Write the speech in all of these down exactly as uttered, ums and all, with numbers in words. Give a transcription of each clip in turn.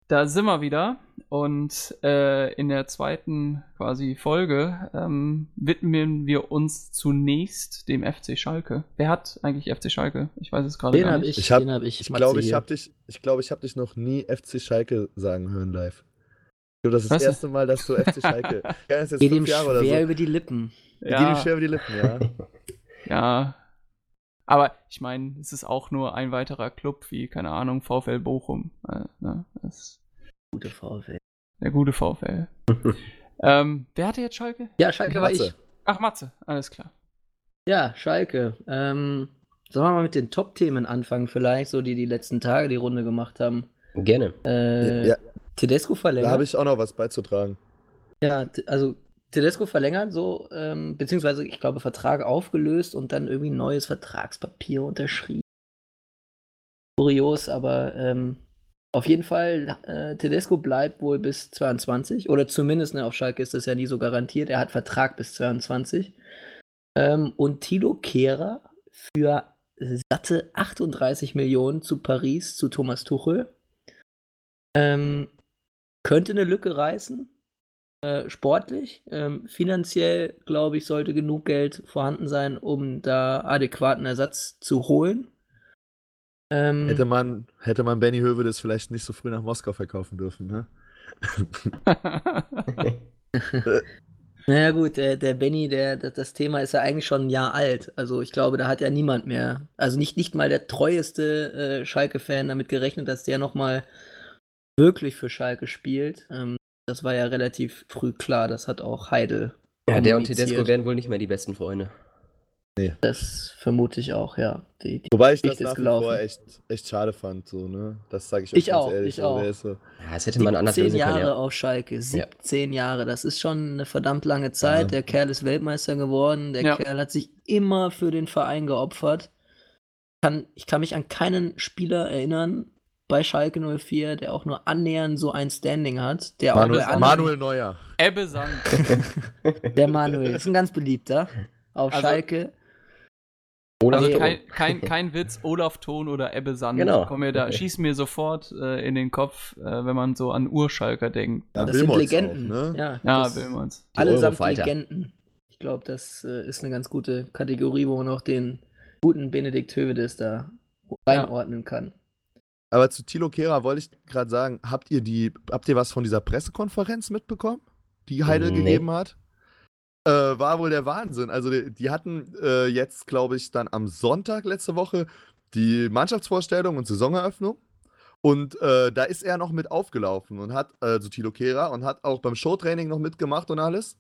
da sind wir wieder und äh, in der zweiten quasi Folge ähm, widmen wir uns zunächst dem F C Schalke. Wer hat eigentlich F C Schalke? Ich weiß es gerade Den gar hab nicht. ich, Ich hab- den hab ich. Ich Matze glaube, ich hier. habe dich, ich glaube, ich habe dich noch nie F C Schalke sagen hören live. Ich glaube, das ist das Was? erste Mal, dass du F C Schalke. Ja, das ist jetzt Geht ihm fünf Jahre oder schwer so. über die Lippen. Geht ihm Ja, schwer über die Lippen, ja. ja. Aber ich meine, es ist auch nur ein weiterer Club wie, keine Ahnung, VfL Bochum. Äh, ne? Das ist Gute VfL. der gute VfL. ähm, wer hatte jetzt Schalke? Ja, Schalke war Matze. ich. Ach, Matze, alles klar. Ja, Schalke. Ähm, sollen wir mal mit den Top-Themen anfangen vielleicht, so die die letzten Tage die Runde gemacht haben. Gerne. Äh, Ja, Tedesco da verlängert. habe ich auch noch was beizutragen. Ja, t- also Tedesco verlängert so, ähm, beziehungsweise ich glaube Vertrag aufgelöst und dann irgendwie ein neues Vertragspapier unterschrieben. Kurios, aber ähm, auf jeden Fall, äh, Tedesco bleibt wohl bis zweiundzwanzig oder zumindest, ne, auf Schalke ist das ja nie so garantiert. Er hat Vertrag bis zweiundzwanzig. Ähm, und Thilo Kehrer für satte achtunddreißig Millionen zu Paris, zu Thomas Tuchel. Ähm, könnte eine Lücke reißen. Äh, sportlich. Ähm, finanziell, glaube ich, sollte genug Geld vorhanden sein, um da adäquaten Ersatz zu holen. Ähm, Hätte man, hätte man Benny Hövedes vielleicht nicht so früh nach Moskau verkaufen dürfen, ne? Naja gut, der, der Benny, der, das, das Thema ist ja eigentlich schon ein Jahr alt. Also ich glaube, da hat ja niemand mehr, also nicht, nicht mal der treueste äh, Schalke-Fan damit gerechnet, dass der nochmal wirklich für Schalke spielt. Ähm, das war ja relativ früh klar, das hat auch Heidel Ja, der und kommuniziert. Tedesco werden wohl nicht mehr die besten Freunde. Das vermute ich auch, ja. Die, die Wobei ich das Geschichte ist nach wie gelaufen. vor echt, echt schade fand, so, ne? Das sage ich euch Ich ganz auch, ehrlich. ich so, auch. der ist so, Ja, das hätte man anders siebzehn lösen Jahre können, ja. auf Schalke, siebzehn Jahre, das ist schon eine verdammt lange Zeit. Ja. Der Kerl ist Weltmeister geworden, der Ja. Kerl hat sich immer für den Verein geopfert. Kann, ich kann mich an keinen Spieler erinnern bei Schalke null vier, der auch nur annähernd so ein Standing hat. Der Manuel, auch bei anderen- Manuel Neuer. Ebbe Sand. Der Manuel ist ein ganz beliebter auf Also- Schalke. Oder Also Nee. kein, kein, kein Witz, Olaf Thon oder Ebbe Sand. Genau. Komm mir da, schieß mir sofort äh, in den Kopf, äh, wenn man so an Urschalker denkt. Ja, Das sind Wilmots Legenden. auch, ne? Ja, Ja, das- will man's. Die Allesamt Eurofighter. Legenden. Ich glaube, das äh, ist eine ganz gute Kategorie, wo man auch den guten Benedikt Hövedes da reinordnen kann. Aber zu Thilo Kehrer wollte ich gerade sagen, habt ihr die, habt ihr was von dieser Pressekonferenz mitbekommen, die Heidel Nee. gegeben hat? Äh, war wohl der Wahnsinn. Also die, die hatten äh, jetzt, glaube ich, dann am Sonntag letzte Woche die Mannschaftsvorstellung und Saisoneröffnung. Und äh, da ist er noch mit aufgelaufen und hat, also Thilo Kehrer, und hat auch beim Showtraining noch mitgemacht und alles.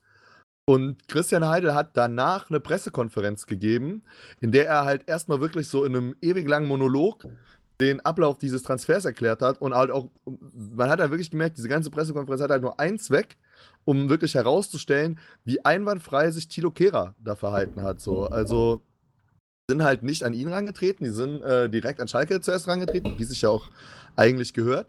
Und Christian Heidel hat danach eine Pressekonferenz gegeben, in der er halt erstmal wirklich so in einem ewig langen Monolog den Ablauf dieses Transfers erklärt hat und halt auch, man hat halt wirklich gemerkt, diese ganze Pressekonferenz hat halt nur einen Zweck, um wirklich herauszustellen, wie einwandfrei sich Thilo Kehrer da verhalten hat. So. Also sind halt nicht an ihn rangetreten, die sind äh, direkt an Schalke zuerst rangetreten, wie sich ja auch eigentlich gehört.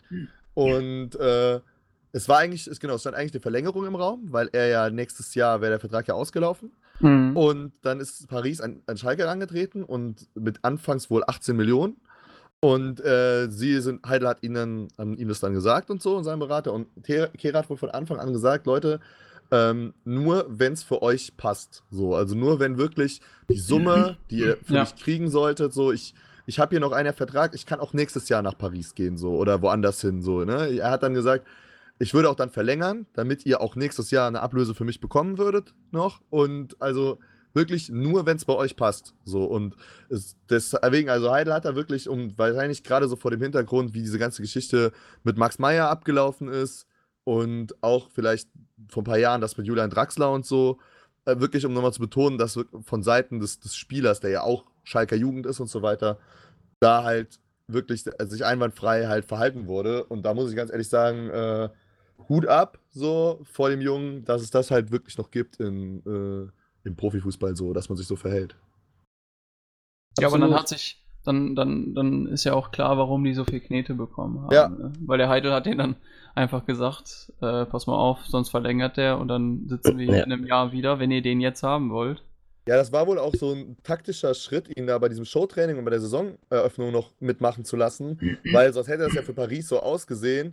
Und äh, es war eigentlich, es, genau, es stand eigentlich eine Verlängerung im Raum, weil er ja nächstes Jahr wäre der Vertrag ja ausgelaufen. Mhm. Und dann ist Paris an, an Schalke angetreten und mit anfangs wohl achtzehn Millionen. Und äh, sie sind, Heidel hat ihnen, haben ihm das dann gesagt und so, und sein Berater. Und Kehrer hat wohl von Anfang an gesagt, Leute, ähm, nur wenn es für euch passt. So, also nur wenn wirklich die Summe, die ihr für Ja. mich kriegen solltet, so, ich, ich habe hier noch einen Vertrag, ich kann auch nächstes Jahr nach Paris gehen, so, oder woanders hin, so, ne? Er hat dann gesagt, ich würde auch dann verlängern, damit ihr auch nächstes Jahr eine Ablöse für mich bekommen würdet noch. Und also wirklich nur, wenn es bei euch passt. So, und es, deswegen, also Heidel hat da wirklich, um wahrscheinlich gerade so vor dem Hintergrund, wie diese ganze Geschichte mit Max Meyer abgelaufen ist und auch vielleicht vor ein paar Jahren das mit Julian Draxler und so, äh, wirklich, um nochmal zu betonen, dass von Seiten des, des Spielers, der ja auch Schalker Jugend ist und so weiter, da halt wirklich sich einwandfrei halt verhalten wurde. Und da muss ich ganz ehrlich sagen, äh, Hut ab so vor dem Jungen, dass es das halt wirklich noch gibt in, äh, im Profifußball so, dass man sich so verhält. Ja, aber dann Absolut. hat sich, dann, dann, dann ist ja auch klar, warum die so viel Knete bekommen haben. Ja. Ne? Weil der Heidel hat denen dann einfach gesagt, äh, pass mal auf, sonst verlängert der und dann sitzen wir hier Ja. in einem Jahr wieder, wenn ihr den jetzt haben wollt. Ja, das war wohl auch so ein taktischer Schritt, ihn da bei diesem Showtraining und bei der Saisoneröffnung noch mitmachen zu lassen, weil sonst hätte das ja für Paris so ausgesehen,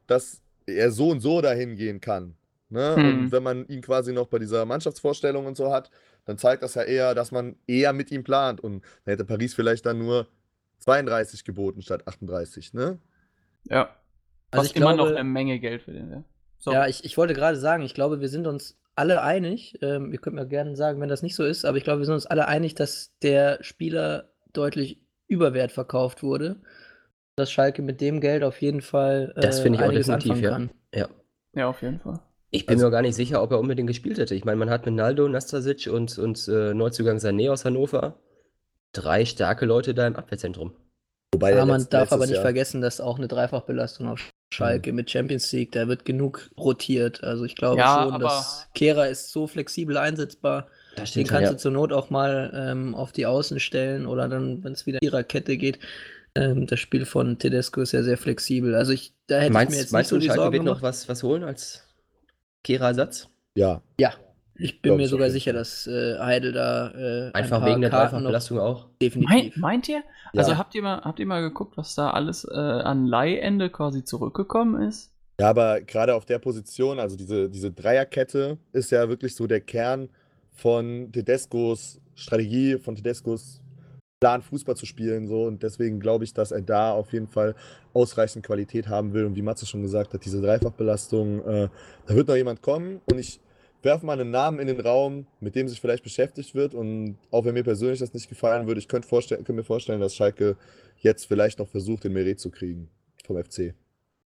dass er so und so dahin gehen kann. Ne? Mhm. Und wenn man ihn quasi noch bei dieser Mannschaftsvorstellung und so hat, dann zeigt das ja eher, dass man eher mit ihm plant. Und dann hätte Paris vielleicht dann nur zweiunddreißig geboten statt achtunddreißig. Ne? Ja. Also Was ich immer glaube, noch eine Menge Geld für den wäre. So. ja, ich, ich wollte gerade sagen, ich glaube, wir sind uns alle einig, ähm, ihr könnt mir gerne sagen, wenn das nicht so ist, aber ich glaube, wir sind uns alle einig, dass der Spieler deutlich überwert verkauft wurde, dass Schalke mit dem Geld auf jeden Fall äh, Das finde ich auch einiges definitiv, anfangen ja. kann. ja. Ja, auf jeden Fall. Ich bin Also- mir auch gar nicht sicher, ob er unbedingt gespielt hätte. Ich meine, man hat mit Naldo, Nastasic und, und äh, Neuzugang Sané aus Hannover drei starke Leute da im Abwehrzentrum. Wobei Aber der man letzt- darf aber letztes nicht Jahr- vergessen, dass auch eine Dreifachbelastung auf Schalke mit Champions League, da wird genug rotiert. Also ich glaube Ja, schon, aber- dass Kehrer ist so flexibel einsetzbar. Das Den stimmt, kannst ja. du zur Not auch mal ähm, auf die Außen stellen oder dann, wenn es wieder in ihrer Kette geht. Ähm, das Spiel von Tedesco ist ja sehr flexibel. Also ich, da hätte ich mir Meinst, jetzt meinst nicht so du, die Schalke Sorgen wird noch gemacht. was, was holen als Kehrer-Ersatz? Ja, Ja, ich bin Glaub mir ich auf sogar jeden sicher, Fall. dass äh, Heidel da äh, ein Einfach paar wegen der Karten noch Dreifachbelastung auch? Mein, definitiv. meint ihr? Ja. Also habt ihr mal, habt ihr mal geguckt, was da alles äh, an Leihende quasi zurückgekommen ist? Ja, aber gerade auf der Position, also diese, diese Dreierkette, ist ja wirklich so der Kern von Tedescos Strategie, von Tedescos Plan, Fußball zu spielen. So. Und deswegen glaube ich, dass er da auf jeden Fall ausreichend Qualität haben will. Und wie Matze schon gesagt hat, diese Dreifachbelastung, äh, da wird noch jemand kommen. Und ich werfe mal einen Namen in den Raum, mit dem sich vielleicht beschäftigt wird. Und auch wenn mir persönlich das nicht gefallen würde, ich könnte vorstellen, könnte mir vorstellen, dass Schalke jetzt vielleicht noch versucht, den Meret zu kriegen vom F C.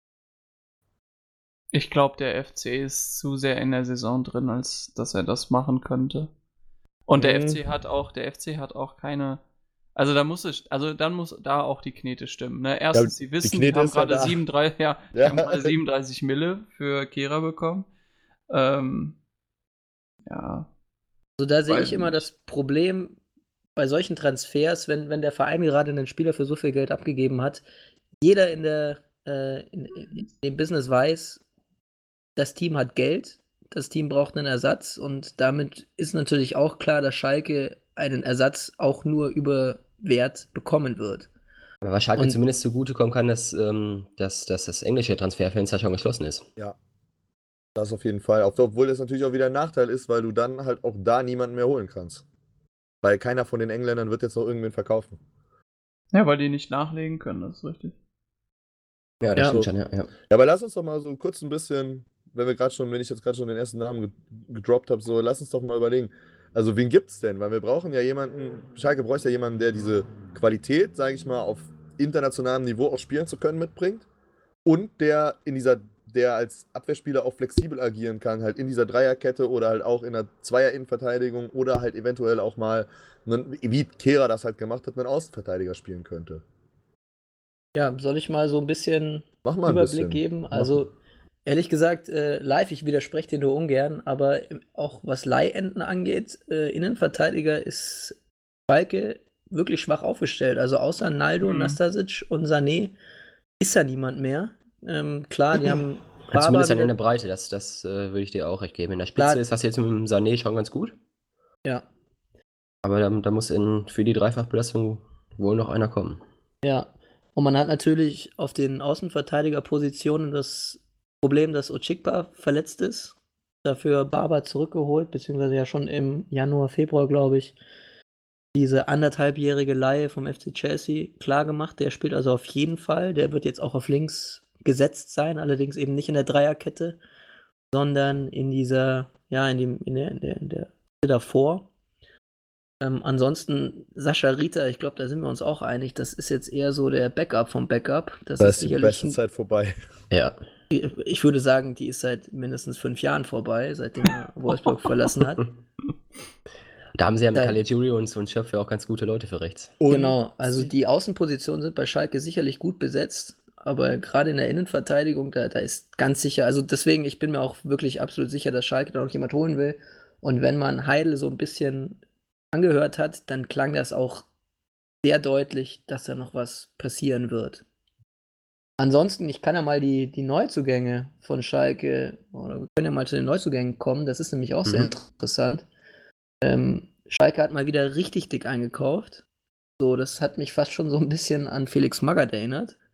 Ich glaube, der F C ist zu sehr in der Saison drin, als dass er das machen könnte. Und der Mhm. F C hat auch, der F C hat auch keine. Also da muss es, also dann muss da auch die Knete stimmen. Ne? Erstens, Ja, sie wissen, die die Knete haben ist ja gerade da. siebenunddreißig, ja, die Ja. haben gerade siebenunddreißig Mille für Kehrer bekommen. Ähm, ja. Also da sehe Weiß ich immer nicht. das Problem bei solchen Transfers, wenn, wenn der Verein gerade einen Spieler für so viel Geld abgegeben hat, jeder in der äh, in, in dem Business weiß, das Team hat Geld, das Team braucht einen Ersatz und damit ist natürlich auch klar, dass Schalke einen Ersatz auch nur über Wert bekommen wird. Aber was Schalke Und- zumindest zugutekommen kann, dass, ähm, dass, dass das englische Transferfenster schon geschlossen ist. Ja. Das auf jeden Fall. Auch- Obwohl das natürlich auch wieder ein Nachteil ist, weil du dann halt auch da niemanden mehr holen kannst. Weil keiner von den Engländern wird jetzt noch irgendwen verkaufen. Ja, weil die nicht nachlegen können, das ist richtig. Ja, das Ja. stimmt schon, ja. ja. Ja, aber lass uns doch mal so kurz ein bisschen, wenn wir gerade schon, wenn ich jetzt gerade schon den ersten Namen ge gedroppt habe, so lass uns doch mal überlegen. Also wen gibt's denn? Weil wir brauchen ja jemanden, Schalke bräuchte ja jemanden, der diese Qualität, sage ich mal, auf internationalem Niveau auch spielen zu können mitbringt und der in dieser, der als Abwehrspieler auch flexibel agieren kann, halt in dieser Dreierkette oder halt auch in der Zweier-Innenverteidigung oder halt eventuell auch mal, einen, wie Kehrer das halt gemacht hat, einen Außenverteidiger spielen könnte. Ja, soll ich mal so ein bisschen Mach mal ein Überblick bisschen. geben? Mach. Also, ehrlich gesagt, äh, live, ich widerspreche dir nur ungern, aber im- auch was Leihenden angeht, äh, Innenverteidiger ist Schalke wirklich schwach aufgestellt. Also außer Naldo, Mhm. Nastasic und Sané ist da niemand mehr. Ähm, klar, die haben Ja, Baba zumindest dann in wieder- der Breite, das, das äh, würde ich dir auch recht geben. In der Spitze Klar. ist das jetzt mit dem Sané schon ganz gut, Ja, aber da, da muss in, für die Dreifachbelastung wohl noch einer kommen. ja. Und man hat natürlich auf den Außenverteidigerpositionen das Problem, dass Ochikpa verletzt ist. Dafür Baba zurückgeholt, beziehungsweise ja schon im Januar, Februar, glaube ich, diese anderthalbjährige Leihe vom F C Chelsea klargemacht. Der spielt also auf jeden Fall. Der wird jetzt auch auf links gesetzt sein, allerdings eben nicht in der Dreierkette, sondern in dieser, ja, in, dem, in der, in der, in der davor. Ähm, ansonsten Sascha Rita, ich glaube, da sind wir uns auch einig, das ist jetzt eher so der Backup vom Backup. Das Da ist ist die sicherlich, beste ein, Zeit vorbei. Ja. ich würde sagen, die ist seit mindestens fünf Jahren vorbei, seitdem er Wolfsburg verlassen hat. Da haben sie ja mit Da- Caligiuri und, und Schöpfe auch ganz gute Leute für rechts. Und Genau, also sie- die Außenpositionen sind bei Schalke sicherlich gut besetzt, aber gerade in der Innenverteidigung, da, da ist ganz sicher, also deswegen, ich bin mir auch wirklich absolut sicher, dass Schalke da noch jemand holen will. Und wenn man Heidel so ein bisschen angehört hat, dann klang das auch sehr deutlich, dass da noch was passieren wird. Ansonsten, ich kann ja mal die, die Neuzugänge von Schalke, oder wir können ja mal zu den Neuzugängen kommen, das ist nämlich auch sehr Mhm. interessant. Ähm, Schalke hat mal wieder richtig dick eingekauft. So, das hat mich fast schon so ein bisschen an Felix Magath erinnert.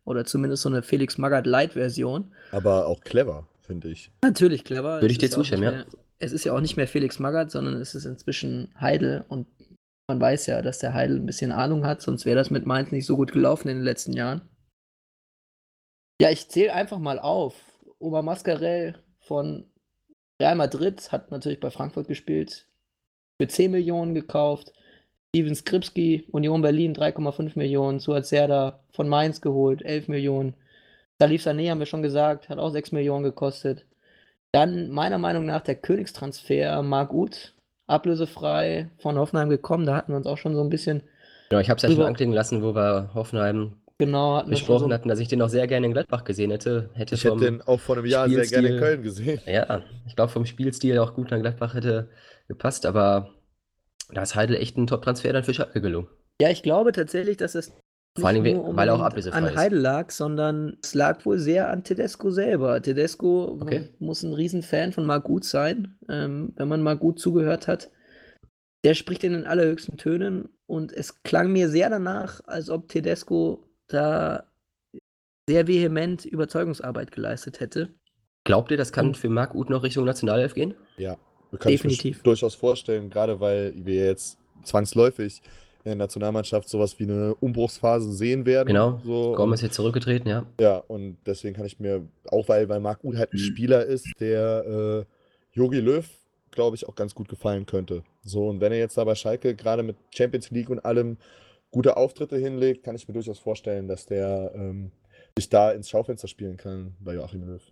Oder zumindest so eine Felix Magath-Light-Version. Aber auch clever, finde ich. Natürlich clever. Würde Es ich dir ist ja auch zustimmen, nicht ja. mehr, es ist ja auch nicht mehr Felix Magath, sondern es ist inzwischen Heidel. Und man weiß ja, dass der Heidel ein bisschen Ahnung hat, sonst wäre das mit Mainz nicht so gut gelaufen in den letzten Jahren. Ja, ich zähle einfach mal auf. Omar Mascarell von Real Madrid hat natürlich bei Frankfurt gespielt, für zehn Millionen gekauft. Steven Skripski, Union Berlin, drei Komma fünf Millionen. Suat Serdar von Mainz geholt, elf Millionen. Salif Sané haben wir schon gesagt, hat auch sechs Millionen gekostet. Dann meiner Meinung nach der Königstransfer Marc Uth, ablösefrei von Hoffenheim gekommen. Da hatten wir uns auch schon so ein bisschen Genau, ich habe es ja schon drüber- anklingen lassen, wo wir Hoffenheim genau hatten wir schon besprochen so, hatten, dass ich den auch sehr gerne in Gladbach gesehen hätte. Hätte Ich hätte vom den auch vor einem Jahr sehr gerne in Spielstil- Köln gesehen. Ja, ich glaube vom Spielstil auch gut nach Gladbach hätte gepasst, aber da ist Heidel echt ein Top-Transfer dann für Schalke gelungen. Ja, ich glaube tatsächlich, dass es Vor allem, nicht nur we- weil er auch unbedingt ablösefrei an ist. Heidel lag, sondern es lag wohl sehr an Tedesco selber. Tedesco Okay. muss ein Riesenfan von Marc Uth sein, ähm, wenn man mal gut zugehört hat. Der spricht in den allerhöchsten Tönen und es klang mir sehr danach, als ob Tedesco da sehr vehement Überzeugungsarbeit geleistet hätte. Glaubt ihr, das kann Und- für Marc Uth noch Richtung Nationalelf gehen? Ja, kann ich Definitiv. mir durchaus vorstellen, gerade weil wir jetzt zwangsläufig in der Nationalmannschaft sowas wie eine Umbruchsphase sehen werden. Genau. So, Gorm und, ist jetzt zurückgetreten, ja. ja, und deswegen kann ich mir, auch weil, weil Marc Uth halt ein Spieler ist, der äh, Jogi Löw, glaube ich, auch ganz gut gefallen könnte. So, und wenn er jetzt da bei Schalke gerade mit Champions League und allem gute Auftritte hinlegt, kann ich mir durchaus vorstellen, dass der ähm, sich da ins Schaufenster spielen kann bei Joachim Löw.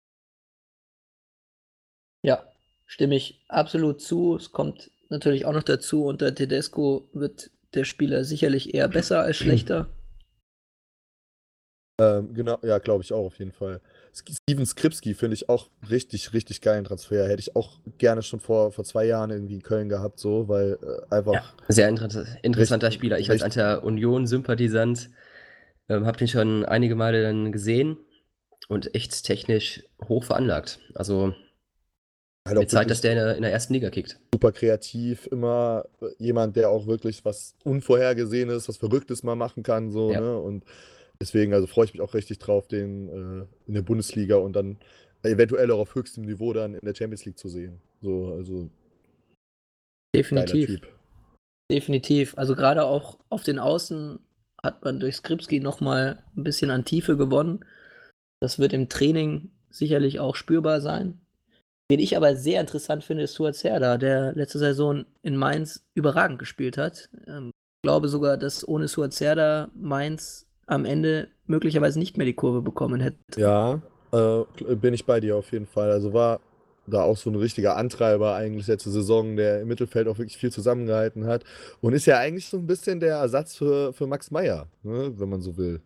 Ja, stimme ich absolut zu. Es kommt natürlich auch noch dazu, unter Tedesco wird der Spieler sicherlich eher besser als schlechter. Ähm, genau, ja, glaube ich auch auf jeden Fall. Sk- Steven Skripski finde ich auch richtig, richtig geilen Transfer. Hätte ich auch gerne schon vor, vor zwei Jahren irgendwie in Köln gehabt, so, weil äh, einfach. Ja, sehr inter interessanter Richtig- Spieler. Ich als richtig- alter Union-Sympathisant ähm, habe den schon einige Male dann gesehen und echt technisch hoch veranlagt. Also halt auch mit Zeit, wirklich dass der in der, in der ersten Liga kickt. super kreativ, immer äh, jemand, der auch wirklich was Unvorhergesehenes, was Verrücktes mal machen kann, so, Ja. ne? Und deswegen, also freue ich mich auch richtig drauf, den äh, in der Bundesliga und dann eventuell auch auf höchstem Niveau dann in der Champions League zu sehen. So, also geiler Definitiv. Typ. Definitiv. Also gerade auch auf den Außen hat man durch Skripski nochmal ein bisschen an Tiefe gewonnen. Das wird im Training sicherlich auch spürbar sein. Wen ich aber sehr interessant finde, ist Suat Serdar, der letzte Saison in Mainz überragend gespielt hat. Ähm, ich glaube sogar, dass ohne Suat Serdar Mainz am Ende möglicherweise nicht mehr die Kurve bekommen hätte. Ja, äh, bin ich bei dir auf jeden Fall. Also war da auch so ein richtiger Antreiber eigentlich letzte Saison, der im Mittelfeld auch wirklich viel zusammengehalten hat. Und ist ja eigentlich so ein bisschen der Ersatz für, für Max Meyer, ne, wenn man so will.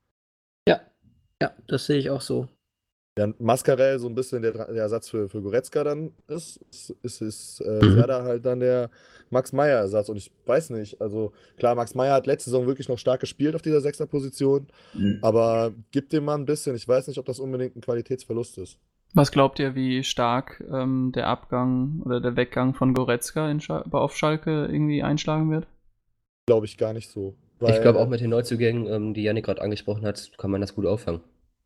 Ja, ja, das sehe ich auch so. Während Mascarell so ein bisschen der, der Ersatz für, für Goretzka dann ist, ist, ist, ist äh, Mhm. Serdar halt dann der Max Meyer-Ersatz. Und ich weiß nicht, also klar, Max Meyer hat letzte Saison wirklich noch stark gespielt auf dieser Sechser-Position, aber gibt dem Mann ein bisschen. Ich weiß nicht, ob das unbedingt ein Qualitätsverlust ist. Was glaubt ihr, wie stark ähm, der Abgang oder der Weggang von Goretzka in Schal auf Schalke irgendwie einschlagen wird? Glaube ich gar nicht so. Ich glaube auch Weil- mit den Neuzugängen, ähm, die Yannick gerade angesprochen hat, kann man das gut auffangen.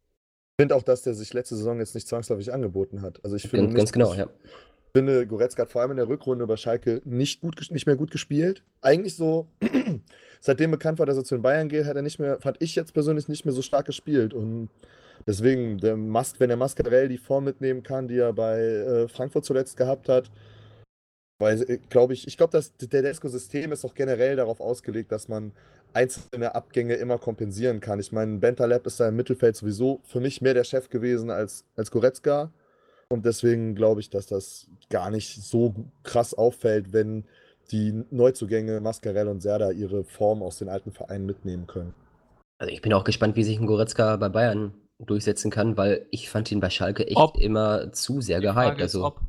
Ich finde auch, dass der sich letzte Saison jetzt nicht zwangsläufig angeboten hat. Also ich finde Ganz, nicht, ganz genau, ich ja. finde, Goretzka hat vor allem in der Rückrunde bei Schalke nicht, gut, ges- nicht mehr gut gespielt. Eigentlich so, seitdem bekannt war, dass er zu den Bayern geht, hat er nicht mehr, fand ich jetzt persönlich nicht mehr so stark gespielt. Und deswegen, der Mas wenn der Mascarell die Form mitnehmen kann, die er bei äh, Frankfurt zuletzt gehabt hat, weil, glaube ich, ich glaube, das Tedesco-System ist auch generell darauf ausgelegt, dass man einzelne Abgänge immer kompensieren kann. Ich meine, Bentaleb ist da im Mittelfeld sowieso für mich mehr der Chef gewesen als, als Goretzka. Und deswegen glaube ich, dass das gar nicht so krass auffällt, wenn die Neuzugänge Mascarell und Serdar ihre Form aus den alten Vereinen mitnehmen können. Also ich bin auch gespannt, wie sich ein Goretzka bei Bayern durchsetzen kann, weil ich fand ihn bei Schalke echt Ob. immer zu sehr Die gehypt. Frage ist, Also, ob.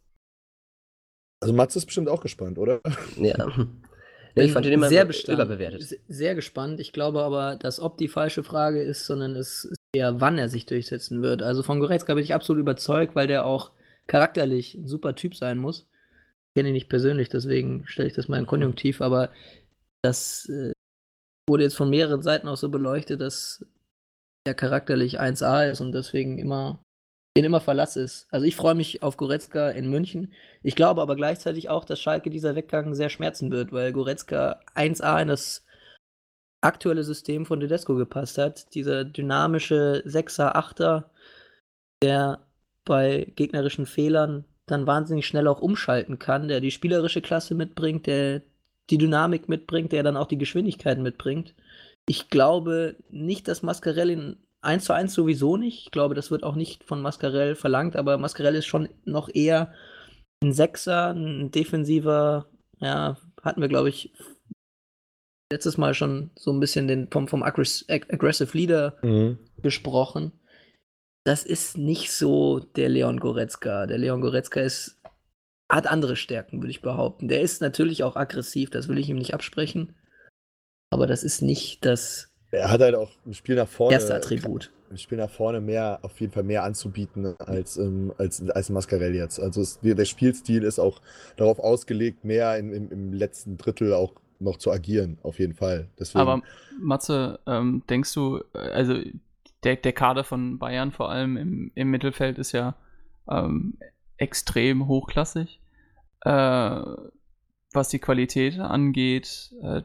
Also Mats ist bestimmt auch gespannt, oder? ja. Nee, ich fand ihn immer sehr, über- bestand, überbewertet. se- sehr gespannt. Ich glaube aber, dass ob die falsche Frage ist, sondern es ist eher, wann er sich durchsetzen wird. Also von Goretzka bin ich absolut überzeugt, weil der auch charakterlich ein super Typ sein muss. Ich kenne ihn nicht persönlich, deswegen stelle ich das mal in Konjunktiv, aber das äh, wurde jetzt von mehreren Seiten auch so beleuchtet, dass der charakterlich eins A ist und deswegen immer, den immer Verlass ist. Also ich freue mich auf Goretzka in München. Ich glaube aber gleichzeitig auch, dass Schalke dieser Weggang sehr schmerzen wird, weil Goretzka eins A in das aktuelle System von Tedesco gepasst hat. Dieser dynamische Sechser, Achter, der bei gegnerischen Fehlern dann wahnsinnig schnell auch umschalten kann, der die spielerische Klasse mitbringt, der die Dynamik mitbringt, der dann auch die Geschwindigkeit mitbringt. Ich glaube nicht, dass Mascarell eins zu eins sowieso nicht. Ich glaube, das wird auch nicht von Mascarell verlangt, aber Mascarell ist schon noch eher ein Sechser, ein defensiver, ja, hatten wir, glaube ich, letztes Mal schon so ein bisschen den vom, vom Aggress Aggressive Leader Mhm. gesprochen. Das ist nicht so der Leon Goretzka. Der Leon Goretzka ist, hat andere Stärken, würde ich behaupten. Der ist natürlich auch aggressiv, das will ich ihm nicht absprechen. Aber das ist nicht das Er hat halt auch im Spiel nach vorne, erste Attribut. im Spiel nach vorne mehr, auf jeden Fall mehr anzubieten als, ähm, als, als Mascarell jetzt. Also es, der der Spielstil ist auch darauf ausgelegt, mehr in, im, im letzten Drittel auch noch zu agieren, auf jeden Fall. Deswegen, Aber Matze, ähm, denkst du, äh, also der, der Kader von Bayern vor allem im, im Mittelfeld ist ja ähm, extrem hochklassig. Äh, was die Qualität angeht, äh,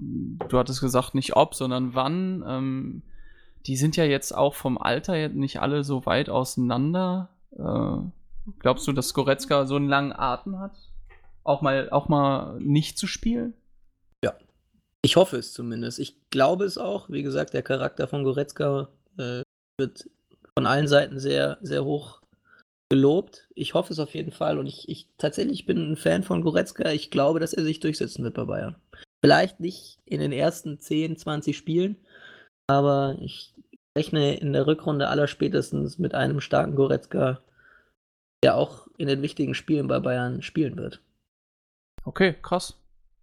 du hattest gesagt, nicht ob, sondern wann. Ähm, die sind ja jetzt auch vom Alter nicht alle so weit auseinander. Äh, glaubst du, dass Goretzka so einen langen Atem hat? Auch mal, auch mal nicht zu spielen? Ja. Ich hoffe es zumindest. Ich glaube es auch. Wie gesagt, der Charakter von Goretzka äh, wird von allen Seiten sehr, sehr hoch gelobt. Ich hoffe es auf jeden Fall. Und ich, ich tatsächlich bin ein Fan von Goretzka. Ich glaube, dass er sich durchsetzen wird bei Bayern. Vielleicht nicht in den ersten zehn, zwanzig Spielen, aber ich rechne in der Rückrunde allerspätestens mit einem starken Goretzka, der auch in den wichtigen Spielen bei Bayern spielen wird. Okay, krass.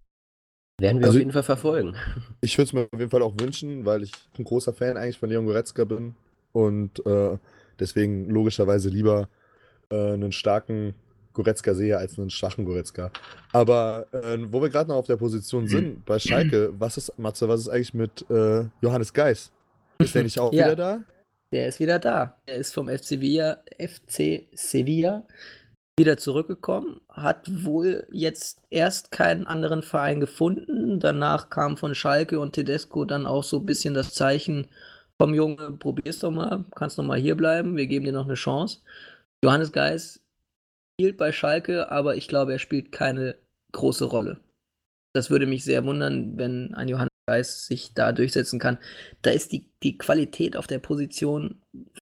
Werden wir Also- auf jeden Fall verfolgen. ich würde es mir auf jeden Fall auch wünschen, weil ich ein großer Fan eigentlich von Leon Goretzka bin und äh, deswegen logischerweise lieber äh, einen starken Goretzka sehe als einen schwachen Goretzka. Aber äh, wo wir gerade noch auf der Position sind, bei Schalke, was ist, Matze, was ist eigentlich mit äh, Johannes Geis? Ist der nicht auch Ja. wieder da? Der ist wieder da. Er ist vom F C Sevilla, F C Sevilla wieder zurückgekommen, hat wohl jetzt erst keinen anderen Verein gefunden. Danach kam von Schalke und Tedesco dann auch so ein bisschen das Zeichen, komm Junge, probier's doch mal, kannst noch mal hier bleiben, wir geben dir noch eine Chance. Johannes Geis spielt bei Schalke, aber ich glaube, er spielt keine große Rolle. Das würde mich sehr wundern, wenn ein Johannes Geis sich da durchsetzen kann. Da ist die, die Qualität auf der Position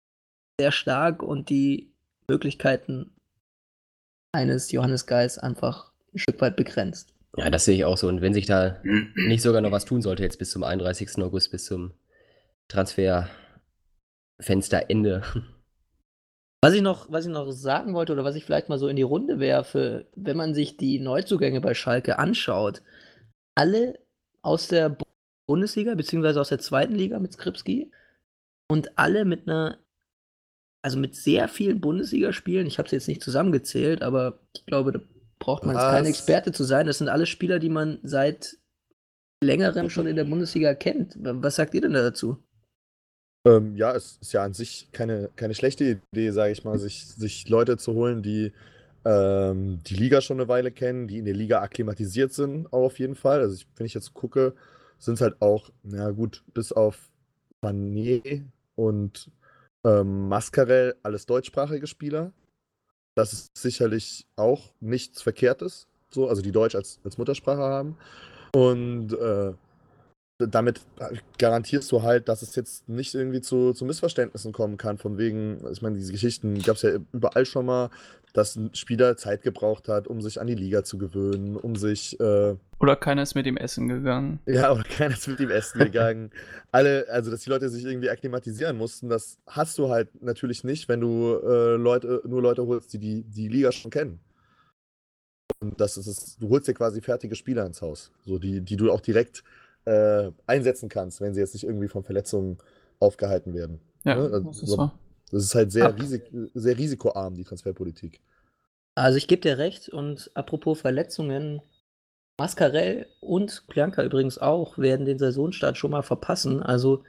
sehr stark und die Möglichkeiten eines Johannes Geis einfach ein Stück weit begrenzt. Ja, das sehe ich auch so. Und wenn sich da nicht sogar noch was tun sollte, jetzt bis zum einunddreißigsten August, bis zum Transferfensterende. Was ich noch, was ich noch sagen wollte oder was ich vielleicht mal so in die Runde werfe, wenn man sich die Neuzugänge bei Schalke anschaut, alle aus der Bundesliga beziehungsweise aus der zweiten Liga mit Skripski und alle mit einer, also mit sehr vielen Bundesligaspielen. Ich habe es jetzt nicht zusammengezählt, aber ich glaube, da braucht man jetzt kein Was? Experte zu sein. Das sind alles Spieler, die man seit längerem schon in der Bundesliga kennt. Was sagt ihr denn da dazu? Ähm, ja, es ist ja an sich keine, keine schlechte Idee, sage ich mal, sich, sich Leute zu holen, die ähm, die Liga schon eine Weile kennen, die in der Liga akklimatisiert sind, auch auf jeden Fall. Also ich, wenn ich jetzt gucke, sind es halt auch, na gut, bis auf Mané und ähm, Mascarell alles deutschsprachige Spieler. Das ist sicherlich auch nichts Verkehrtes, so, also die Deutsch als, als Muttersprache haben. Und äh, damit garantierst du halt, dass es jetzt nicht irgendwie zu, zu Missverständnissen kommen kann, von wegen, ich meine, diese Geschichten gab es ja überall schon mal, dass ein Spieler Zeit gebraucht hat, um sich an die Liga zu gewöhnen, um sich, äh, Oder keiner ist mit ihm essen gegangen. ja, oder keiner ist mit ihm essen gegangen. Alle, also dass die Leute sich irgendwie akklimatisieren mussten, das hast du halt natürlich nicht, wenn du äh, Leute, nur Leute holst, die, die die Liga schon kennen. Und das ist es, du holst dir quasi fertige Spieler ins Haus, so die, die du auch direkt äh, einsetzen kannst, wenn sie jetzt nicht irgendwie von Verletzungen aufgehalten werden. Ja, Ne? Also, das ist wahr. das ist halt sehr, Ab- risik sehr risikoarm, die Transferpolitik. Also ich gebe dir recht und apropos Verletzungen, Mascarell und Kljanka übrigens auch werden den Saisonstart schon mal verpassen. Also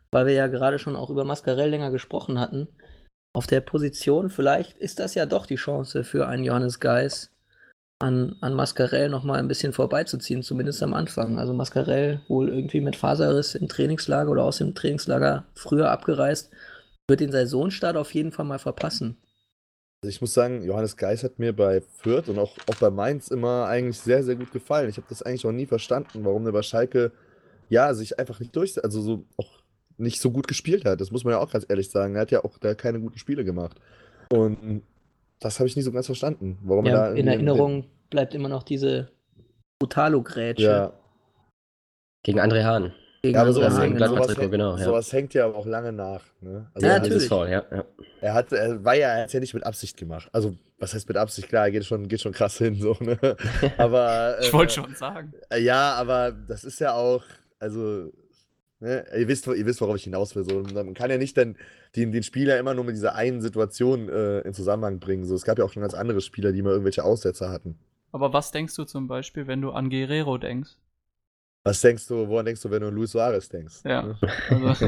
weil wir ja gerade schon auch über Mascarell länger gesprochen hatten, auf der Position, vielleicht ist das ja doch die Chance für einen Johannes Geis, an, an Mascarell nochmal ein bisschen vorbeizuziehen, zumindest am Anfang. Also Mascarell wohl irgendwie mit Faserriss im Trainingslager oder aus dem Trainingslager früher abgereist, wird den Saisonstart auf jeden Fall mal verpassen. Also ich muss sagen, Johannes Geis hat mir bei Fürth und auch, auch bei Mainz immer eigentlich sehr, sehr gut gefallen. Ich habe das eigentlich auch nie verstanden, warum der bei Schalke ja sich einfach nicht durch, also so auch nicht so gut gespielt hat. Das muss man ja auch ganz ehrlich sagen. Er hat ja auch da keine guten Spiele gemacht. Und das habe ich nie so ganz verstanden, warum er Ja, da in irgendwie Erinnerung bleibt immer noch diese Brutalo-Grätsche Ja, Gegen André Hahn. gegen ja, aber André sowas, Hahn, hängt, genau. sowas, Gladbach-Trikot, hängt, genau, ja. sowas hängt ja aber auch lange nach. Ne? Also Ja, er, Das natürlich. ist faul, ja. ja. er hat, er war ja, er hat's ja nicht mit Absicht gemacht. Also, was heißt mit Absicht? Klar, er geht schon, geht schon krass hin, so, ne? Aber. Ich äh, wollte schon sagen. äh, Ja, aber das ist ja auch, also, ne? Ihr wisst, ihr wisst, worauf ich hinaus will. So. Man kann ja nicht dann den, den Spieler immer nur mit dieser einen Situation äh, in Zusammenhang bringen. So. Es gab ja auch schon ganz andere Spieler, die mal irgendwelche Aussetzer hatten. Aber was denkst du zum Beispiel, wenn du an Guerrero denkst? Was denkst du, woran denkst du, wenn du an Luis Suarez denkst? Ja. Ne? Also,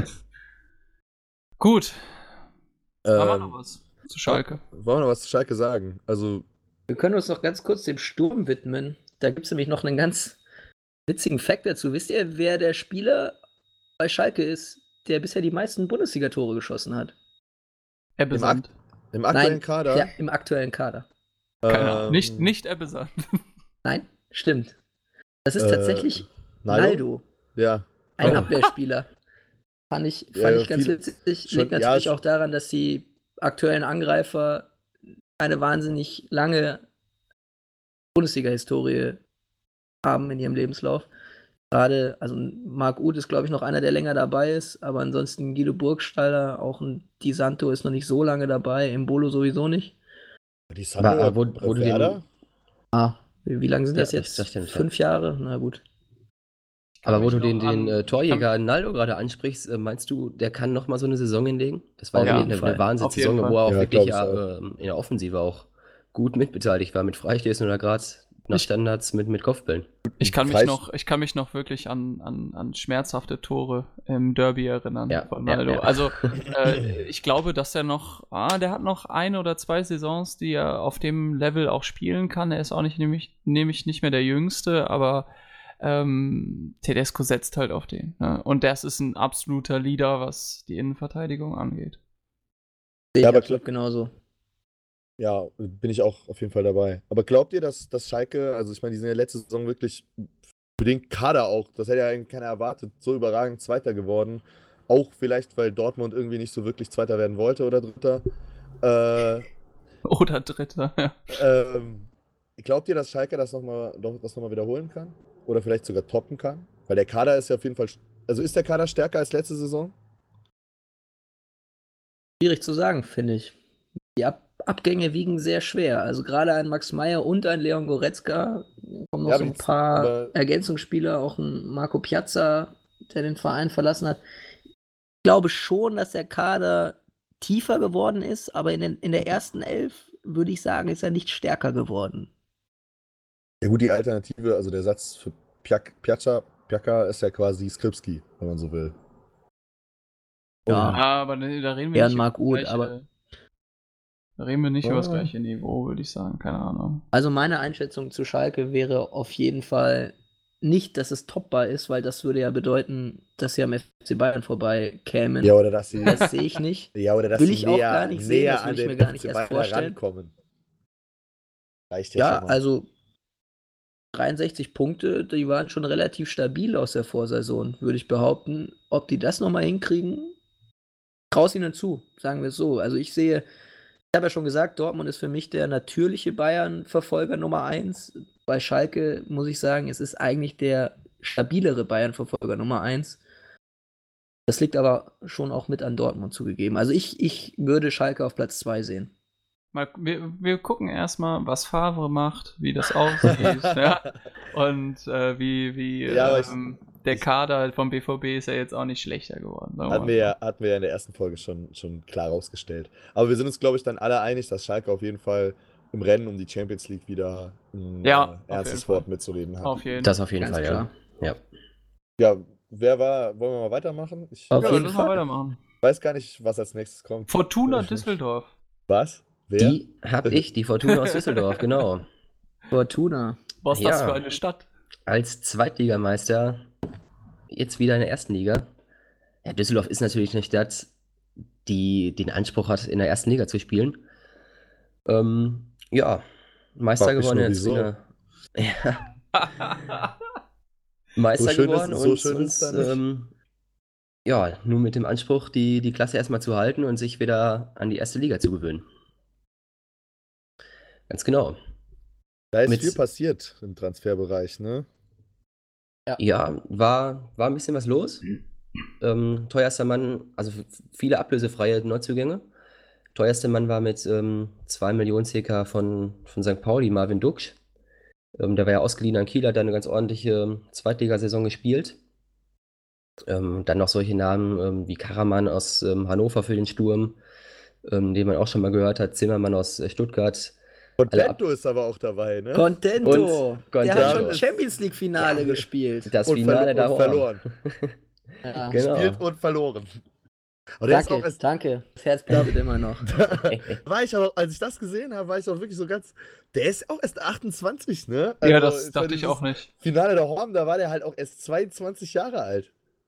gut. Haben wir Ähm, noch was zu Schalke? Wollen wir noch was zu Schalke sagen? Also, Wir können uns noch ganz kurz dem Sturm widmen. Da gibt es nämlich noch einen ganz witzigen Fact dazu. Wisst ihr, wer der Spieler bei Schalke ist, der bisher die meisten Bundesliga-Tore geschossen hat? Ebbe Im Sand. im aktuellen Nein, Kader. Ja, im aktuellen Kader. Keine Ahnung. ähm, Nicht, nicht Ebbe Sand. Nein, stimmt. Das ist Äh, tatsächlich Naldo? Naldo, Ja. ein Oh. Abwehrspieler. Fand ich, Ja, fand ich ganz viel- witzig. schon- Liegt ja, natürlich sch- auch daran, dass die aktuellen Angreifer eine wahnsinnig lange Bundesliga-Historie haben in ihrem Lebenslauf. Gerade, also Marc Uth ist, glaube ich, noch einer, der länger dabei ist, aber ansonsten Guido Burgstaller, auch ein Di Santo ist noch nicht so lange dabei, Embolo sowieso nicht. Die Sandro Aber, aber wo, bei wo du Werder? den, Ah, wie, wie lange sind Ja, das das- jetzt? das stimmt, ja. Fünf Jahre? Na gut. aber wo mich du noch den, den an- äh, ich Torjäger Naldo gerade ansprichst, äh, meinst du, der kann noch mal so eine Saison hinlegen? Das war Auf ja jeden eine, Fall. eine Wahnsinnssaison, Auf jeden wo er auch Fall. Ja, wirklich glaub ich ja, ähm, in der Offensive auch gut mitbeteiligt war mit Freistößen oder gerade nach Ich- Standards mit, mit Kopfbällen. Ich kann mich Freist- noch, ich kann mich noch wirklich an, an, an schmerzhafte Tore im Derby erinnern Ja, von ja, Naldo. ja. Also äh, ich glaube, dass er noch, ah, der hat noch eine oder zwei Saisons, die er auf dem Level auch spielen kann. Er ist auch nicht nämlich, nämlich nicht mehr der Jüngste, aber ähm, Tedesco setzt halt auf den. Ne? Und das ist ein absoluter Leader, was die Innenverteidigung angeht. Sehe ich Ja, aber absolut genauso. Ja, bin ich auch auf jeden Fall dabei. Aber glaubt ihr, dass, dass Schalke, also ich meine, die sind ja letzte Saison wirklich für den Kader auch, das hätte ja eigentlich keiner erwartet, so überragend Zweiter geworden. Auch vielleicht, weil Dortmund irgendwie nicht so wirklich Zweiter werden wollte oder Dritter. Äh, Oder Dritter, ja. ähm, glaubt ihr, dass Schalke das nochmal das noch mal wiederholen kann? Oder vielleicht sogar toppen kann? Weil der Kader ist ja auf jeden Fall, also ist der Kader stärker als letzte Saison? Schwierig zu sagen, finde ich. Die Ab Abgänge wiegen sehr schwer. Also gerade ein Max Meyer und ein Leon Goretzka, kommen noch Ja, so aber ein jetzt- paar aber- Ergänzungsspieler, auch ein Marco Piazza, der den Verein verlassen hat. Ich glaube schon, dass der Kader tiefer geworden ist, aber in, den, in der ersten Elf würde ich sagen, ist er nicht stärker geworden. Ja gut, die Alternative, also der Satz für Piak, Piazza, Piaka ist ja quasi Skripski, wenn man so will. Ja. Und- Aber ne, da reden wir Ja, nicht Marc über Uth, das aber- gleiche- Da reden wir nicht über das Ah. gleiche Niveau, würde ich sagen. Keine Ahnung. Also meine Einschätzung zu Schalke wäre auf jeden Fall nicht, dass es toppbar ist, weil das würde ja bedeuten, dass sie am F C Bayern vorbei kämen. Ja, oder dass sie, Das sehe ich nicht. ja, oder dass Will sie ich auch näher, gar nicht sehen, näher das will an ich den mir gar nicht F C erst Bayern vorstellen. rankommen. Reicht ja, Ja, schon mal. also dreiundsechzig Punkte, die waren schon relativ stabil aus der Vorsaison, würde ich behaupten. Ob die das nochmal hinkriegen, traue ihnen zu, sagen wir es so. Also ich sehe, ich habe ja schon gesagt, Dortmund ist für mich der natürliche Bayern-Verfolger Nummer eins. Bei Schalke muss ich sagen, es ist eigentlich der stabilere Bayern-Verfolger Nummer eins. Das liegt aber schon auch mit an Dortmund zugegeben. Also ich, ich würde Schalke auf Platz zwei sehen. Mal, wir, wir gucken erstmal, was Favre macht, wie das aussieht. ja? Und äh, wie, wie Ja, aber ich- ähm, der Kader vom B V B ist ja jetzt auch nicht schlechter geworden. sagen wir Hatten mal wir, so. ja, hatten wir ja in der ersten Folge schon, schon klar rausgestellt. Aber wir sind uns, glaube ich, dann alle einig, dass Schalke auf jeden Fall im Rennen um die Champions League wieder ein Ja, auf äh, ernstes jeden Fall. Wort mitzureden hat. Auf jeden Das auf jeden Ganz Fall, klar. ja. ja. Ja, wer war, wollen wir mal weitermachen? Ich Auf Ja, jeden lass mal Fall. weitermachen. weiß gar nicht, was als nächstes kommt. Fortuna Ich- Düsseldorf. Was? Wer? Die hab ich, die Fortuna aus Düsseldorf, genau. Fortuna. Was ist das Ja. für eine Stadt? Als Zweitligameister, jetzt wieder in der ersten Liga. Ja, Düsseldorf ist natürlich eine Stadt, die den Anspruch hat, in der ersten Liga zu spielen. Ähm, ja, Meister Frag mich geworden nur, in der wieso. Trainer. Ja, Meister So schön ist- geworden so und, schön und ist da nicht. ähm, ja, nur mit dem Anspruch, die, die Klasse erstmal zu halten und sich wieder an die erste Liga zu gewöhnen. Ganz genau. Da ist Mit- viel passiert im Transferbereich, ne? Ja, war, war ein bisschen was los. Ähm, teuerster Mann, also f- viele ablösefreie Neuzugänge. Teuerster Mann war mit ähm, zwei Millionen circa von, von Sankt Pauli, Marvin Duksch. Ähm, der war ja ausgeliehen an Kiel, hat da eine ganz ordentliche ähm, Zweitligasaison gespielt. Ähm, dann noch solche Namen ähm, wie Karaman aus ähm, Hannover für den Sturm, ähm, den man auch schon mal gehört hat, Zimmermann aus äh, Stuttgart. Alle ab- Contento ist aber auch dabei, ne? Contento. Und Der hat Contento. schon Champions League Finale Ja. gespielt. Das Und Finale verlo- da und verloren. Ja. Genau. Spielt und verloren. Und der ist Danke, auch erst, danke. Das Herz blutet immer noch. war ich aber, als ich das gesehen habe, war ich auch wirklich so ganz. Der ist auch erst achtundzwanzig, ne? ja, Also, das für dachte ich dieses auch nicht. Finale der Horn, da war der halt auch erst zweiundzwanzig Jahre alt.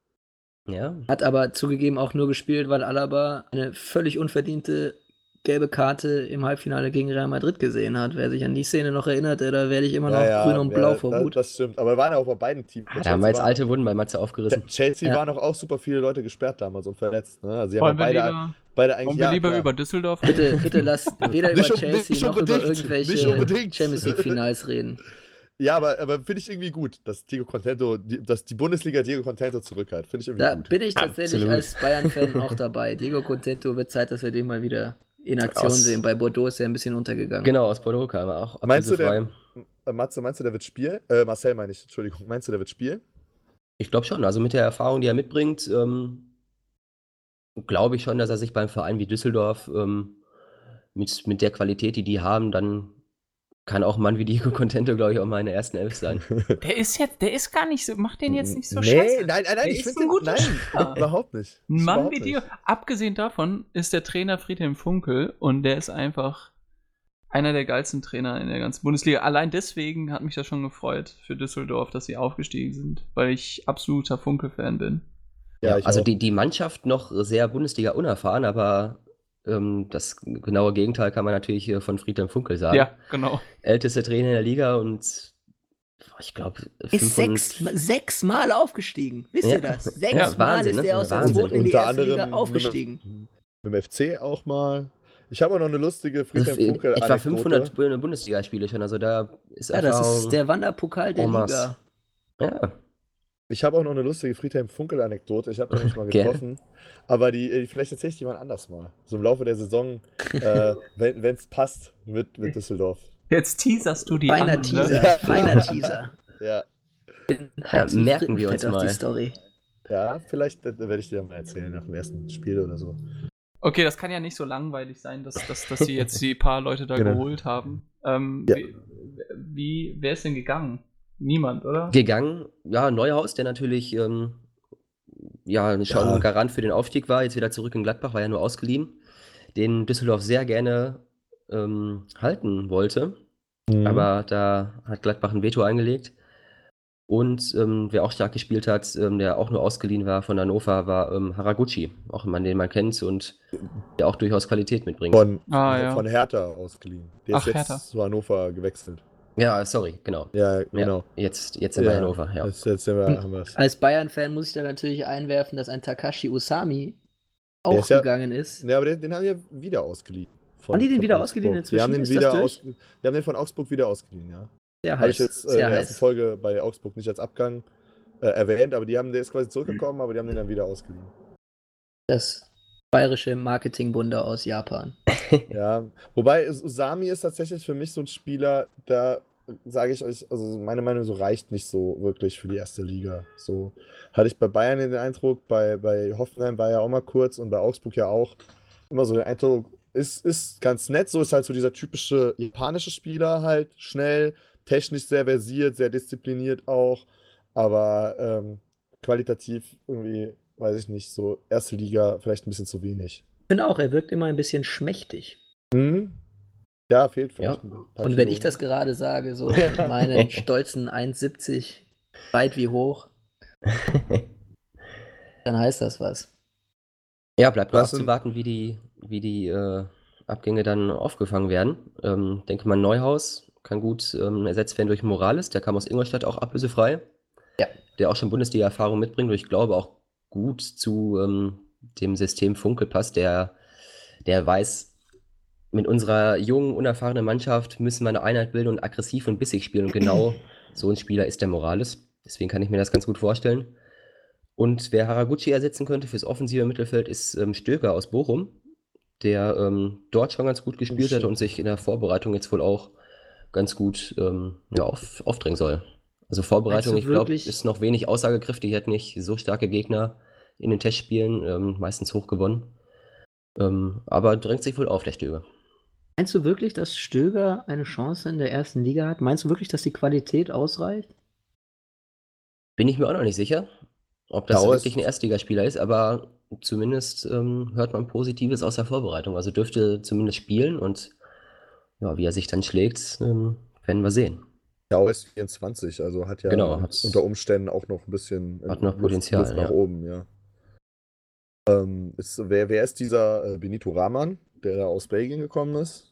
Ja, Hat aber zugegeben auch nur gespielt, weil Alaba eine völlig unverdiente gelbe Karte im Halbfinale gegen Real Madrid gesehen hat. Wer sich an die Szene noch erinnert, da werde ich immer noch grün und blau vor das, Wut. das stimmt. Aber wir waren ja auch bei beiden Teams. ah, da haben wir jetzt alte Wunden bei Matze aufgerissen. Chelsea Ja. waren auch, auch super viele Leute gesperrt damals und verletzt. Ne? Also sie Wollen haben wir ja beide, lieber, beide eigentlich. wollen wir ja, lieber klar. über Düsseldorf Bitte, bitte lasst weder über Nicht un- Chelsea nicht noch über unbedingt, irgendwelche nicht unbedingt. Champions League Finals reden. Ja, aber, aber finde ich irgendwie gut, dass Diego Contento, die, dass die Bundesliga Diego Contento zurückhat. Finde ich irgendwie Da gut. bin ich tatsächlich Absolut. als Bayern-Fan auch dabei. Diego Contento wird Zeit, dass wir den mal wieder in Aktion Aus- sehen. Bei Bordeaux ist er ein bisschen untergegangen. Genau, aus Bordeaux kam er auch. Meinst du, ablösefrei. der, äh, Matze, meinst du, der wird spielen? Äh, Marcel meine ich, Entschuldigung. Meinst du, der wird spielen? Ich glaube schon. Also mit der Erfahrung, die er mitbringt, ähm, glaube ich schon, dass er sich beim Verein wie Düsseldorf ähm, mit, mit der Qualität, die die haben, dann kann auch ein Mann wie Diego Contento, glaube ich, auch mal in der ersten Elf sein. Der ist jetzt, der ist gar nicht so, macht den jetzt nicht so nee, scheiße. nein, nein, nein, Der ich ist finde ein den, guter nein, Spieler. überhaupt nicht. Ein Mann Überhaupt wie dir. nicht. Abgesehen davon ist der Trainer Friedhelm Funkel und der ist einfach einer der geilsten Trainer in der ganzen Bundesliga. Allein deswegen hat mich das schon gefreut für Düsseldorf, dass sie aufgestiegen sind, weil ich absoluter Funkel-Fan bin. Ja, ich also auch. die, die Mannschaft noch sehr Bundesliga unerfahren, aber ähm, das genaue Gegenteil kann man natürlich hier von Friedhelm Funkel sagen. Ja, genau. Älteste Trainer in der Liga und boah, ich glaube Ist sechs, sechs Mal aufgestiegen. Wisst Ja. ihr das? Sechs Ja, Mal Wahnsinn, ist ne? der aus der Wahnsinn. zweiten in die Unter erste Liga anderem aufgestiegen. Mit dem F C auch mal. Ich habe auch noch eine lustige Friedhelm etwa Funkel-Anekdote. fünfhundert Bu- Bundesligaspiele schon, also da ist Ja, das Erfahrung. ist der Wanderpokal der en masse. Liga. Ja, Ich habe auch noch eine lustige Friedhelm Funkel-Anekdote. Ich habe ihn nicht mal Gerne. getroffen. Aber die, äh, vielleicht erzähle ich die mal anders mal. So im Laufe der Saison, äh, wenn es passt, mit, mit Düsseldorf. Jetzt teaserst du die Feiner an, Teaser, ne? feiner Teaser. Ja, Bin Ja, halb so merken wir fett uns auf die mal. Story. ja, vielleicht äh, werde ich dir mal erzählen nach dem ersten Spiel oder so. Okay, das kann ja nicht so langweilig sein, dass, dass, dass sie jetzt die paar Leute da Genau. geholt haben. Ähm, Ja. wie, wie, wer ist denn gegangen? Niemand, oder? gegangen. Ja, Neuhaus, der natürlich ähm, ja, schon Ja. Garant für den Aufstieg war, jetzt wieder zurück in Gladbach, war ja nur ausgeliehen, den Düsseldorf sehr gerne ähm, halten wollte, Mhm. aber da hat Gladbach ein Veto eingelegt. Und ähm, wer auch stark gespielt hat, ähm, der auch nur ausgeliehen war von Hannover, war ähm, Haraguchi, auch ein Mann, den man kennt und der auch durchaus Qualität mitbringt. Von, Ah, ja. von Hertha ausgeliehen. Der Ach, ist jetzt Hertha. zu Hannover gewechselt. Ja, sorry, genau. Ja, Ja, genau. jetzt, jetzt sind wir in Hannover, ja. Jetzt, jetzt sind wir, haben wir es. Als Bayern-Fan muss ich da natürlich einwerfen, dass ein Takashi Usami Der auch ist ja- gegangen ist. Ja, aber den, den haben wir wieder ausgeliehen. Von, Haben die den von wieder Augsburg. ausgeliehen Die inzwischen? haben den Ist das wieder durch? aus, die haben den von Augsburg wieder ausgeliehen, ja. Sehr Habe ich heiß. jetzt äh, in Sehr der ersten heiß. Folge bei Augsburg nicht als Abgang äh, erwähnt, aber die haben, der ist quasi zurückgekommen, aber die haben den dann wieder ausgeliehen. Das bayerische Marketingwunder aus Japan. Ja, wobei Us- Usami ist tatsächlich für mich so ein Spieler, da sage ich euch, also meine Meinung so reicht nicht so wirklich für die erste Liga. So hatte ich bei Bayern den Eindruck, bei, bei Hoffenheim war ja auch mal kurz und bei Augsburg ja auch immer so den Eindruck, ist, ist ganz nett, so ist halt so dieser typische japanische Spieler halt, schnell, technisch sehr versiert, sehr diszipliniert auch, aber ähm, qualitativ irgendwie, weiß ich nicht, so erste Liga vielleicht ein bisschen zu wenig. Ich finde auch, er wirkt immer ein bisschen schmächtig. Mhm. Ja, fehlt Ja. vielleicht ein paar Und wenn Kilo. ich das gerade sage, so Ja. mit meinen stolzen eins siebzig, weit wie hoch, dann heißt das was. Ja, bleibt nur Was sind- abzuwarten, wie die, wie die äh, Abgänge dann aufgefangen werden. Ähm, denke mal, Neuhaus kann gut ähm, ersetzt werden durch Morales. Der kam aus Ingolstadt auch ablösefrei. Ja. Der auch schon Bundesliga-Erfahrung mitbringt und ich glaube auch gut zu ähm, dem System Funkel passt. Der, der weiß, mit unserer jungen, unerfahrenen Mannschaft müssen wir eine Einheit bilden und aggressiv und bissig spielen. Und genau so ein Spieler ist der Morales. Deswegen kann ich mir das ganz gut vorstellen. Und wer Haraguchi ersetzen könnte fürs offensive Mittelfeld, ist ähm, Stöger aus Bochum, der ähm, dort schon ganz gut gespielt hat stimmt. und sich in der Vorbereitung jetzt wohl auch ganz gut ähm, ja, auf, aufdrängen soll. Also Vorbereitung, Meinst du ich glaube, wirklich- ist noch wenig aussagekräftig. Die hat nicht so starke Gegner in den Testspielen, ähm, meistens hoch gewonnen. Ähm, aber drängt sich wohl auf, der Stöger. Meinst du wirklich, dass Stöger eine Chance in der ersten Liga hat? Meinst du wirklich, dass die Qualität ausreicht? Bin ich mir auch noch nicht sicher, ob das Ja, aber wirklich es- ein Erstligaspieler ist, aber zumindest ähm, hört man Positives aus der Vorbereitung. Also dürfte zumindest spielen und ja, wie er sich dann schlägt, ähm, werden wir sehen. Ja, ist vierundzwanzig, also hat ja Genau, hat's- unter Umständen auch noch ein bisschen Hat noch Luft, Potenzial, Luft nach ja. oben, ja. Ähm, ist, wer, wer ist dieser äh, Benito Rahman, der da aus Belgien gekommen ist?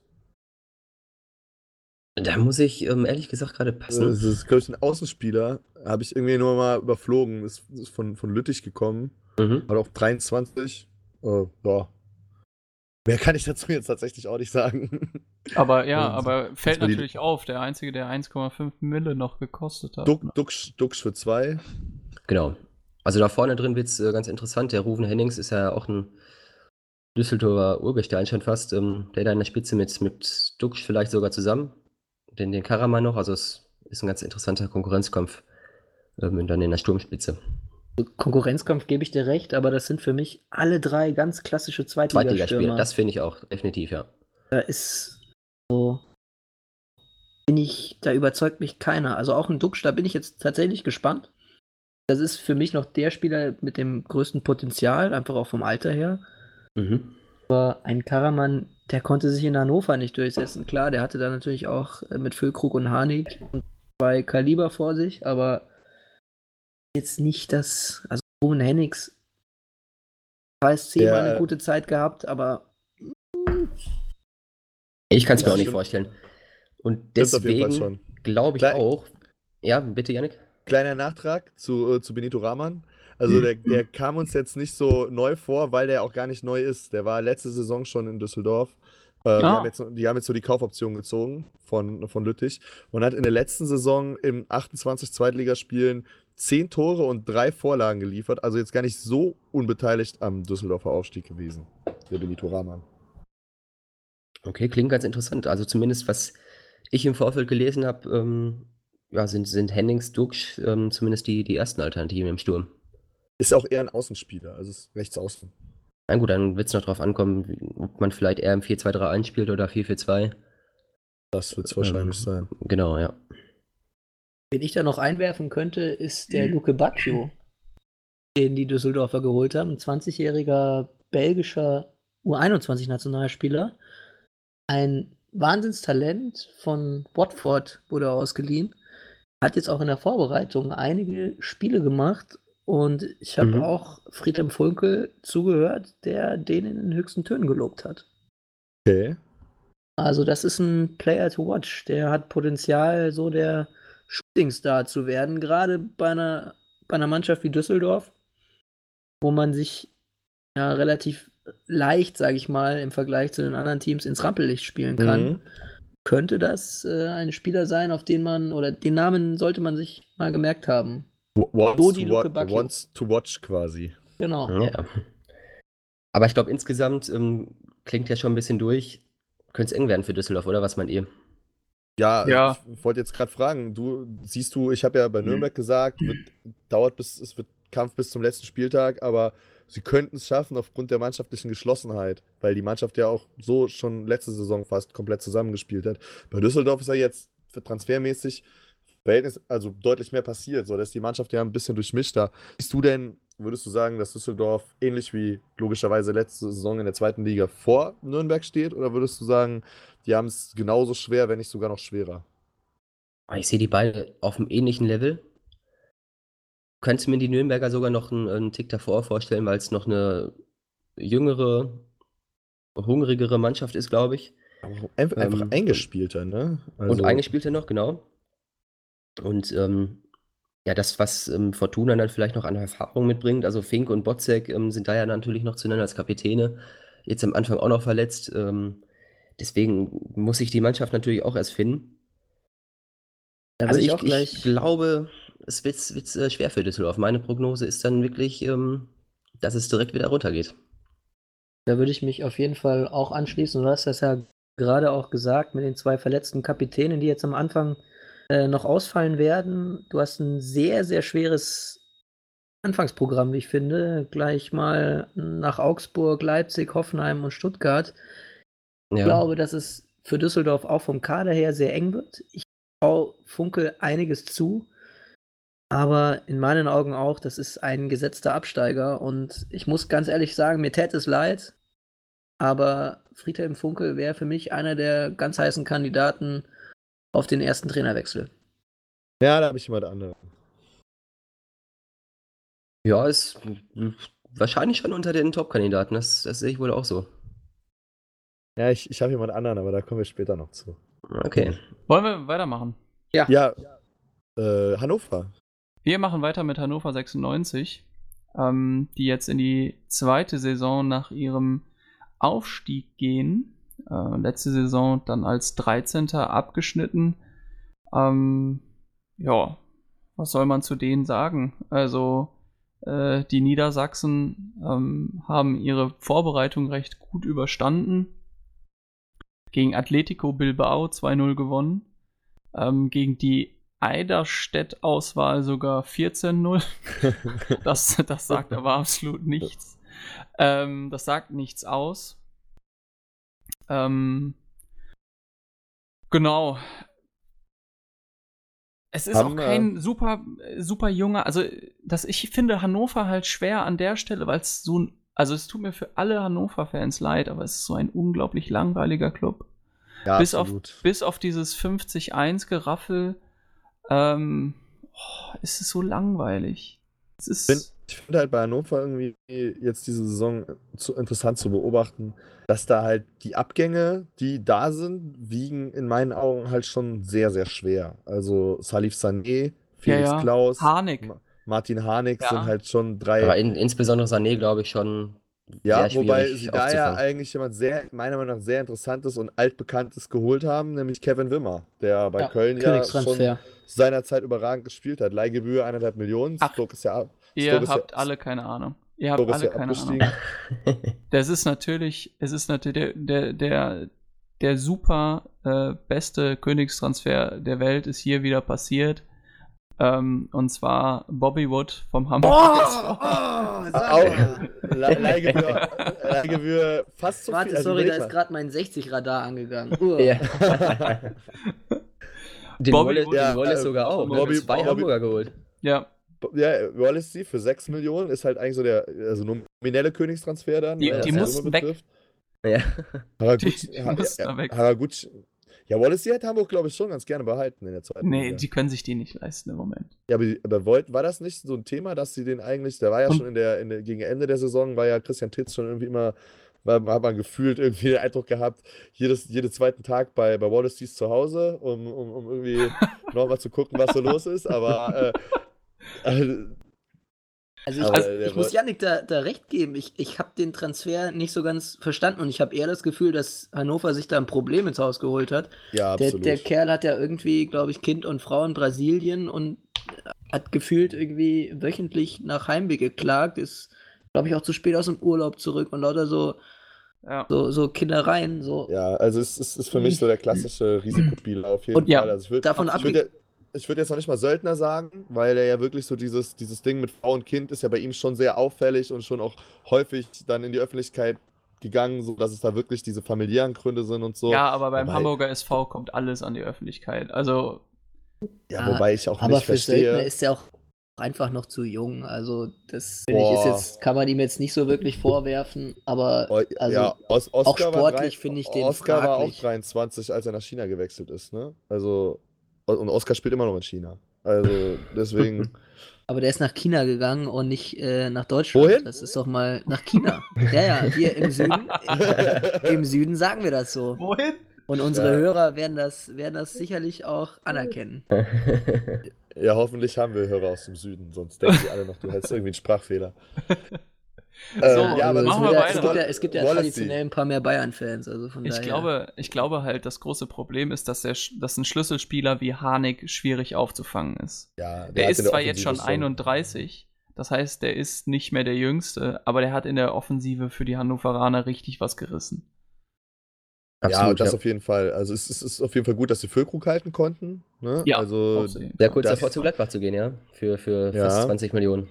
Da muss ich ähm, ehrlich gesagt gerade Äh, passen. Das ist, glaube ich, ein Außenspieler. Habe ich irgendwie nur mal überflogen. Ist, ist von, von Lüttich gekommen. Mhm. Hat auch dreiundzwanzig. Äh, ja. Mehr kann ich dazu jetzt tatsächlich auch nicht sagen. Aber ja, Und aber fällt mal die- natürlich auf, der Einzige, der eins Komma fünf Mille noch gekostet hat. Duck, ne? Duxch, Duxch für zwei. Genau. Also da vorne drin wird es äh, ganz interessant. Der Ruven Hennings ist ja auch ein Düsseldorfer Urgestein schon fast. Ähm, der da in der Spitze mit, mit Duxch vielleicht sogar zusammen. Den, den Karaman noch. Also es ist ein ganz interessanter Konkurrenzkampf ähm, dann in der Sturmspitze. Konkurrenzkampf gebe ich dir recht, aber das sind für mich alle drei ganz klassische Zweitligaspieler, Zweitligastürmer. das finde ich auch, definitiv, ja. Da ist so, bin ich, da überzeugt mich keiner. Also auch ein Duxch, da bin ich jetzt tatsächlich gespannt. Das ist für mich noch der Spieler mit dem größten Potenzial, einfach auch vom Alter her. Mhm. Aber ein Karaman, der konnte sich in Hannover nicht durchsetzen. Klar, der hatte da natürlich auch äh, mit Füllkrug und Harnik zwei Kaliber vor sich, aber jetzt nicht das, also Ruben Hennings, K S C Ja, mal eine äh, gute Zeit gehabt, aber Ich kann es mir Ja, auch nicht stimmt. vorstellen. Und Stimmt auf jeden Fall deswegen schon. glaube ich Klar. auch. Ja, bitte, Yannick. Kleiner Nachtrag zu, äh, zu Benito Rahman. Also der, der kam uns jetzt nicht so neu vor, weil der auch gar nicht neu ist. Der war letzte Saison schon in Düsseldorf. Äh, die, Ah. haben jetzt, die haben jetzt so die Kaufoption gezogen von, von Lüttich und hat in der letzten Saison im achtundzwanzig Zweitligaspielen zehn Tore und drei Vorlagen geliefert. Also jetzt gar nicht so unbeteiligt am Düsseldorfer Aufstieg gewesen, der Benito Rahman. Okay, klingt ganz interessant. Also zumindest, was ich im Vorfeld gelesen habe, ähm, ja, sind, sind Hennings, Duxch ähm, zumindest die, die ersten Alternativen im Sturm. Ist auch eher ein Außenspieler, also ist rechts außen. Na gut, dann wird es noch drauf ankommen, wie- ob man vielleicht eher im vier zwei drei eins spielt oder vier vier zwei. Das wird es wahrscheinlich Ähm, sein. Genau, ja. wen ich da noch einwerfen könnte, ist der Luke Bacchio, den die Düsseldorfer geholt haben. Ein zwanzigjähriger belgischer U einundzwanzig-Nationalspieler. Ein Wahnsinnstalent von Watford wurde er ausgeliehen. Hat jetzt auch in der Vorbereitung einige Spiele gemacht und ich habe Mhm. auch Friedhelm Funkel zugehört, der den in den höchsten Tönen gelobt hat. Okay. Also das ist ein Player to watch. Der hat Potenzial, so der Shootingstar zu werden, gerade bei einer, bei einer Mannschaft wie Düsseldorf, wo man sich ja relativ leicht, sage ich mal, im Vergleich zu den anderen Teams ins Rampenlicht spielen kann. Mhm. Könnte das äh, ein Spieler sein, auf den man, oder den Namen sollte man sich mal gemerkt haben. Wants, Dodi to, Luke wa Bacchio. wants to watch quasi. Genau. Ja. Aber ich glaube, insgesamt ähm, klingt ja schon ein bisschen durch. Könnte es eng werden für Düsseldorf, oder? Was meint ihr? Ja, Ja. ich wollte jetzt gerade fragen, du siehst du, ich habe ja bei Nürnberg gesagt, wird, dauert bis, es wird Kampf bis zum letzten Spieltag, aber sie könnten es schaffen aufgrund der mannschaftlichen Geschlossenheit, weil die Mannschaft ja auch so schon letzte Saison fast komplett zusammengespielt hat. Bei Düsseldorf ist er jetzt für transfermäßig Verhältnis, also deutlich mehr passiert. So, da ist die Mannschaft ja ein bisschen durchmischter. Bist du denn, würdest du sagen, dass Düsseldorf ähnlich wie logischerweise letzte Saison in der zweiten Liga vor Nürnberg steht? Oder würdest du sagen, die haben es genauso schwer, wenn nicht sogar noch schwerer? Ich sehe die beide auf einem ähnlichen Level. Könnte mir die Nürnberger sogar noch einen, einen Tick davor vorstellen, weil es noch eine jüngere, hungrigere Mannschaft ist, glaube ich. Einfach, einfach Ähm, eingespielter, ne? Und Also, eingespielter noch, genau. Und ähm, ja, das, was ähm, Fortuna dann vielleicht noch an Erfahrung mitbringt, also Fink und Botzek ähm, sind da ja natürlich noch zu nennen als Kapitäne, jetzt am Anfang auch noch verletzt. Ähm, deswegen muss sich die Mannschaft natürlich auch erst finden. Da Also würde ich ich, auch gleich. ich glaube, es wird, wird äh, schwer für Düsseldorf. Meine Prognose ist dann wirklich, ähm, dass es direkt wieder runtergeht. Da würde ich mich auf jeden Fall auch anschließen. Du hast das ja gerade auch gesagt mit den zwei verletzten Kapitänen, die jetzt am Anfang äh, noch ausfallen werden. Du hast ein sehr, sehr schweres Anfangsprogramm, wie ich finde. Gleich mal nach Augsburg, Leipzig, Hoffenheim und Stuttgart. Ich Ja. glaube, dass es für Düsseldorf auch vom Kader her sehr eng wird. Ich traue Funkel einiges zu. Aber in meinen Augen auch, das ist ein gesetzter Absteiger. Und ich muss ganz ehrlich sagen, mir täte es leid, aber Friedhelm Funkel wäre für mich einer der ganz heißen Kandidaten auf den ersten Trainerwechsel. ja, da habe ich jemand anderen. Ja, ist mm, wahrscheinlich schon unter den Top-Kandidaten. Das, das sehe ich wohl auch so. Ja, ich, ich habe jemand anderen, aber da kommen wir später noch zu. Okay. Wollen wir weitermachen? Ja, äh, Hannover. Wir machen weiter mit Hannover sechsundneunzig, ähm, die jetzt in die zweite Saison nach ihrem Aufstieg gehen. Äh, letzte Saison dann als dreizehnter abgeschnitten. Ähm, ja, was soll man zu denen sagen? Also äh, die Niedersachsen ähm, haben ihre Vorbereitung recht gut überstanden. Gegen Atletico Bilbao zwei null gewonnen. Ähm, gegen die Eiderstedt-Auswahl sogar vierzehn null. das, das sagt aber absolut nichts. Ähm, das sagt nichts aus. Ähm, genau. Es ist Haben, auch kein super, super junger, also das, ich finde Hannover halt schwer an der Stelle, weil es so ein, also es tut mir für alle Hannover-Fans leid, aber es ist so ein unglaublich langweiliger Club. Ja, bis, auf, absolut. bis auf dieses fünfzig eins Geraffel ähm, oh, ist es so langweilig. Es ist Ich finde ich find halt bei Hannover irgendwie jetzt diese Saison zu, interessant zu beobachten, dass da halt die Abgänge, die da sind, wiegen in meinen Augen halt schon sehr, sehr schwer. Also Salif Sané, Felix ja, ja. Klaus, Harnik. Ma Martin Harnik Ja. sind halt schon drei. Aber in, insbesondere Sané, glaube ich, schon Ja, sehr wobei schwierig sie da ja aufzufangen. eigentlich jemand sehr, meiner Meinung nach, sehr interessantes und altbekanntes geholt haben, nämlich Kevin Wimmer, der bei Ja, Köln ja schon Königstransfer. seinerzeit überragend gespielt hat. Leihgebühr eineinhalb Millionen, Ach, Stoke ist ja ab. Ihr Stoke ist habt ja, alle keine Ahnung. Ihr habt Stoke ist alle ja keine abgestiegen. Ahnung. Das ist natürlich, es ist natürlich der, der, der, der super äh, beste Königstransfer der Welt ist hier wieder passiert. Ähm, und zwar Bobby Wood vom Hamburg. Oh, Ah, auch, Le- Leihgebühr, Leihgebühr fast so viel. Warte, also sorry, da überleg ist mal. gerade mein sechzig-Radar angegangen. Uh. Ja. Den Bobby Wallace, Wood- den Ja, Wallace äh, sogar auch. Ne? Bobby- Zwei Bobby- Hamburger geholt. Ja, Ja, Wallacey für sechs Millionen ist halt eigentlich so der also nominelle Königstransfer dann. Die- ne, die was mussten Summe weg. betrifft. Ja. Haraguchi, Die- die mussten ja, da weg. Haraguchi. Ja, Wallacey hat Hamburg, glaube ich, schon ganz gerne behalten in der zweiten nee, Liga. die können sich die nicht leisten im Moment. Ja, aber, aber wollt, war das nicht so ein Thema, dass sie den eigentlich, der war ja Und- schon in der, in der, gegen Ende der Saison, war ja Christian Titz schon irgendwie immer, war, hat man gefühlt irgendwie den Eindruck gehabt, jedes, jeden zweiten Tag bei, bei Wallaceys zu Hause, um, um, um irgendwie nochmal zu gucken, was so los ist, aber äh, äh, Also ich, Aber also der ich muss woll- Yannick da, da recht geben. Ich, ich habe den Transfer nicht so ganz verstanden und ich habe eher das Gefühl, dass Hannover sich da ein Problem ins Haus geholt hat. ja, Der, absolut. der Kerl hat ja irgendwie, glaube ich, Kind und Frau in Brasilien und hat gefühlt irgendwie wöchentlich nach Heimweh geklagt, ist, glaube ich, auch zu spät aus dem Urlaub zurück und lauter so, Ja. so, so Kindereien. So. Ja, also es ist, ist für mich so der klassische Risikospieler auf jeden Und ja, Fall. Also ich würde davon ich abge- würd, ich würd jetzt noch nicht mal Söldner sagen, weil er ja wirklich so dieses, dieses Ding mit Frau und Kind ist ja bei ihm schon sehr auffällig und schon auch häufig dann in die Öffentlichkeit gegangen, so dass es da wirklich diese familiären Gründe sind und so. Ja, aber beim Aber- Hamburger S V kommt alles an die Öffentlichkeit. Also Ja, wobei ich auch aber nicht für Söldner verstehe. ist er auch einfach noch zu jung. Also das finde ich ist Boah. jetzt, kann man ihm jetzt nicht so wirklich vorwerfen, aber O- also ja, Os auch Oscar war, drei, sportlich finde ich den Oscar war auch fraglich. dreiundzwanzig, als er nach China gewechselt ist, ne? Also, und Oscar spielt immer noch in China. Also, deswegen. Aber der ist nach China gegangen und nicht äh, nach Deutschland. Wohin? Das ist doch mal nach China. Ja, ja, hier im Süden. Im Süden sagen wir das so. Wohin? Und unsere Ja. Hörer werden das, werden das sicherlich auch anerkennen. Ja, hoffentlich haben wir Hörer aus dem Süden, sonst denken die alle noch, du hättest irgendwie einen Sprachfehler. So, Ähm, ja, aber also es, machen wird wir ja, weiter. es gibt ja, es gibt ja Wallacey. traditionell ein paar mehr Bayern-Fans. Also von Ich daher. glaube, ich glaube halt, das große Problem ist, dass, der, Sch- dass ein Schlüsselspieler wie Harnik schwierig aufzufangen ist. Ja, Der hat ist in der zwar jetzt schon Offensive schon- einunddreißig, das heißt, der ist nicht mehr der Jüngste, aber der hat in der Offensive für die Hannoveraner richtig was gerissen. Ja, Absolut, das ja. auf jeden Fall. Also es ist, es ist auf jeden Fall gut, dass sie Füllkrug halten konnten. Ne? Ja, also aufsehen. Sehr kurz Das- davor zu Gladbach zu gehen, ja. Für, für Ja. fast zwanzig Millionen.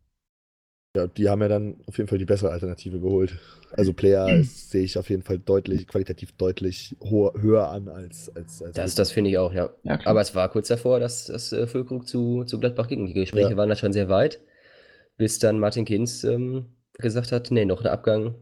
ja, die haben ja dann auf jeden Fall die bessere Alternative geholt. Also Player ist- sehe ich auf jeden Fall deutlich, qualitativ deutlich hoher, höher an als als, als Das, das finde ich auch, ja. Ja, klar. Aber es war kurz davor, dass das äh, Füllkrug zu, zu Gladbach ging. Die Gespräche Ja. waren da schon sehr weit, bis dann Martin Kinz ähm, gesagt hat, nee, noch ein Abgang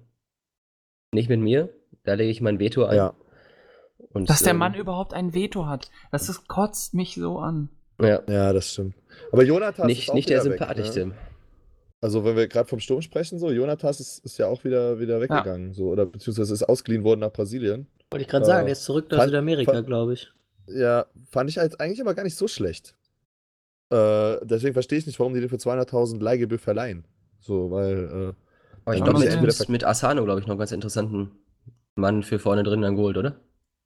nicht mit mir. Da lege ich mein Veto ein. Ja. Und, Dass der ähm, Mann überhaupt ein Veto hat, das ist, kotzt mich so an. Ja, Ja, das stimmt. Aber Jonathas nicht, ist auch nicht der wieder weg, sympathischste. ne? Also wenn wir gerade vom Sturm sprechen, so, Jonathas ist, ist ja auch wieder, wieder weggegangen. So, oder beziehungsweise ist ausgeliehen worden nach Brasilien. Wollte ich gerade Äh, sagen, der ist zurück nach fand- Südamerika, fand- glaube ich. Ja, fand ich jetzt eigentlich aber gar nicht so schlecht. Äh, deswegen verstehe ich nicht, warum die den für zweihunderttausend Leihgebühr verleihen. So, weil, Aber ich Ja, glaube, muss mit, ja mit, entweder- mit Asano, glaube ich, noch einen ganz interessanten Mann für vorne drin dann geholt, oder?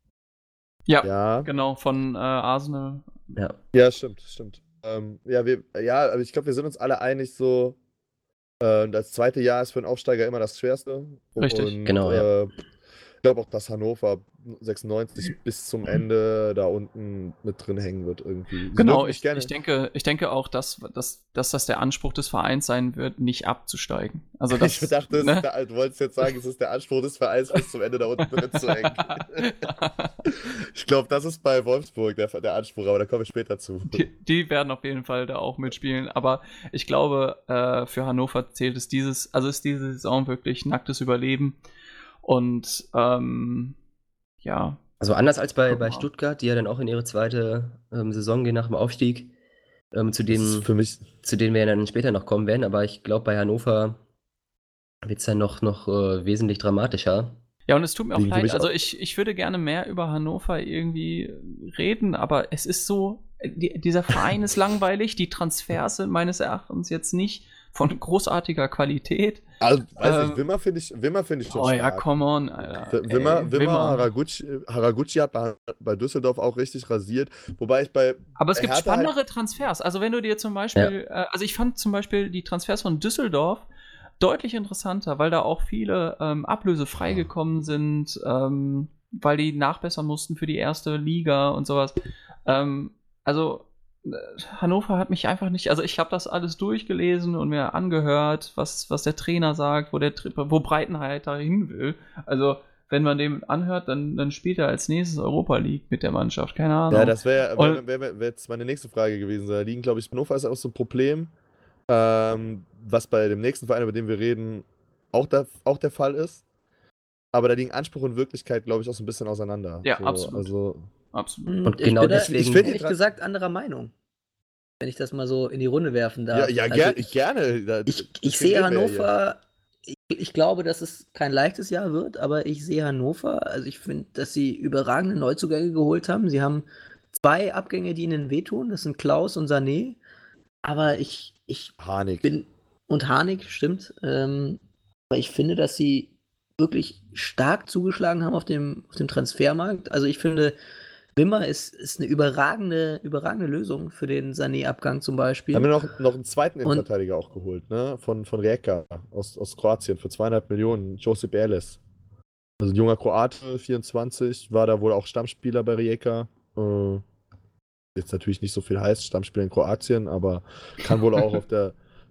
Ja, äh, ja. genau, von äh, Arsenal. Ja. Ja, stimmt, stimmt. Ähm, ja, wir, ja, aber ich glaube, wir sind uns alle einig, so, äh, das zweite Jahr ist für einen Aufsteiger immer das schwerste. Richtig. Und, Genau, ja. äh, ich glaube auch, dass Hannover sechsundneunzig bis zum Ende da unten mit drin hängen wird irgendwie. Sie Genau, dürfen nicht ich, gerne. ich, denke, ich denke auch, dass, dass, dass das der Anspruch des Vereins sein wird, nicht abzusteigen. Also das, ich dachte, es ne? ist der, du wolltest jetzt sagen, es ist der Anspruch des Vereins, bis zum Ende da unten drin zu hängen. Ich glaube, das ist bei Wolfsburg der, der Anspruch, aber da komme ich später zu. Die, die werden auf jeden Fall da auch mitspielen. Aber ich glaube, äh, für Hannover zählt es dieses, also ist diese Saison wirklich nacktes Überleben. Und ähm, ja, Also anders als bei, Guck bei mal. Stuttgart, die ja dann auch in ihre zweite ähm, Saison gehen nach dem Aufstieg, ähm, zu, Das ist dem, für mich. zu denen wir dann später noch kommen werden. Aber ich glaube, bei Hannover wird es dann noch, noch äh, wesentlich dramatischer. Ja, und es tut mir auch Liegen für leid. mich Also auch- ich, ich würde gerne mehr über Hannover irgendwie reden, aber es ist so, die, dieser Verein ist langweilig, die Transfers sind meines Erachtens jetzt nicht von großartiger Qualität. Also, weiß Ähm, nicht, Wimmer finde ich, Wimmer finde ich schon Oh ja, stark. come on, Alter. W- Wimmer, Ey, Wimmer, Haraguchi, Haraguchi hat bei, bei Düsseldorf auch richtig rasiert. Wobei ich bei. Aber es bei gibt Hertha halt- spannendere Transfers. Also wenn du dir zum Beispiel, äh, also ich fand zum Beispiel die Transfers von Düsseldorf deutlich interessanter, weil da auch viele ähm, Ablöse freigekommen sind, ähm, weil die nachbessern mussten für die erste Liga und sowas. Ähm, also äh, Hannover hat mich einfach nicht, also ich habe das alles durchgelesen und mir angehört, was, was der Trainer sagt, wo der Tri- wo Breitenreiter hin will. Also wenn man dem anhört, dann, dann spielt er als nächstes Europa League mit der Mannschaft, keine Ahnung. Ja, das wäre Und- wär, wär, wär jetzt meine nächste Frage gewesen. Da liegen, glaube ich, Hannover ist auch so ein Problem, ähm, was bei dem nächsten Verein, über den wir reden, auch der, auch der Fall ist. Aber da liegen Anspruch und Wirklichkeit, glaube ich, auch so ein bisschen auseinander. Ja, so, absolut. Also, Absolut. Und ich genau bin da, deswegen- ich Ich bin find die ehrlich Tra- gesagt anderer Meinung. Wenn ich das mal so in die Runde werfen ja, darf. ja Also ger ich, gerne. Da, ich, ich deswegen sehe reden wir ja hier. Hannover, ich, ich glaube, dass es kein leichtes Jahr wird, aber ich sehe Hannover, also ich finde, dass sie überragende Neuzugänge geholt haben. Sie haben zwei Abgänge, die ihnen wehtun, das sind Klaus und Sané. Aber ich, ich Harnik. bin, und Harnik, stimmt, ähm, aber ich finde, dass sie wirklich stark zugeschlagen haben auf dem, auf dem Transfermarkt. Also ich finde, Wimmer ist, ist eine überragende, überragende Lösung für den Sané-Abgang zum Beispiel. Haben wir noch, noch einen zweiten Und- Innenverteidiger auch geholt, ne? Von, von Rijeka aus, aus Kroatien für zweieinhalb Millionen. Josip Erles. Also ein junger Kroate, vierundzwanzig, war da wohl auch Stammspieler bei Rijeka. Äh, jetzt natürlich nicht so viel heißt, Stammspieler in Kroatien, aber kann wohl auch auf der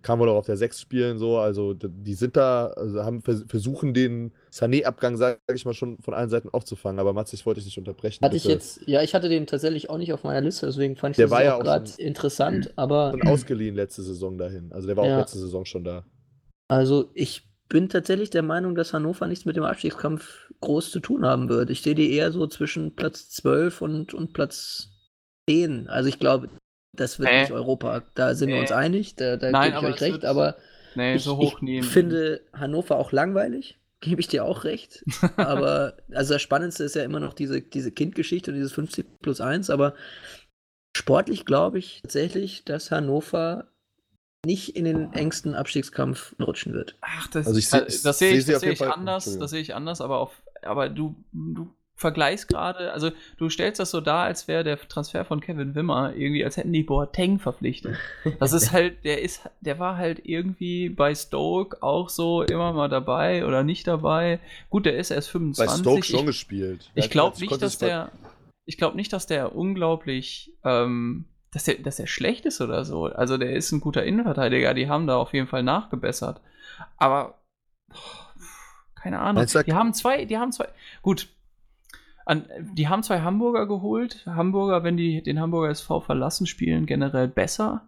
kann wohl auch auf der sechs spielen, so, also die sind da, also haben versuchen den Sané-Abgang, sage ich mal, schon von allen Seiten aufzufangen, aber Mats, ich wollte dich nicht unterbrechen. Hatte ich jetzt, ja, ich hatte den tatsächlich auch nicht auf meiner Liste, deswegen fand ich Der das war ja auch auch gerade schon- interessant, aber Schon ausgeliehen letzte Saison dahin, also der war Ja. auch letzte Saison schon da. also ich bin tatsächlich der Meinung, dass Hannover nichts mit dem Abstiegskampf groß zu tun haben wird. Ich sehe die eher so zwischen Platz zwölf und, und Platz zehn. Also ich glaube, das wird Nee. nicht Europa. Da sind wir Nee. uns einig, da, da Nein, gebe ich aber euch es recht, wird- aber Nee, ich, so hoch ich nie. finde Hannover auch langweilig, gebe ich dir auch recht. Aber also das Spannendste ist ja immer noch diese, diese Kindgeschichte und dieses fünfzig plus eins, aber sportlich glaube ich tatsächlich, dass Hannover nicht in den engsten Abstiegskampf rutschen wird. Ach, das, Also ich seh- äh, das sehe seh ich, sie das auf sehe jeden ich Fall- anders, Entschuldigung. das sehe ich anders, aber auf, aber du, du vergleichst gerade, also du stellst das so dar, als wäre der Transfer von Kevin Wimmer irgendwie, als hätten die Boateng verpflichtet. Das ist halt, der ist, der war halt irgendwie bei Stoke auch so immer mal dabei oder nicht dabei. Gut, der ist erst Bei fünfundzwanzig. Stoke schon ich gespielt. ich Ja, glaube ich nicht, konnte dass sich bei- der, ich glaube nicht, dass der unglaublich, ähm, dass der, dass der schlecht ist oder so. Also der ist ein guter Innenverteidiger, die haben da auf jeden Fall nachgebessert. Aber boah, keine Ahnung. Meinst du, Die haben zwei, die haben zwei. Gut. An, die haben zwei Hamburger geholt. Hamburger, wenn die den Hamburger S V verlassen, spielen generell besser.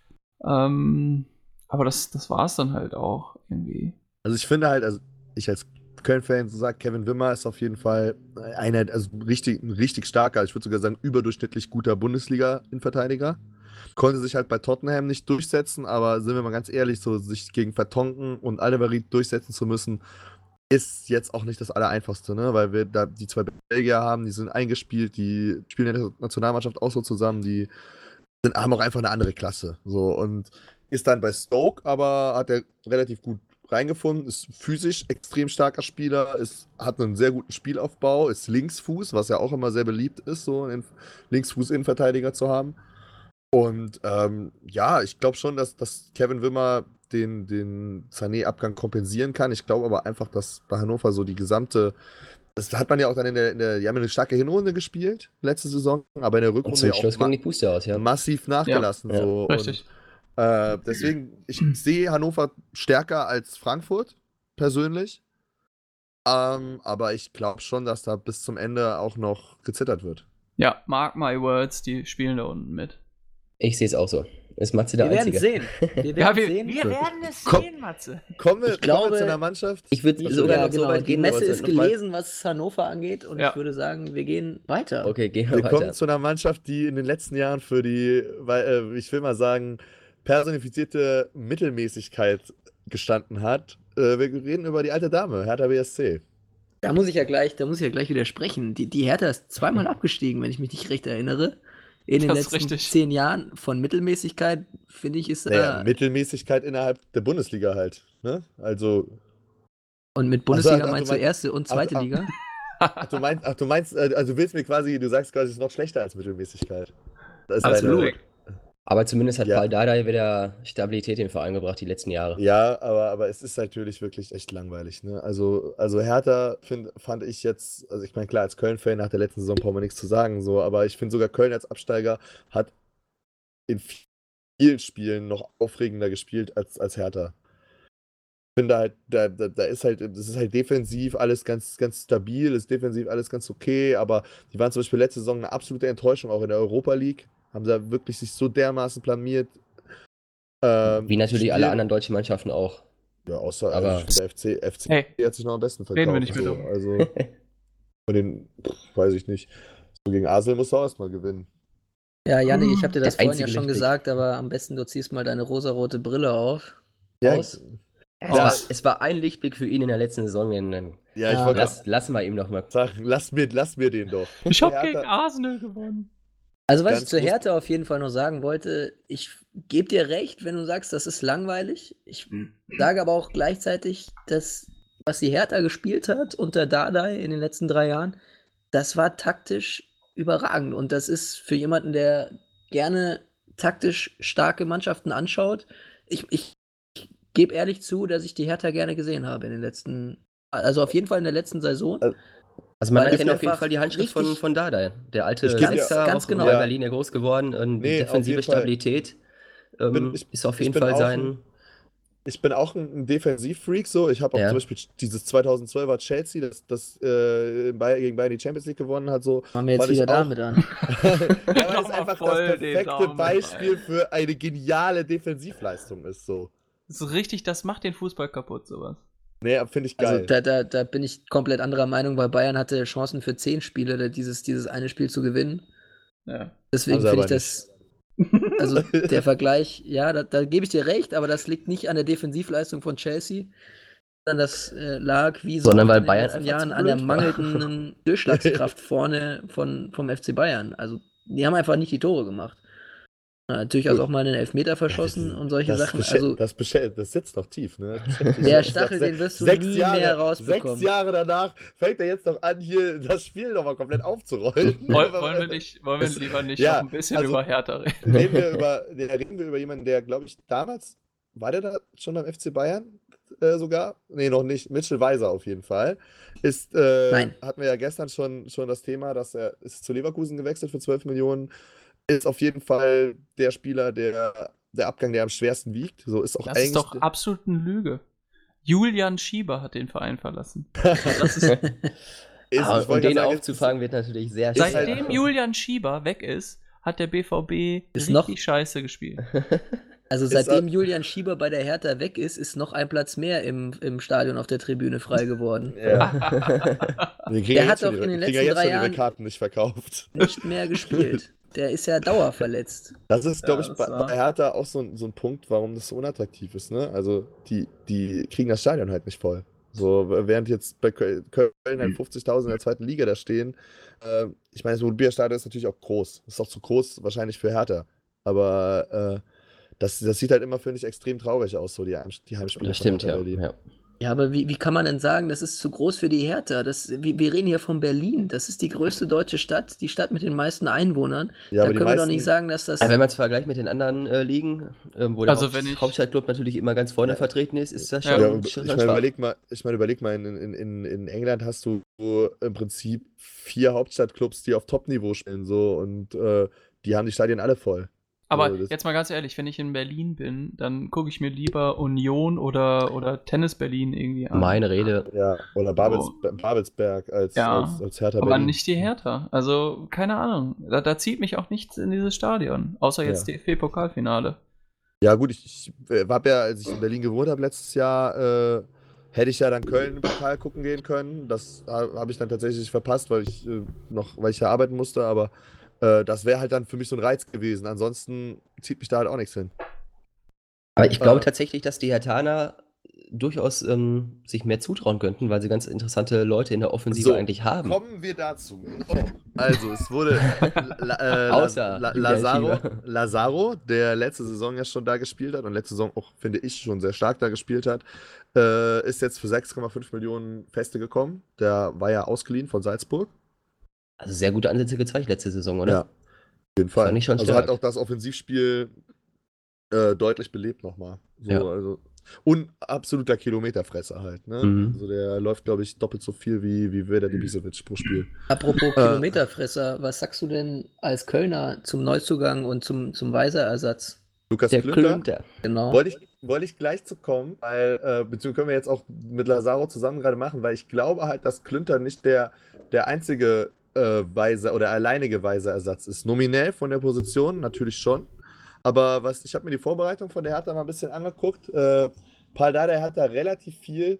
Ähm, aber das, das war es dann halt auch irgendwie. Also ich finde halt, also ich als Köln-Fan sage, Kevin Wimmer ist auf jeden Fall einer, also richtig, ein richtig starker, ich würde sogar sagen, überdurchschnittlich guter Bundesliga-Innenverteidiger. Konnte sich halt bei Tottenham nicht durchsetzen, aber sind wir mal ganz ehrlich, so sich gegen Vertonken und Alderweireld durchsetzen zu müssen, ist jetzt auch nicht das Allereinfachste, ne? Weil wir da die zwei Belgier haben, die sind eingespielt, die spielen in der Nationalmannschaft auch so zusammen, die sind, haben auch einfach eine andere Klasse. So, und ist dann bei Stoke, aber hat er relativ gut reingefunden, ist physisch extrem starker Spieler, ist, hat einen sehr guten Spielaufbau, ist Linksfuß, was ja auch immer sehr beliebt ist, so einen Linksfuß-Innenverteidiger zu haben. Und ähm, ja, ich glaube schon, dass, dass Kevin Wimmer den, den Sané-Abgang kompensieren kann. Ich glaube aber einfach, dass bei Hannover so die gesamte, das hat man ja auch dann in der, in der, die haben ja eine starke Hinrunde gespielt, letzte Saison, aber in der Und Rückrunde zum ja auch Schluss ma ging die Puste aus, ja. massiv nachgelassen. Ja, so. Richtig. Und äh, deswegen, ich sehe Hannover stärker als Frankfurt, persönlich. Ähm, aber ich glaube schon, dass da bis zum Ende auch noch gezittert wird. Ja, mark my words, die spielen da unten mit. Ich sehe es auch so. Ist Matze der Wir werden Einzige. es sehen. Wir werden Ja, es wir, sehen. wir werden es Komm. sehen, Matze. Kommen wir, Ich glaube- kommen wir zu einer Mannschaft. Ich würde die- sogar Ja, noch so genau. weit Die gehen. Messe aber ist noch mal- gelesen, was Hannover angeht, und Ja. ich würde sagen, wir gehen weiter. Okay, gehen wir Wir kommen weiter. zu einer Mannschaft, die in den letzten Jahren für die, weil, äh, ich will mal sagen, personifizierte Mittelmäßigkeit gestanden hat. Äh, wir reden über die alte Dame, Hertha B S C. Da muss ich ja gleich, da muss ich ja gleich widersprechen. Die, die Hertha ist zweimal abgestiegen, wenn ich mich nicht recht erinnere. In den Das ist letzten richtig. zehn Jahren von Mittelmäßigkeit, finde ich, ist Naja, äh, Mittelmäßigkeit innerhalb der Bundesliga halt. Ne? Also, und mit Bundesliga ach, du meinst du meinst- erste und zweite ach, ach. Liga? ach, du meinst, ach, du meinst, äh, also du willst mir quasi, du sagst quasi, es ist noch schlechter als Mittelmäßigkeit. Das ist Absolut. deine- Aber zumindest hat Ja. Paul Dardai wieder Stabilität in den Verein gebracht die letzten Jahre. Ja, aber, aber es ist natürlich wirklich echt langweilig. Ne? Also, also Hertha find, fand ich jetzt, also ich meine, klar, als Köln-Fan nach der letzten Saison brauchen wir nichts zu sagen, so, aber ich finde sogar Köln als Absteiger hat in vielen Spielen noch aufregender gespielt als, als Hertha. Ich finde halt, da, da, da ist halt, das ist halt defensiv alles ganz, ganz stabil, ist defensiv alles ganz okay, aber die waren zum Beispiel letzte Saison eine absolute Enttäuschung, auch in der Europa League. Haben da wirklich sich so dermaßen blamiert. Ähm, Wie natürlich die alle spielen- anderen deutschen Mannschaften auch. Ja, außer Aber- also ich finde, der F C, F C Hey, hat sich noch am besten verkauft. reden wir nicht mehr so. drum. Also, von den, pff, weiß ich nicht. So gegen Arsenal musst du auch erstmal gewinnen. Ja, Janik, ich habe dir das Der vorhin ja einzige schon Lichtblick. gesagt, aber am besten du ziehst mal deine rosarote Brille auf. Ja, Aus. Es, Ja. war, es war ein Lichtblick für ihn in der letzten Saison. In, ja, ich Ja, wollte lass, lassen wir ihm noch mal. sagen, lass mir, lass mir den doch. Ich habe Hertha- gegen Arsenal gewonnen. Also, was Ganz ich zur groß- Hertha auf jeden Fall noch sagen wollte, ich gebe dir recht, wenn du sagst, das ist langweilig. Ich sage aber auch gleichzeitig, dass was die Hertha gespielt hat unter Dardai in den letzten drei Jahren, das war taktisch überragend. Und das ist für jemanden, der gerne taktisch starke Mannschaften anschaut. Ich, ich, ich gebe ehrlich zu, dass ich die Hertha gerne gesehen habe in den letzten, also auf jeden Fall in der letzten Saison. Also, Also man Weil erkennt es auf jeden einfach Fall die Handschrift von, richtig- von Dardai. Der alte Ich geb dir- Sechser, Ganz auch genau. in Ja. Berlin ja groß geworden. Und Nee, auf defensive jeden Fall. Stabilität ähm, Bin- ich- ist auf ich jeden bin Fall auch sein. ein- ich bin auch ein, ein Defensivfreak so. Ich habe auch Ja. zum Beispiel dieses zweitausendzwölfer Chelsea, das, das äh, Bayern, gegen Bayern die Champions League gewonnen hat, so. Fangen wir jetzt fand ich wieder auch- damit an. ja, weil es Nochmal einfach voll das den perfekte Daumen Beispiel rein. für eine geniale Defensivleistung ist so. So richtig, das macht den Fußball kaputt, sowas. Nee, finde ich geil. Also da, da, da bin ich komplett anderer Meinung, weil Bayern hatte Chancen für zehn Spiele, da dieses, dieses eine Spiel zu gewinnen. Ja. Deswegen Haben sie finde ich aber das, also der Vergleich, ja, da, da gebe ich dir recht, aber das liegt nicht an der Defensivleistung von Chelsea, sondern das äh, lag wie so Sondern weil in den Bayern letzten einfach Jahren zu an der blöd war. mangelnden Durchschlagskraft vorne von, vom F C Bayern. Also die haben einfach nicht die Tore gemacht. Ja, natürlich also Gut. auch mal einen Elfmeter verschossen das, und solche das Sachen. beschä- Also das, beschä- das sitzt doch tief, ne? Das beschäftigt der uns Stachel, nach se- den wirst du sechs nie Jahre, mehr rausbekommen. Sechs Jahre danach fängt er jetzt noch an, hier das Spiel nochmal komplett aufzurollen. Woll, wollen wir, nicht, wollen wir Es- lieber nicht ja, noch ein bisschen also- über Hertha reden? reden wir über, ja, reden wir über jemanden, der, glaube ich, damals, war der da schon beim F C Bayern äh, sogar? Nee, noch nicht. Mitchell Weiser auf jeden Fall. Ist, äh, Nein. hatten wir ja gestern schon, schon das Thema, dass er ist zu Leverkusen gewechselt für zwölf Millionen. Ist auf jeden Fall der Spieler, der der Abgang, der am schwersten wiegt. So ist auch Das eigentlich. ist doch absolut eine Lüge. Julian Schieber hat den Verein verlassen. Das ist, ist, Ah, ich und wollte den gerade sagen, aufzufangen wird natürlich sehr Ist schwer. halt- seitdem Julian Schieber weg ist, hat der B V B Ist richtig noch- scheiße gespielt. Also Ist seitdem er- Julian Schieber bei der Hertha weg ist, ist noch ein Platz mehr im, im Stadion auf der Tribüne frei geworden. Ja. Wir kriegen Der ja hat jetzt schon doch die- in den kriegen ja letzten jetzt drei schon ihre Jahren- Karten nicht verkauft. Nicht mehr gespielt. Der ist ja dauerverletzt. Das ist, glaube Ja, ich, das bei, war- bei Hertha auch so, ein- so ein Punkt, warum das so unattraktiv ist. Ne? Also, die, die kriegen das Stadion halt nicht voll. So, während jetzt bei Köl- Köln halt fünfzigtausend in der zweiten Liga da stehen. Äh, ich meine, das Olympiastadion ist natürlich auch groß. Ist auch zu groß wahrscheinlich für Hertha. Aber äh, das, das sieht halt immer, finde ich, extrem traurig aus, so die, Heim, die Heimspiele. Das von stimmt, Hertha ja. Berlin. ja. Ja, aber wie, wie kann man denn sagen, das ist zu groß für die Hertha? Das, wir, wir reden hier von Berlin. Das ist die größte deutsche Stadt, die Stadt mit den meisten Einwohnern. Ja, da aber die können wir doch meisten- nicht sagen, dass das. Aber wenn man es vergleicht mit den anderen äh, Ligen, ähm, wo der Also Haupt wenn ich- Hauptstadtclub natürlich immer ganz vorne Ja. vertreten ist, ist das Ja, schon, Ja, schon, ich schon meine, schwach. überleg mal, ich meine, überleg mal, in, in, in, in England hast du im Prinzip vier Hauptstadtclubs, die auf Top-Niveau spielen, so, und äh, die haben die Stadien alle voll. Aber So, das- jetzt mal ganz ehrlich, wenn ich in Berlin bin, dann gucke ich mir lieber Union oder, oder Tennis Berlin irgendwie an. Meine Rede. Ja, oder Babels, Oh. Babelsberg als, Ja, als, als Hertha Aber Berlin. nicht die Hertha. Also, keine Ahnung. Da, da zieht mich auch nichts in dieses Stadion. Außer jetzt Ja. D F B-Pokalfinale. Ja, gut, ich, ich äh, habe ja, als ich in Berlin gewohnt habe letztes Jahr, äh, hätte ich ja dann Köln im Pokal gucken gehen können. Das ha- habe ich dann tatsächlich verpasst, weil ich äh, noch, weil ich ja arbeiten musste, aber äh, das wäre halt dann für mich so ein Reiz gewesen. Ansonsten zieht mich da halt auch nichts hin. Aber ich glaube Äh. tatsächlich, dass die Herthaner durchaus ähm, sich mehr zutrauen könnten, weil sie ganz interessante Leute in der Offensive So, eigentlich haben. Kommen wir dazu. Also, es wurde La, äh, Außer La, La, Julian Lazaro, Schieber. Lazaro, der letzte Saison ja schon da gespielt hat und letzte Saison auch, finde ich, schon sehr stark da gespielt hat, äh, ist jetzt für sechs Komma fünf Millionen Feste gekommen. Der war ja ausgeliehen von Salzburg. Also sehr gute Ansätze gezeigt letzte Saison, oder? Ja, auf jeden Fall. Fand ich schon also hat stark. auch das Offensivspiel äh, deutlich belebt nochmal. So, Ja. also, und absoluter Kilometerfresser halt. Ne? Mhm. Also der läuft, glaube ich, doppelt so viel wie, wie Vedar Ibisevic pro Spiel. Apropos Äh. Kilometerfresser, was sagst du denn als Kölner zum Neuzugang und zum, zum Weiser-Ersatz? Lukas Der Klünter. Klünter. Genau. Wollte ich, wollte ich gleich zu kommen, weil, äh, beziehungsweise können wir jetzt auch mit Lazaro zusammen gerade machen, weil ich glaube halt, dass Klünter nicht der, der einzige äh, Weiser oder alleinige Weiser-Ersatz ist. Nominell von der Position natürlich schon, aber was, ich habe mir die Vorbereitung von der Hertha mal ein bisschen angeguckt. Äh, Paul Dardai hat da relativ viel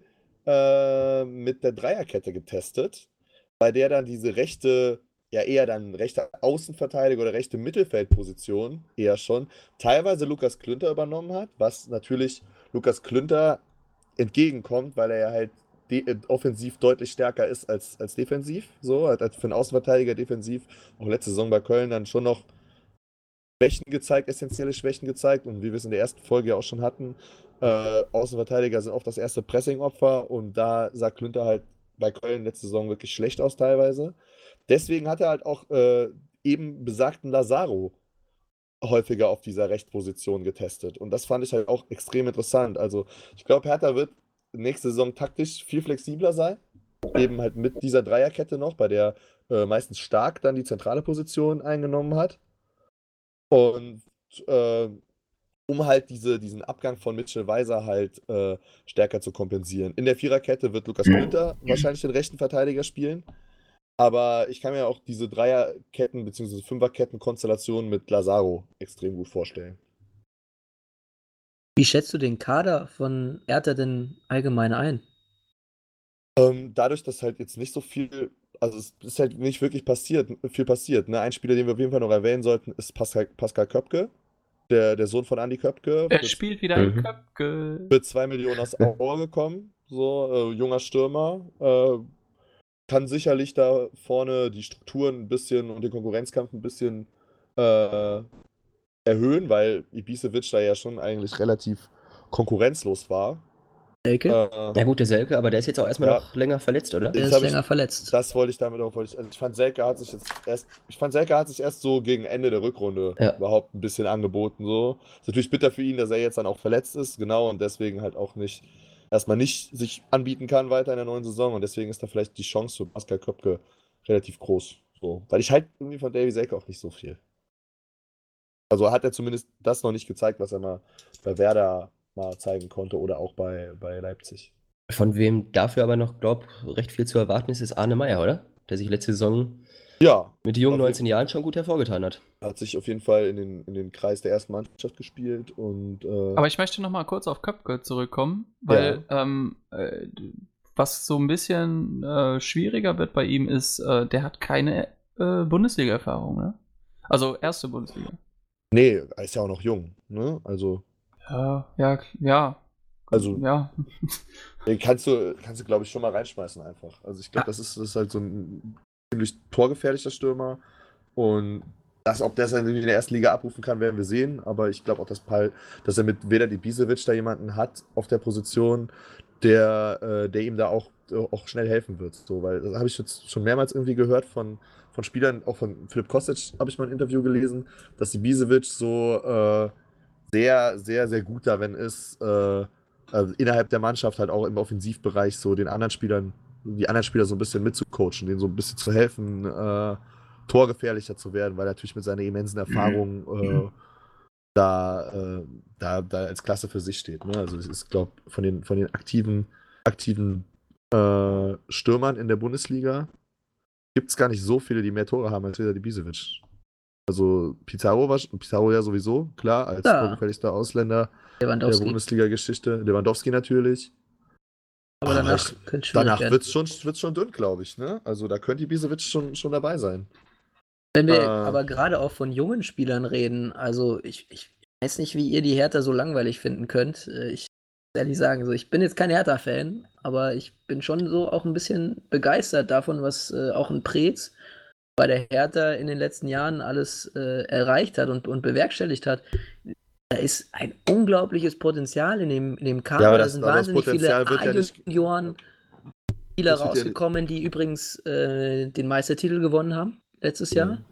äh, mit der Dreierkette getestet, bei der dann diese rechte, ja eher dann rechte Außenverteidiger oder rechte Mittelfeldposition eher schon teilweise Lukas Klünter übernommen hat, was natürlich Lukas Klünter entgegenkommt, weil er ja halt de- äh, offensiv deutlich stärker ist als, als defensiv. So, hat, hat für einen Außenverteidiger defensiv auch letzte Saison bei Köln dann schon noch Schwächen gezeigt, essentielle Schwächen gezeigt. Und wie wir es in der ersten Folge ja auch schon hatten, äh, Außenverteidiger sind oft das erste Pressing-Opfer und da sah Klünter halt bei Köln letzte Saison wirklich schlecht aus teilweise. Deswegen hat er halt auch äh, eben besagten Lazaro häufiger auf dieser Rechtsposition getestet. Und das fand ich halt auch extrem interessant. Also ich glaube, Hertha wird nächste Saison taktisch viel flexibler sein. Eben halt mit dieser Dreierkette noch, bei der äh, meistens Stark dann die zentrale Position eingenommen hat. Und äh, um halt diese, diesen Abgang von Mitchell Weiser halt äh, stärker zu kompensieren. In der Viererkette wird Lukas Klünter wahrscheinlich den rechten Verteidiger spielen. Aber ich kann mir auch diese Dreierketten- bzw. Fünferketten-Konstellation mit Lazaro extrem gut vorstellen. Wie schätzt du den Kader von Hertha denn allgemein ein? Ähm, dadurch, dass halt jetzt nicht so viel, also es ist halt nicht wirklich passiert, viel passiert. Ne? Ein Spieler, den wir auf jeden Fall noch erwähnen sollten, ist Pascal, Pascal Köpke, der, der Sohn von Andi Köpke. Er Für, spielt wieder in Mhm. Köpke. für zwei Millionen aus Aue gekommen. So, äh, junger Stürmer. Äh, kann sicherlich da vorne die Strukturen ein bisschen und den Konkurrenzkampf ein bisschen äh, erhöhen, weil Ibisevic da ja schon eigentlich relativ konkurrenzlos war. Elke? Äh, Ja gut, der Selke, aber der ist jetzt auch erstmal Ja. noch länger verletzt, oder? Der das ist hab ich- länger verletzt. Das wollte ich damit auch. Wollte ich, also ich fand, Selke hat sich jetzt erst, ich fand, Selke hat sich erst so gegen Ende der Rückrunde Ja. überhaupt ein bisschen angeboten. So. Ist natürlich bitter für ihn, dass er jetzt dann auch verletzt ist, genau, und deswegen halt auch nicht, erstmal nicht sich anbieten kann weiter in der neuen Saison. Und deswegen ist da vielleicht die Chance für Pascal Köpke relativ groß. So. Weil ich halt irgendwie von Davy Selke auch nicht so viel. Also hat er zumindest das noch nicht gezeigt, was er mal bei Werder mal zeigen konnte oder auch bei, bei Leipzig. Von wem dafür aber noch, glaub, recht viel zu erwarten ist, ist Arne Meyer, oder? Der sich letzte Saison Ja, mit den jungen Auf jeden- neunzehn Jahren schon gut hervorgetan hat. hat sich auf jeden Fall in den, in den Kreis der ersten Mannschaft gespielt und äh, Aber ich möchte noch mal kurz auf Köpke zurückkommen, weil ähm, äh, was so ein bisschen äh, schwieriger wird bei ihm ist, äh, der hat keine äh, Bundesliga-Erfahrung, ne? Also erste Bundesliga. nee, er ist ja auch noch jung, ne? Also, Ja, ja, ja. Also- ja. den kannst du, kannst du glaube ich, schon mal reinschmeißen einfach. Also ich glaube, das ist, das ist halt so ein ziemlich torgefährlicher Stürmer und das, ob der es in der ersten Liga abrufen kann, werden wir sehen, aber ich glaube auch, dass, Paul, dass er mit Vedat Ibisevic da jemanden hat auf der Position, der, äh, der ihm da auch, auch schnell helfen wird. So, weil das habe ich jetzt schon mehrmals irgendwie gehört von, von Spielern, auch von Philipp Kostic habe ich mal ein Interview gelesen, dass Ibisevic so äh, sehr, sehr, sehr gut darin ist, äh, also innerhalb der Mannschaft halt auch im Offensivbereich so den anderen Spielern, die anderen Spieler so ein bisschen mitzucoachen, denen so ein bisschen zu helfen, äh, torgefährlicher zu werden, weil er natürlich mit seiner immensen Erfahrung äh, da, äh, da, da als Klasse für sich steht. Ne? Also das ist, glaube ich, von den, von den aktiven, aktiven äh, Stürmern in der Bundesliga gibt es gar nicht so viele, die mehr Tore haben als Vedat Ibisevic. Also Pizarro, war, Pizarro ja sowieso, klar, als Ja. torgefährlichster Ausländer der Lewandowski. Bundesliga-Geschichte. Lewandowski natürlich. Aber Aber danach ich- könnte es schwierig Danach werden. wird es schon, wird's schon dünn, glaube ich. Ne? Also da könnte Ibisevic schon, schon dabei sein. Wenn wir Äh. aber gerade auch von jungen Spielern reden, also ich, ich weiß nicht, wie ihr die Hertha so langweilig finden könnt. Äh, Ich muss ehrlich sagen, so, ich bin jetzt kein Hertha-Fan, aber ich bin schon so auch ein bisschen begeistert davon, was äh, auch ein Preetz bei der Hertha in den letzten Jahren alles äh, erreicht hat und, und bewerkstelligt hat. Da ist ein unglaubliches Potenzial in dem, in dem Kader. Ja, aber da das- sind aber das wahnsinnig viele Potenzial wird ja nicht- A-Junioren Spieler Das wird ja nicht- rausgekommen, die übrigens äh, den Meistertitel gewonnen haben letztes Mhm. Jahr.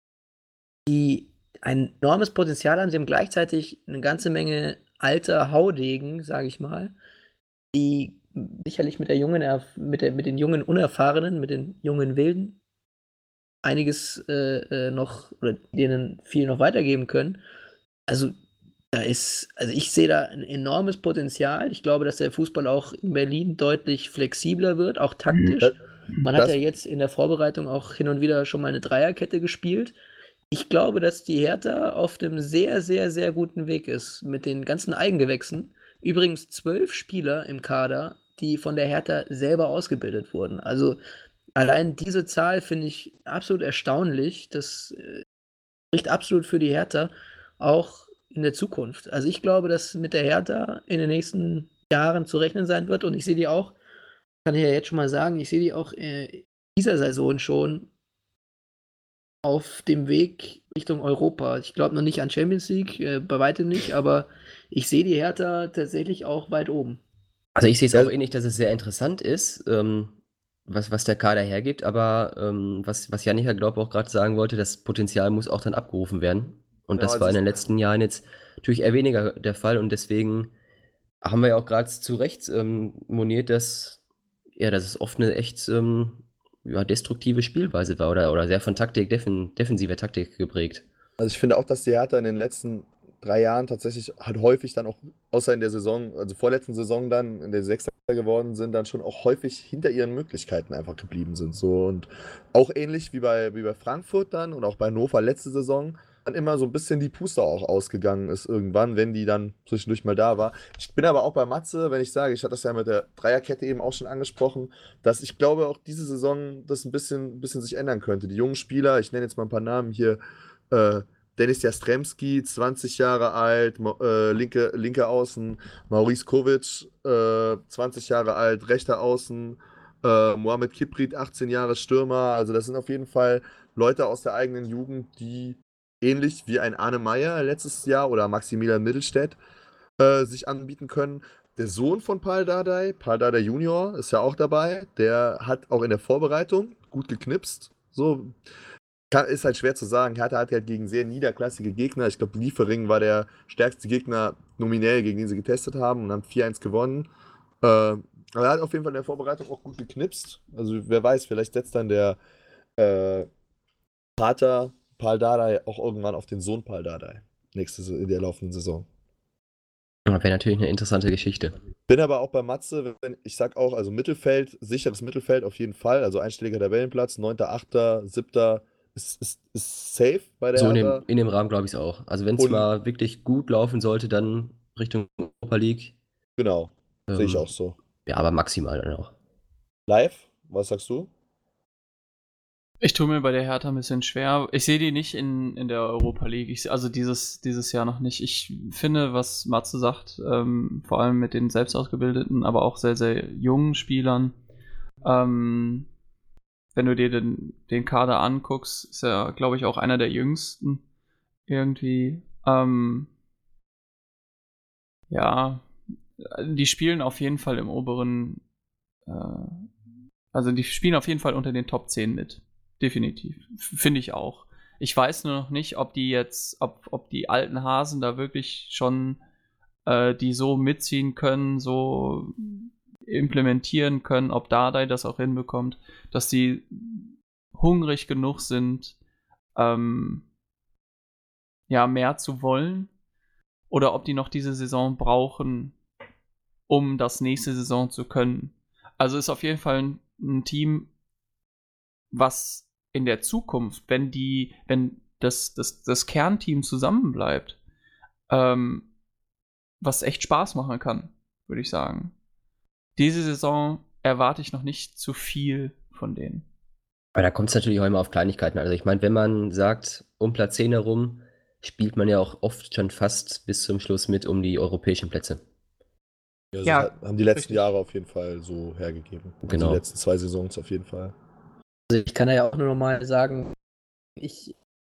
Die ein enormes Potenzial haben. Sie haben gleichzeitig eine ganze Menge alter Haudegen, sage ich mal, die sicherlich mit der jungen, Erf- mit, der, mit den jungen Unerfahrenen, mit den jungen Wilden einiges äh, äh, noch oder denen viel noch weitergeben können. Also da ist, also ich sehe da ein enormes Potenzial. Ich glaube, dass der Fußball auch in Berlin deutlich flexibler wird, auch taktisch. Das- Man hat das- ja jetzt in der Vorbereitung auch hin und wieder schon mal eine Dreierkette gespielt. Ich glaube, dass die Hertha auf einem sehr, sehr, sehr guten Weg ist mit den ganzen Eigengewächsen. Übrigens zwölf Spieler im Kader, die von der Hertha selber ausgebildet wurden. Also allein diese Zahl finde ich absolut erstaunlich. Das äh, spricht absolut für die Hertha, auch in der Zukunft. Also ich glaube, dass mit der Hertha in den nächsten Jahren zu rechnen sein wird und ich sehe die auch, kann ich ja jetzt schon mal sagen, ich sehe die auch äh, dieser Saison schon auf dem Weg Richtung Europa. Ich glaube noch nicht an Champions League, äh, bei weitem nicht, aber ich sehe die Hertha tatsächlich auch weit oben. Also ich sehe es Ja. auch ähnlich, dass es sehr interessant ist, ähm, was, was der Kader hergibt, aber ähm, was, was Jannika, glaube ich, auch gerade sagen wollte, das Potenzial muss auch dann abgerufen werden. Und Ja, das also war in es- den letzten Jahren jetzt natürlich eher weniger der Fall und deswegen haben wir ja auch gerade zu Recht ähm, moniert, dass, ja, dass es oft eine echt ähm, ja, destruktive Spielweise war oder, oder sehr von Taktik, defen, defensiver Taktik geprägt. Also ich finde auch, dass die Hertha in den letzten drei Jahren tatsächlich halt häufig dann auch, außer in der Saison, also vorletzten Saison dann, in der Sechster geworden sind, dann schon auch häufig hinter ihren Möglichkeiten einfach geblieben sind. So. Und auch ähnlich wie bei, wie bei Frankfurt dann und auch bei Hannover letzte Saison, dann immer so ein bisschen die Puste auch ausgegangen ist irgendwann, wenn die dann zwischendurch mal da war. Ich bin aber auch bei Matze, wenn ich sage, ich hatte das ja mit der Dreierkette eben auch schon angesprochen, dass ich glaube, auch diese Saison das ein bisschen, ein bisschen sich ändern könnte. Die jungen Spieler, ich nenne jetzt mal ein paar Namen hier, äh, Dennis Jastremski, zwanzig Jahre alt, äh, linke, linke Außen, Maurice Kovic, äh, zwanzig Jahre alt, rechter Außen, äh, Mohamed Kiprit, achtzehn Jahre Stürmer. Also das sind auf jeden Fall Leute aus der eigenen Jugend, die ähnlich wie ein Arne Meyer letztes Jahr oder Maximilian Mittelstädt äh, sich anbieten können. Der Sohn von Paul Dardai, Paul Dardai Junior, ist ja auch dabei. Der hat auch in der Vorbereitung gut geknipst. So, kann, ist halt schwer zu sagen. Hertha hat halt gegen sehr niederklassige Gegner. Ich glaube, Liefering war der stärkste Gegner nominell, gegen den sie getestet haben und haben vier eins gewonnen. Äh, aber er hat auf jeden Fall in der Vorbereitung auch gut geknipst. Also wer weiß, vielleicht setzt dann der äh, Vater Paul Dardai auch irgendwann auf den Sohn Paul Dardai. Nächste in der laufenden Saison. Wäre natürlich eine interessante Geschichte. Bin aber auch bei Matze, wenn, ich sag auch, also Mittelfeld, sicheres Mittelfeld auf jeden Fall. Also einstelliger Tabellenplatz, neunter, achter, siebter ist, ist, ist safe bei der So in Hertha. dem, in dem Rahmen glaube ich es auch. Also wenn es Und- mal wirklich gut laufen sollte, dann Richtung Europa League. Genau, sehe ich Ähm, auch so. Ja, aber maximal dann auch. Live, was sagst du? Ich tue mir bei der Hertha ein bisschen schwer. Ich sehe die nicht in, in der Europa League. Ich, also dieses, dieses Jahr noch nicht. Ich finde, was Matze sagt, ähm, vor allem mit den selbst ausgebildeten, aber auch sehr, sehr jungen Spielern, ähm, wenn du dir den, den Kader anguckst, ist er, glaube ich, auch einer der jüngsten irgendwie. Ähm, ja, die spielen auf jeden Fall im oberen, äh, also die spielen auf jeden Fall unter den Top zehn mit. Definitiv. F- Finde ich auch. Ich weiß nur noch nicht, ob die jetzt, ob, ob die alten Hasen da wirklich schon äh, die so mitziehen können, so implementieren können, ob Dardai das auch hinbekommt, dass die hungrig genug sind, ähm, ja, mehr zu wollen, oder ob die noch diese Saison brauchen, um das nächste Saison zu können. Also ist auf jeden Fall ein, ein Team, was in der Zukunft, wenn die, wenn das, das, das Kernteam zusammenbleibt, ähm, was echt Spaß machen kann, würde ich sagen. Diese Saison erwarte ich noch nicht zu viel von denen. Aber da kommt es natürlich auch immer auf Kleinigkeiten. Also ich meine, wenn man sagt, um Platz zehn herum, spielt man ja auch oft schon fast bis zum Schluss mit um die europäischen Plätze. Ja, so Ja, hat- haben die letzten richtig. Jahre auf jeden Fall so hergegeben. Also Genau. die letzten zwei Saisons auf jeden Fall. Also ich kann ja auch nur noch mal sagen, ich,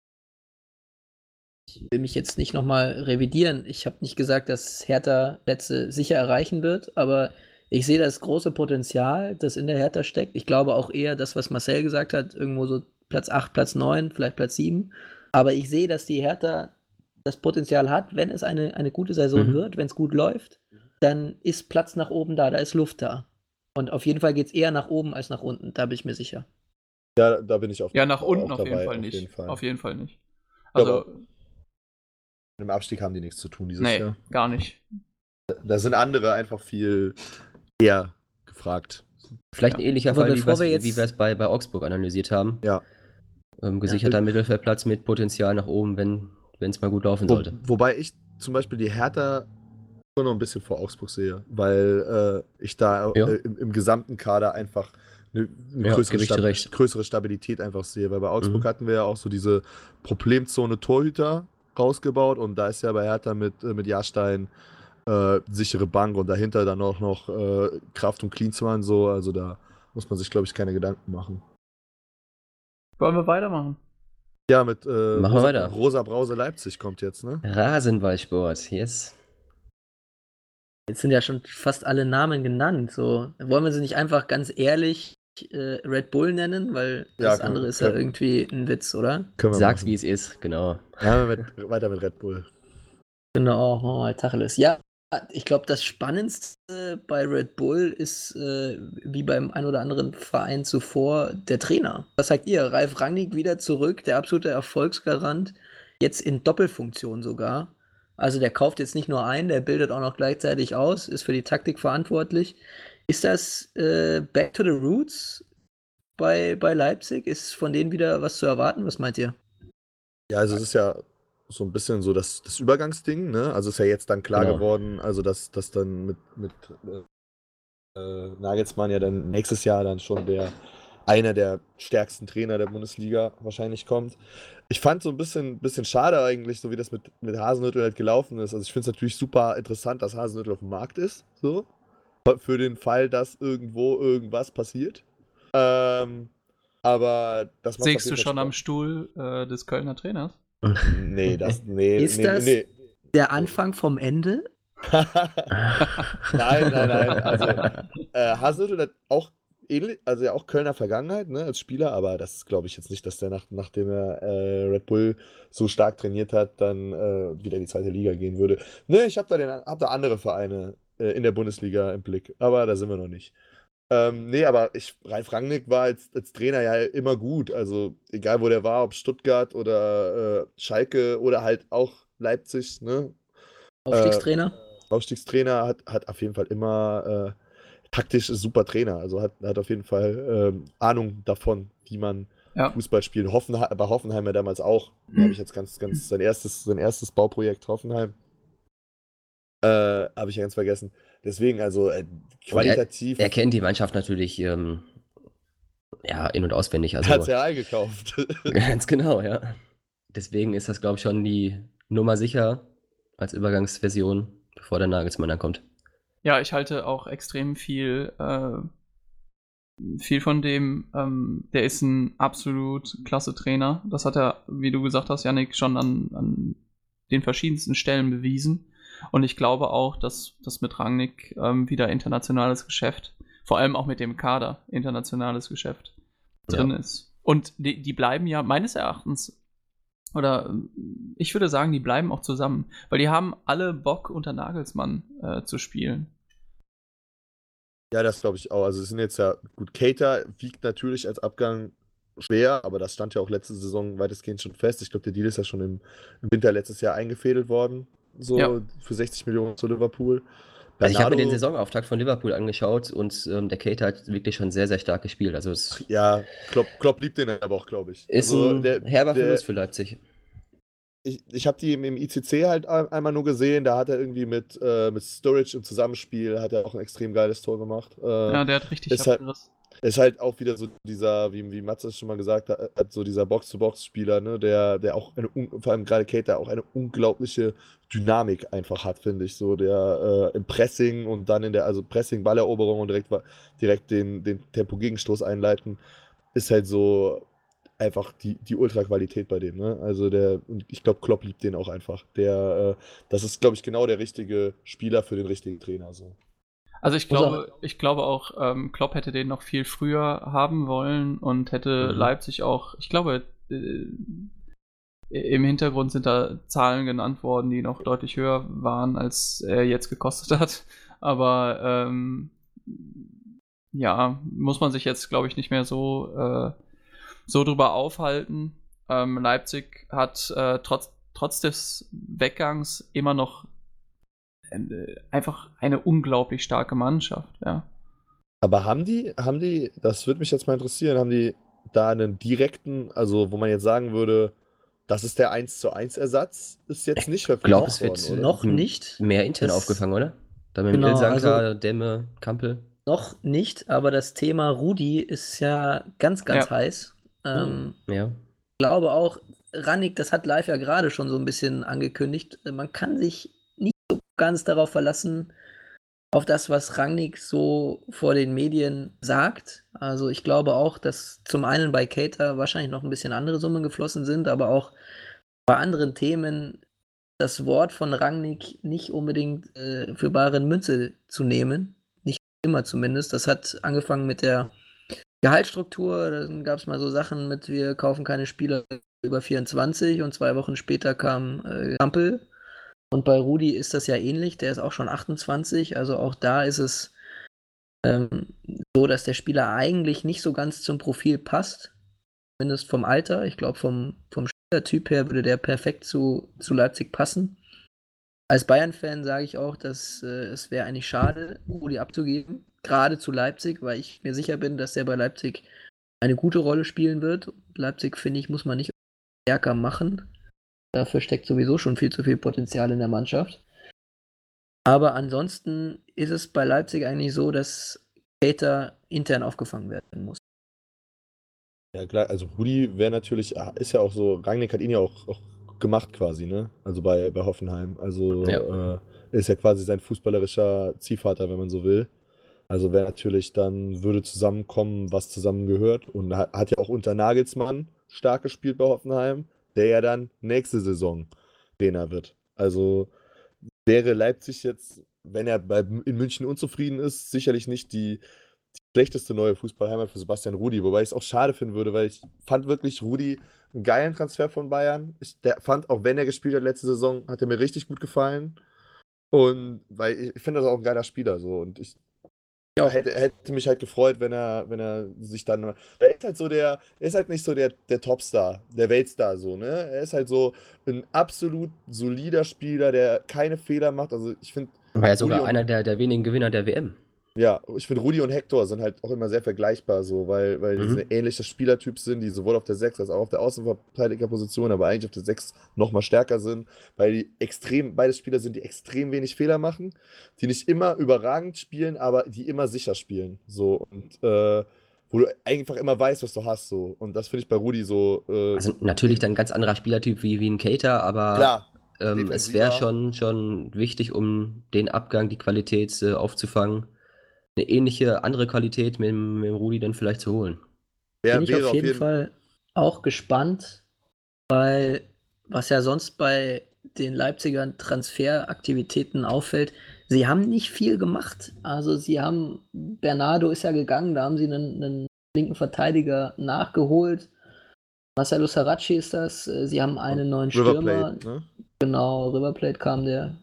ich will mich jetzt nicht noch mal revidieren. Ich habe nicht gesagt, dass Hertha Plätze sicher erreichen wird, aber ich sehe das große Potenzial, das in der Hertha steckt. Ich glaube auch eher das, was Marcel gesagt hat, irgendwo so Platz acht, Platz neun, vielleicht Platz sieben. Aber ich sehe, dass die Hertha das Potenzial hat, wenn es eine, eine gute Saison Mhm. wird, wenn es gut läuft, dann ist Platz nach oben da, da ist Luft da. Und auf jeden Fall geht es eher nach oben als nach unten, da bin ich mir sicher. Ja, da bin ich auf Ja, nach unten auch auf jeden dabei, Fall auf nicht. jeden Fall. Auf jeden Fall nicht. Ja, Also, aber Mit dem Abstieg haben die nichts zu tun dieses nee, Jahr. gar nicht. Da sind andere einfach viel eher gefragt. Vielleicht Ja. ein ähnlicher Aber Fall, wie bevor was- wir wie jetzt- wir es bei, bei Augsburg analysiert haben. Ja. Ähm, gesicherter Mittelfeldplatz mit Potenzial nach oben, wenn es mal gut laufen Wo, sollte. wobei ich zum Beispiel die Hertha schon noch ein bisschen vor Augsburg sehe, weil äh, ich da Ja. äh, im, im gesamten Kader einfach eine, eine Ja, größere, gebe ich dir Stab recht. größere Stabilität einfach sehe. Weil bei Augsburg Mhm. hatten wir ja auch so diese Problemzone Torhüter rausgebaut und da ist ja bei Hertha mit, äh, mit Jahrstein äh, sichere Bank und dahinter dann auch noch äh, Kraft und Klinsmann so. Also da muss man sich, glaube ich, keine Gedanken machen. Wollen wir weitermachen? Ja, mit äh, Machen wir Rosa, weiter. Rosa Brause Leipzig kommt jetzt, ne? Rasenballsport, yes. Jetzt sind ja schon fast alle Namen genannt. So, wollen wir sie nicht einfach ganz ehrlich äh, Red Bull nennen? Weil Ja, das können- andere ist ja können- irgendwie ein Witz, oder? Können wir Sag's, machen. wie es ist, genau. Ja, mit, weiter mit Red Bull. Genau, oh, Tacheles. Ja, ich glaube, das Spannendste bei Red Bull ist, äh, wie beim ein oder anderen Verein zuvor, der Trainer. Was sagt ihr? Ralf Rangnick wieder zurück, der absolute Erfolgsgarant, jetzt in Doppelfunktion sogar. Also der kauft jetzt nicht nur ein, der bildet auch noch gleichzeitig aus, ist für die Taktik verantwortlich. Ist das äh, Back to the Roots bei, bei Leipzig? Ist von denen wieder was zu erwarten? Was meint ihr? Ja, also es ist ja so ein bisschen so das, das Übergangsding, ne? Also ist ja jetzt dann klar Genau. geworden, also dass, dass dann mit, mit äh, Nagelsmann ja dann nächstes Jahr dann schon der einer der stärksten Trainer der Bundesliga wahrscheinlich kommt. Ich fand so ein bisschen, bisschen schade eigentlich, so wie das mit, mit Hasenhüttl halt gelaufen ist. Also ich finde es natürlich super interessant, dass Hasenhüttl auf dem Markt ist, so. Für den Fall, dass irgendwo irgendwas passiert. Ähm, aber das macht auf Sägst jeden du Fall schon am Spaß. Stuhl äh, des Kölner Trainers? Nee, das, nee, Ist nee, das nee. der Anfang vom Ende? Nein, nein, nein. Also, äh, Hasenhüttl hat auch ähnlich, also ja auch Kölner Vergangenheit, ne, als Spieler, aber das glaube ich jetzt nicht, dass der nach, nachdem er äh, Red Bull so stark trainiert hat, dann äh, wieder in die zweite Liga gehen würde. Ne, ich habe da, den, hab da andere Vereine äh, in der Bundesliga im Blick, aber da sind wir noch nicht. Ähm, nee, aber ich, Ralf Rangnick war als, als Trainer ja immer gut. Also egal wo der war, ob Stuttgart oder äh, Schalke oder halt auch Leipzig, ne? Äh, Aufstiegstrainer? Aufstiegstrainer hat, hat auf jeden Fall immer äh, taktisch ist super Trainer. Also hat, hat auf jeden Fall ähm, Ahnung davon, wie man Ja. Fußball spielt. Hoffenheim, bei Hoffenheim ja damals auch. Da habe ich jetzt ganz, ganz sein erstes, sein erstes Bauprojekt Hoffenheim. Äh, habe ich ja ganz vergessen. Deswegen, also äh, Und er, qualitativ er kennt die Mannschaft natürlich ähm, ja, in- und auswendig. hat es Also ja eingekauft. ganz genau, ja. Deswegen ist das, glaube ich, schon die Nummer sicher als Übergangsversion, bevor der Nagelsmann dann kommt. Ja, ich halte auch extrem viel, äh, viel von dem. Ähm, der ist ein absolut klasse Trainer. Das hat er, wie du gesagt hast, Yannick, schon an, an den verschiedensten Stellen bewiesen. Und ich glaube auch, dass das mit Rangnick ähm, wieder internationales Geschäft, vor allem auch mit dem Kader, internationales Geschäft drin Ja. ist. Und die, die bleiben ja meines Erachtens, oder ähm, ich würde sagen, die bleiben auch zusammen, weil die haben alle Bock, unter Nagelsmann äh, zu spielen. Ja, das glaube ich auch. Also es sind jetzt ja, gut, Keita wiegt natürlich als Abgang schwer, aber das stand ja auch letzte Saison weitestgehend schon fest. Ich glaube, der Deal ist ja schon im, im Winter letztes Jahr eingefädelt worden, so Ja. für sechzig Millionen zu Liverpool. Also ich habe mir den Bernardo, Saisonauftakt von Liverpool angeschaut und ähm, der Keita hat wirklich schon sehr, sehr stark gespielt. Also es ja, Klopp, Klopp liebt den aber auch, glaube ich. ist Also ein der, herber der, Verlust für Leipzig. ich, ich habe die im, im I C C halt ein- einmal nur gesehen, da hat er irgendwie mit, äh, mit Sturridge im Zusammenspiel, hat er auch ein extrem geiles Tor gemacht. Äh, Ja, der hat richtig ist halt, abgerissen. ist halt auch wieder so dieser, wie, wie Matze es schon mal gesagt hat, hat, so dieser Box-to-Box-Spieler, ne, der, der auch eine, un- vor allem gerade Keita, auch eine unglaubliche Dynamik einfach hat, finde ich, so, der äh, im Pressing und dann in der, also Pressing, Balleroberung und direkt, wa- direkt den, den Tempo-Gegenstoß einleiten, ist halt so einfach die, die Ultra-Qualität bei dem, ne, also der, und ich glaube, Klopp liebt den auch einfach, der, äh, das ist, glaube ich, genau der richtige Spieler für den richtigen Trainer, so. Also ich Muss auch- glaube, ich glaube auch, ähm, Klopp hätte den noch viel früher haben wollen und hätte Mhm. Leipzig auch, ich glaube, äh, im Hintergrund sind da Zahlen genannt worden, die noch deutlich höher waren, als er jetzt gekostet hat. Aber ähm, ja, muss man sich jetzt, glaube ich, nicht mehr so, äh, so drüber aufhalten. Ähm, Leipzig hat äh, trotz, trotz des Weggangs immer noch äh, einfach eine unglaublich starke Mannschaft, ja. Aber haben die, haben die, das würde mich jetzt mal interessieren, haben die da einen direkten, also wo man jetzt sagen würde, das ist der eins zu eins Ersatz, ist jetzt nicht Ich glaube, verpflichtet es worden, wird oder? Noch m- nicht. mehr intern Das- aufgefangen, oder? Da mit Genau, Ilsanker, also- Demme, Kampel. Noch nicht, aber das Thema Rudi ist ja ganz, ganz Ja. heiß. Ähm, Ja. glaube auch, Rannick, das hat live ja gerade schon so ein bisschen angekündigt, äh, man kann sich nicht so ganz darauf verlassen, auf das, was Rangnick so vor den Medien sagt. Also ich glaube auch, dass zum einen bei Keita wahrscheinlich noch ein bisschen andere Summen geflossen sind, aber auch bei anderen Themen das Wort von Rangnick nicht unbedingt äh, für bare Münze zu nehmen. Nicht immer zumindest. Das hat angefangen mit der Gehaltsstruktur. Dann gab es mal so Sachen mit, wir kaufen keine Spieler über vierundzwanzig und zwei Wochen später kam äh, Kampel. Und bei Rudi ist das ja ähnlich. Der ist auch schon achtundzwanzig. Also auch da ist es ähm, so, dass der Spieler eigentlich nicht so ganz zum Profil passt. Zumindest vom Alter. Ich glaube, vom, vom Spielertyp her würde der perfekt zu, zu Leipzig passen. als Bayern-Fan sage ich auch, dass äh, es wäre eigentlich schade, Rudi abzugeben, gerade zu Leipzig, weil ich mir sicher bin, dass er bei Leipzig eine gute Rolle spielen wird. Leipzig, finde ich, muss man nicht stärker machen. Dafür steckt sowieso schon viel zu viel Potenzial in der Mannschaft. Aber ansonsten ist es bei Leipzig eigentlich so, dass Keita intern aufgefangen werden muss. Ja, klar, also Rudi wäre natürlich, ah, ist ja auch so, Rangnick hat ihn ja auch, auch gemacht quasi, ne? Also bei, bei Hoffenheim. Also Ja. äh, ist ja quasi sein fußballerischer Ziehvater, wenn man so will. Also wäre natürlich dann, würde zusammenkommen, was zusammengehört. Und hat, hat ja auch unter Nagelsmann stark gespielt bei Hoffenheim, der ja dann nächste Saison Trainer wird. Also wäre Leipzig jetzt, wenn er bei, in München unzufrieden ist, sicherlich nicht die, die schlechteste neue Fußballheimat für Sebastian Rudi. Wobei ich es auch schade finden würde, weil ich fand wirklich Rudi einen geilen Transfer von Bayern. Ich der fand, auch wenn er gespielt hat letzte Saison, hat er mir richtig gut gefallen. Und weil ich, ich finde das auch ein geiler Spieler so. Und ich Ja, hätte, hätte mich halt gefreut, wenn er, wenn er sich dann. Er ist halt so der, er ist halt nicht so der, der Topstar, der Weltstar so, ne? Er ist halt so ein absolut solider Spieler, der keine Fehler macht. Also ich finde, War ja Rudi sogar und einer der, der wenigen Gewinner der W M. ja, ich finde Rudi und Hector sind halt auch immer sehr vergleichbar, so, weil, weil die Mhm. so ähnliche Spielertyp sind, die sowohl auf der sechs als auch auf der Außenverteidigerposition, aber eigentlich auf der sechs nochmal stärker sind, weil die extrem, beide Spieler sind, die extrem wenig Fehler machen, die nicht immer überragend spielen, aber die immer sicher spielen. So, und äh, wo du einfach immer weißt, was du hast, so. Und das finde ich bei Rudi so. Äh, Also natürlich dann ein ganz anderer Spielertyp wie, wie ein Keita, aber klar, ähm, es wäre defensiver. schon, schon wichtig, um den Abgang, die Qualität äh, aufzufangen, eine ähnliche andere Qualität mit, dem- mit dem Rudi dann vielleicht zu holen. Wär, bin ich wäre auf auf jeden jeden Fall auch gespannt, weil was ja sonst bei den Leipzigern Transferaktivitäten auffällt, sie haben nicht viel gemacht. Also sie haben, Bernardo ist ja gegangen, da haben sie einen, einen linken Verteidiger nachgeholt. Marcelo Saracchi ist das. äh, Sie haben einen neuen River Stürmer. Plate, ne? Genau, River Plate kam der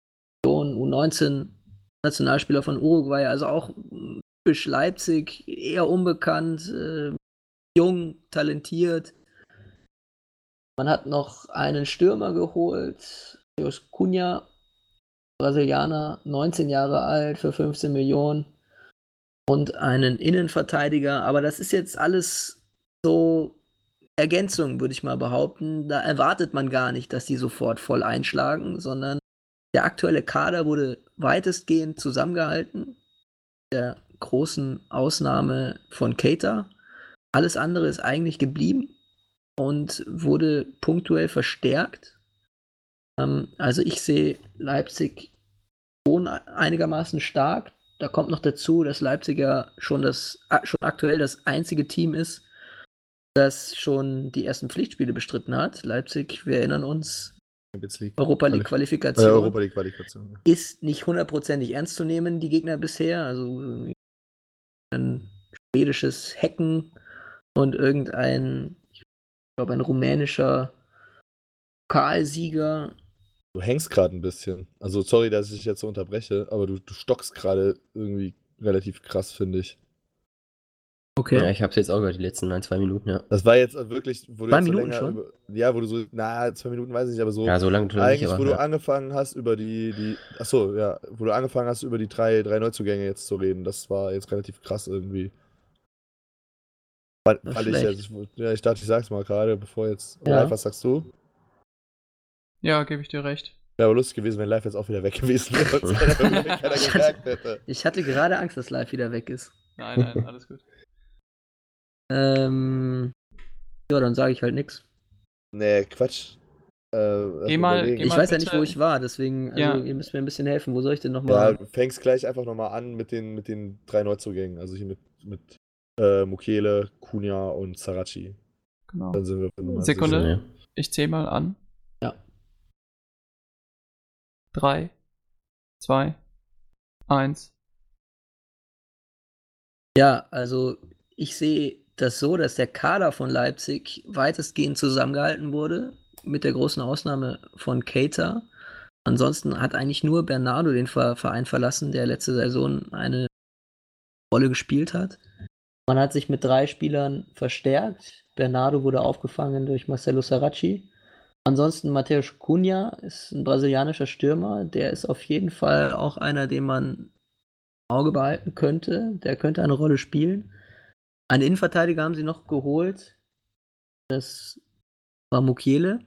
U neunzehn Nationalspieler von Uruguay, also auch mm, typisch Leipzig, eher unbekannt, äh, jung, talentiert. Man hat noch einen Stürmer geholt, Jos Cunha, Brasilianer, neunzehn Jahre alt, für fünfzehn Millionen und einen Innenverteidiger. Aber das ist jetzt alles so Ergänzung, würde ich mal behaupten. Da erwartet man gar nicht, dass die sofort voll einschlagen, sondern der aktuelle Kader wurde weitestgehend zusammengehalten. Der großen Ausnahme von Keita. Alles andere ist eigentlich geblieben und wurde punktuell verstärkt. Ähm, also ich sehe Leipzig schon einigermaßen stark. Da kommt noch dazu, dass Leipzig ja schon, das, schon aktuell das einzige Team ist, das schon die ersten Pflichtspiele bestritten hat. Leipzig, wir erinnern uns, Champions League. Europa League Äh, Qualifikation Europa League Qualifikation. ja. ist nicht hundertprozentig ernst zu nehmen, die Gegner bisher. Also ein schwedisches Hecken und irgendein, ich glaube, ein rumänischer Pokalsieger. Du hängst gerade ein bisschen. Also sorry, dass ich dich jetzt so unterbreche, aber du, du stockst gerade irgendwie relativ krass, finde ich. Okay. Ja, ich habe es jetzt auch gehört, die letzten ein, zwei Minuten, ja. Das war jetzt wirklich, wo du Zwei jetzt so Minuten länger schon? über, ja, wo du so, na, zwei Minuten weiß ich nicht, aber so Ja, so lange tut er nicht, eigentlich, aber wo du ja. angefangen hast über die, die, achso, ja, wo du angefangen hast über die drei, drei Neuzugänge jetzt zu reden, das war jetzt relativ krass irgendwie. Fand, Das fand ist ich schlecht. jetzt, ich, ja, ich dachte, ich sag's mal gerade, bevor jetzt, Ja. live, was sagst du? Ja, gebe ich dir recht. Wäre aber lustig gewesen, wenn live jetzt auch wieder weg gewesen wäre und es keiner gemerkt hätte. Ich hatte gerade Angst, dass live wieder weg ist. Nein, nein, alles gut. Ähm, ja, dann sage ich halt nichts. Nee, Quatsch. Äh, lass Geh mal mal- überlegen. geh Ich mal weiß ja nicht, wo bitte- ich war, deswegen, also Ja. ihr müsst mir ein bisschen helfen. Wo soll ich denn Ja, nochmal? du fängst gleich einfach nochmal an mit den, mit den drei Neuzugängen. Also hier mit, mit äh, Mukiele, Cunha und Saracchi. Genau. Dann sind wir auf der Nummer Sekunde. sicher. Ja. Ich zähle mal an. Ja. Drei, zwei, eins. Ja, also ich sehe das so, dass der Kader von Leipzig weitestgehend zusammengehalten wurde, mit der großen Ausnahme von Keita. Ansonsten hat eigentlich nur Bernardo den Verein verlassen, der letzte Saison eine Rolle gespielt hat. Man hat sich mit drei Spielern verstärkt. Bernardo wurde aufgefangen durch Marcelo Saracchi. Ansonsten Matheus Cunha ist ein brasilianischer Stürmer. Der ist auf jeden Fall auch einer, den man im Auge behalten könnte. Der könnte eine Rolle spielen. Einen Innenverteidiger haben sie noch geholt. Das war Mukiele.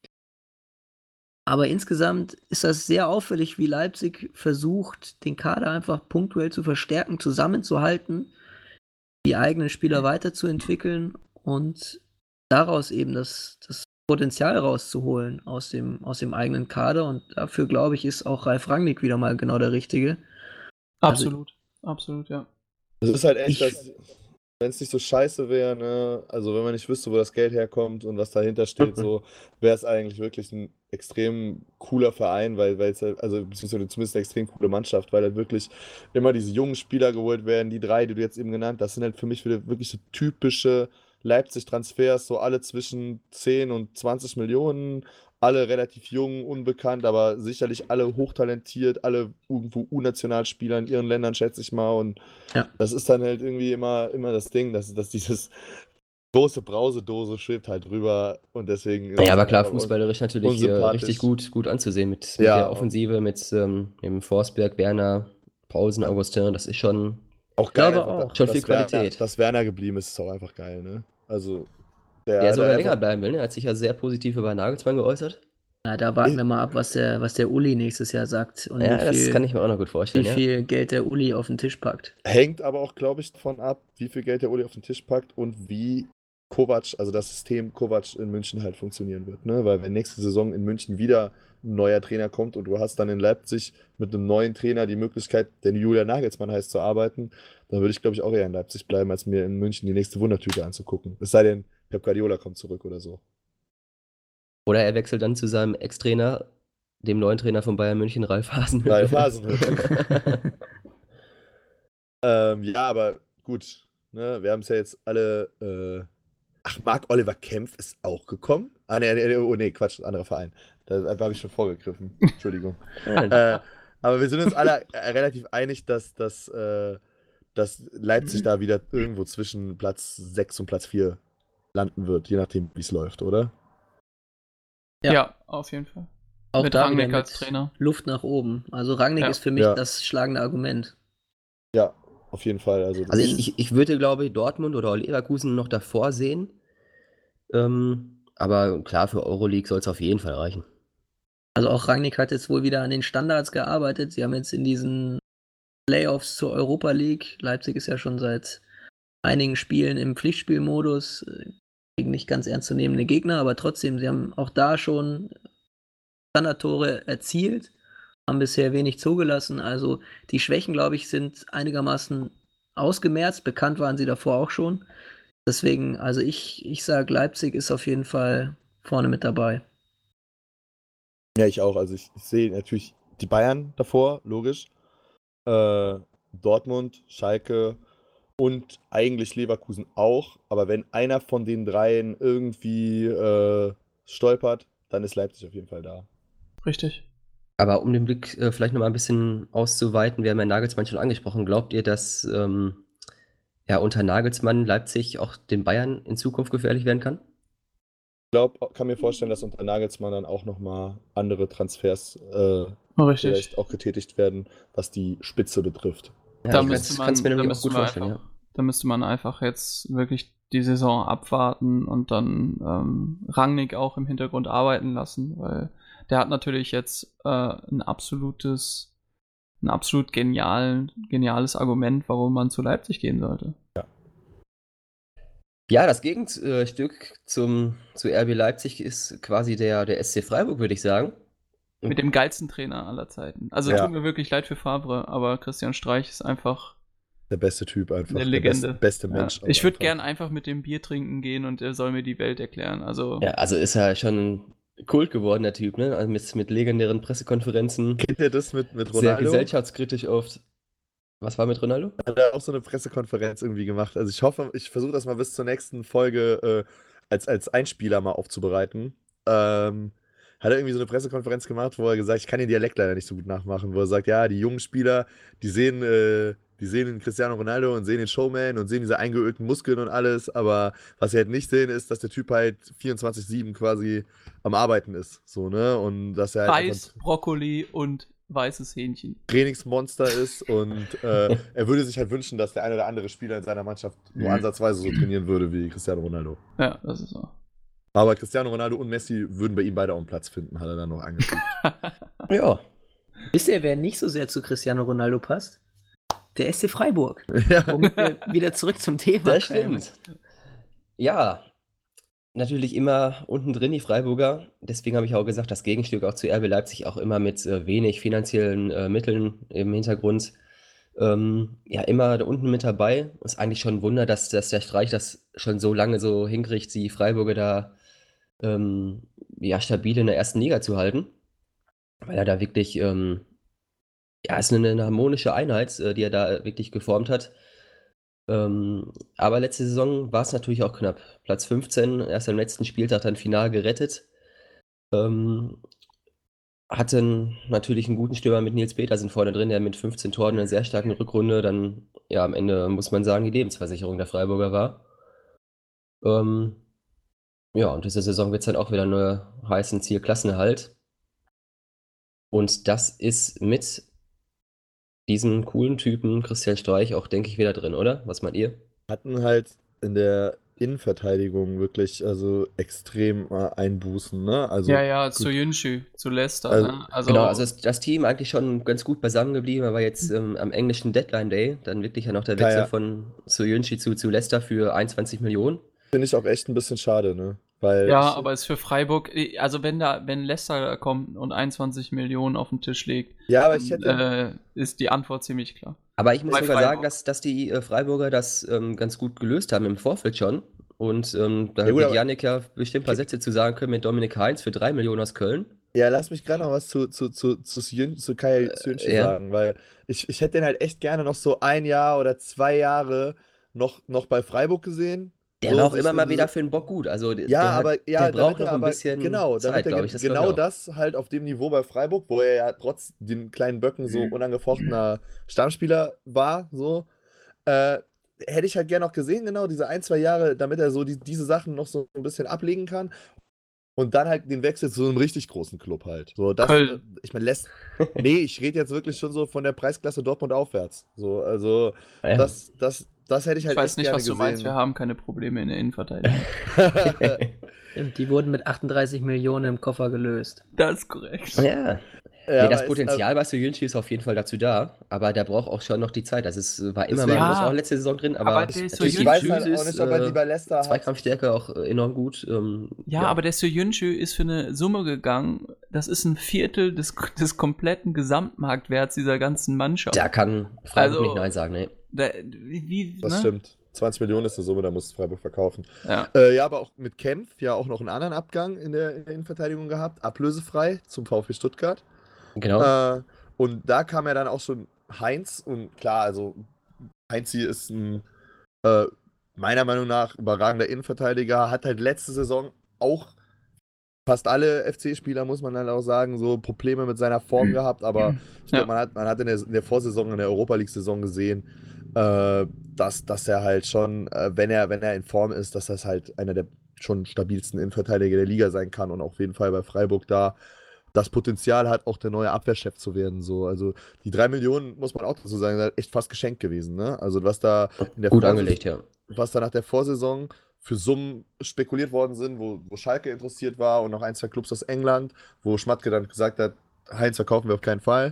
Aber insgesamt ist das sehr auffällig, wie Leipzig versucht, den Kader einfach punktuell zu verstärken, zusammenzuhalten, die eigenen Spieler weiterzuentwickeln und daraus eben das, das Potenzial rauszuholen aus dem, aus dem eigenen Kader. Und dafür, glaube ich, ist auch Ralf Rangnick wieder mal genau der Richtige. Absolut, also, absolut, ja. Es ist halt echt, dass, wenn es nicht so scheiße wäre, ne, also wenn man nicht wüsste, wo das Geld herkommt und was dahinter steht, so, wäre es eigentlich wirklich ein extrem cooler Verein, weil es halt, also beziehungsweise zumindest eine extrem coole Mannschaft, weil halt wirklich immer diese jungen Spieler geholt werden, die drei, die du jetzt eben genannt hast, sind halt für mich wieder wirklich so typische Leipzig-Transfers, so alle zwischen zehn und zwanzig Millionen, alle relativ jung, unbekannt, aber sicherlich alle hochtalentiert, alle irgendwo U-Nationalspieler in ihren Ländern, schätze ich mal. Und ja. das ist dann halt irgendwie immer, immer das Ding, dass, dass dieses große Brausedose schwebt halt drüber und deswegen. Ja, aber klar, fußballerisch natürlich äh, richtig gut, gut anzusehen mit, mit Ja. der Offensive, mit ähm, dem Forsberg, Werner, Pausen, Augustin, das ist schon, auch geil, glaube einfach, auch. schon dass viel Qualität. Werner, dass Werner geblieben ist, ist auch einfach geil, ne? Also, der, Der sogar der länger einfach, bleiben will, ne? Er hat sich ja sehr positiv über Nagelsmann geäußert. Na, da warten wir mal ab, was der, was der Uli nächstes Jahr sagt und Ja, wie das viel, kann ich mir auch noch gut vorstellen, wie ja. viel Geld der Uli auf den Tisch packt. hängt aber auch, glaube ich, davon ab, wie viel Geld der Uli auf den Tisch packt und wie Kovac, also das System Kovac in München halt funktionieren wird, ne? Weil wenn nächste Saison in München wieder ein neuer Trainer kommt und du hast dann in Leipzig mit einem neuen Trainer die Möglichkeit, der Julian Nagelsmann heißt, zu arbeiten, dann würde ich, glaube ich, auch eher in Leipzig bleiben, als mir in München die nächste Wundertüte anzugucken. Es sei denn, Pep Guardiola kommt zurück oder so. Oder er wechselt dann zu seinem Ex-Trainer, dem neuen Trainer von Bayern München, Ralf Hasenhüttl. Ralf Hasenhüttl. ähm, ja, aber gut, ne? Wir haben es ja jetzt alle. Äh, ach, Marc-Oliver Kempf ist auch gekommen? Ah, nee, nee, oh, nee, Quatsch, anderer Verein. Da, da habe ich schon vorgegriffen. Entschuldigung. äh, aber wir sind uns alle äh, relativ einig, dass, dass, äh, dass Leipzig da wieder irgendwo zwischen Platz sechs und Platz vier landen wird, je nachdem, wie es läuft, oder? Ja. ja, auf jeden Fall. Auch mit da Rangnick wieder als mit Trainer. Luft nach oben. Also Rangnick Ja. ist für mich Ja. das schlagende Argument. Ja, auf jeden Fall. Also, das Also ich, ich, ich würde, glaube ich, Dortmund oder Leverkusen noch davor sehen. Ähm, aber klar, für Euroleague soll es auf jeden Fall reichen. Also auch Rangnick hat jetzt wohl wieder an den Standards gearbeitet. Sie haben jetzt in diesen Playoffs zur Europa League, Leipzig ist ja schon seit einigen Spielen im Pflichtspielmodus, äh, gegen nicht ganz ernstzunehmende Gegner, aber trotzdem, sie haben auch da schon Standardtore erzielt, haben bisher wenig zugelassen. Also die Schwächen, glaube ich, sind einigermaßen ausgemerzt. Bekannt waren sie davor auch schon. Deswegen, also ich, ich sage, Leipzig ist auf jeden Fall vorne mit dabei. Ja, ich auch. Also ich, ich sehe natürlich die Bayern davor, logisch. Äh, Dortmund, Schalke und eigentlich Leverkusen auch. Aber wenn einer von den dreien irgendwie äh, stolpert, dann ist Leipzig auf jeden Fall da. Richtig. Aber um den Blick äh, vielleicht nochmal ein bisschen auszuweiten, wir haben ja Nagelsmann schon angesprochen. Glaubt ihr, dass ähm, ja, unter Nagelsmann Leipzig auch den Bayern in Zukunft gefährlich werden kann? Ich glaube, kann mir vorstellen, dass unter Nagelsmann dann auch nochmal andere Transfers äh, Richtig. vielleicht auch getätigt werden, was die Spitze betrifft. Ja, Da ich müsste kann es man- mir da nämlich auch müsste gut man vorstellen, einfach- ja. Da müsste man einfach jetzt wirklich die Saison abwarten und dann ähm, Rangnick auch im Hintergrund arbeiten lassen, weil der hat natürlich jetzt äh, ein absolutes, ein absolut genial, geniales Argument, warum man zu Leipzig gehen sollte. Ja, das Gegenstück zum, zu R B Leipzig ist quasi der, der S C Freiburg, würde ich sagen. Mit dem geilsten Trainer aller Zeiten. Also Ja. tut mir wirklich leid für Favre, aber Christian Streich ist einfach Der beste Typ einfach. eine Der Legende. beste, beste Ja. Mensch. auch Ich würde einfach. gern einfach mit dem Bier trinken gehen und er soll mir die Welt erklären. Also Ja, also ist er schon Kult geworden, der Typ, ne? Also mit, mit legendären Pressekonferenzen, Kennt ihr das mit, mit sehr Ronaldo? gesellschaftskritisch oft. Was war mit Ronaldo? Hat er auch so eine Pressekonferenz irgendwie gemacht. Also ich hoffe, ich versuche das mal bis zur nächsten Folge äh, als, als Einspieler mal aufzubereiten. Ähm, hat er irgendwie so eine Pressekonferenz gemacht, wo er gesagt hat, ich kann den Dialekt leider nicht so gut nachmachen, wo er sagt, ja, die jungen Spieler, die sehen, äh, die sehen den Cristiano Ronaldo und sehen den Showman und sehen diese eingeölten Muskeln und alles, aber was sie halt nicht sehen, ist, dass der Typ halt vierundzwanzig sieben quasi am Arbeiten ist, so, ne, und dass er halt Reis, Brokkoli und weißes Hähnchen. Trainingsmonster ist und äh, er würde sich halt wünschen, dass der eine oder andere Spieler in seiner Mannschaft nur ansatzweise so trainieren würde wie Cristiano Ronaldo. Ja, das ist so. Aber Cristiano Ronaldo und Messi würden bei ihm beide auch einen Platz finden, hat er dann noch angefügt. Ja. Wisst ihr, wer nicht so sehr zu Cristiano Ronaldo passt? Der S C Freiburg. Ja. Womit wir wieder zurück zum Thema. Das stimmt. Ja, natürlich immer unten drin die Freiburger. Deswegen habe ich auch gesagt, das Gegenstück auch zu R B Leipzig auch immer mit äh, wenig finanziellen äh, Mitteln im Hintergrund. Ähm, ja, immer da unten mit dabei. Ist eigentlich schon ein Wunder, dass, dass der Streich das schon so lange so hinkriegt, die Freiburger da ähm, ja, stabil in der ersten Liga zu halten. Weil er da wirklich, ähm, ja, ist eine, eine harmonische Einheit, äh, die er da wirklich geformt hat. Ähm, aber letzte Saison war es natürlich auch knapp. Platz fünfzehn, erst am letzten Spieltag dann final gerettet. Ähm, hatten natürlich einen guten Stürmer mit Nils Petersen vorne drin, der mit fünfzehn Toren in einer sehr starken Rückrunde dann, ja, am Ende muss man sagen, die Lebensversicherung der Freiburger war. Ähm, ja, und diese Saison wird es dann auch wieder nur heißen Ziel Klassenerhalt. Und das ist mit diesem coolen Typen Christian Streich auch, denke ich, wieder drin, oder? Was meint ihr? Hatten halt in der Innenverteidigung wirklich also extrem äh, Einbußen, ne? Also ja, ja, gut. zu Jünschi, zu Leicester. Also- ne? also Genau, also das, das Team eigentlich schon ganz gut beisammen geblieben, aber jetzt ähm, am englischen Deadline Day dann wirklich ja noch der Ja, Wechsel ja. von Soyunchi zu, zu Leicester für einundzwanzig Millionen. Finde ich auch echt ein bisschen schade, ne? Weil ja, ich, aber ist für Freiburg, also wenn da, wenn Leicester da kommt und einundzwanzig Millionen auf den Tisch legt, ja, aber ich hätte äh, ist die Antwort ziemlich klar. Aber ich muss Bei sogar Freiburg. sagen, dass, dass die äh, Freiburger das ähm, ganz gut gelöst haben im Vorfeld schon. Und ähm, da Ja, gut, wird aber- Yannick ja bestimmt ein paar Sätze zu sagen können mit Dominik Heinz für drei Millionen aus Köln. Ja, lass mich gerade noch was zu, zu, zu, zu, Suyun- zu Kai Suyunchi ja. sagen, weil ich, ich hätte den halt echt gerne noch so ein Jahr oder zwei Jahre noch, noch bei Freiburg gesehen. Der So, war auch sich immer so mal diese- wieder für den Bock gut. Also der, Ja, der hat, aber ja, der damit braucht er noch ein aber, bisschen genau, damit Zeit, er glaube ge- ich. Das genau glaub ich auch. das halt auf dem Niveau bei Freiburg, wo er ja trotz den kleinen Böcken so Mhm. unangefochtener Stammspieler war, so, äh, hätte ich halt gerne noch gesehen, genau, diese ein, zwei Jahre, damit er so die, diese Sachen noch so ein bisschen ablegen kann. Und dann halt den Wechsel zu einem richtig großen Club halt. So, das, Köln. äh, ich meine, lässt. Nee, ich rede jetzt wirklich schon so von der Preisklasse Dortmund aufwärts. So, also, Ja. das, das, das hätte ich Ich halt weiß echt nicht, gerne was du gesehen. meinst, wir haben keine Probleme in der Innenverteidigung. Stimmt, die wurden mit achtunddreißig Millionen im Koffer gelöst. Das ist korrekt. Ja. Ja, nee, das aber Potenzial bei Soyunchi ist auf jeden Fall dazu da, aber der braucht auch schon noch die Zeit. Das ist, war immer Deswegen- mal groß, Ja. auch letzte Saison drin, aber, Aber der natürlich Ich Soyuncu die weiß halt Physis, auch nicht, ob er die äh, bei Leicester hat. Zweikampfstärke auch äh, enorm gut. Ähm, Ja, aber der Soyuncu ist für eine Summe gegangen, das ist ein Viertel des, des kompletten Gesamtmarktwerts dieser ganzen Mannschaft. Da kann Freiburg Also- nicht Nein sagen, ne? Da, wie, wie, Das ne? stimmt. zwanzig Millionen ist eine Summe, da muss Freiburg verkaufen. Ja. Äh, ja, aber auch mit Kempf ja auch noch einen anderen Abgang in der, in der Innenverteidigung gehabt. Ablösefrei zum VfB Stuttgart. Genau. Äh, und da kam ja dann auch schon Heinz und klar, also Heinzi ist ein äh, meiner Meinung nach überragender Innenverteidiger, hat halt letzte Saison auch fast alle F C-Spieler, muss man halt auch sagen, so Probleme mit seiner Form gehabt, aber ich Ja. glaube, man hat, man hat in, der, in der Vorsaison, in der Europa League-Saison gesehen, äh, dass, dass er halt schon, äh, wenn er, wenn er in Form ist, dass das halt einer der schon stabilsten Innenverteidiger der Liga sein kann und auf jeden Fall bei Freiburg da das Potenzial hat, auch der neue Abwehrchef zu werden. So. Also die drei Millionen, muss man auch dazu sagen, sind echt fast geschenkt gewesen. Ne? Also was da in der Gut Vorsaison- angelegt, ja. was da nach der Vorsaison für Summen spekuliert worden sind, wo, wo Schalke interessiert war und noch ein, zwei Clubs aus England, wo Schmatke dann gesagt hat, Heinz verkaufen wir auf keinen Fall.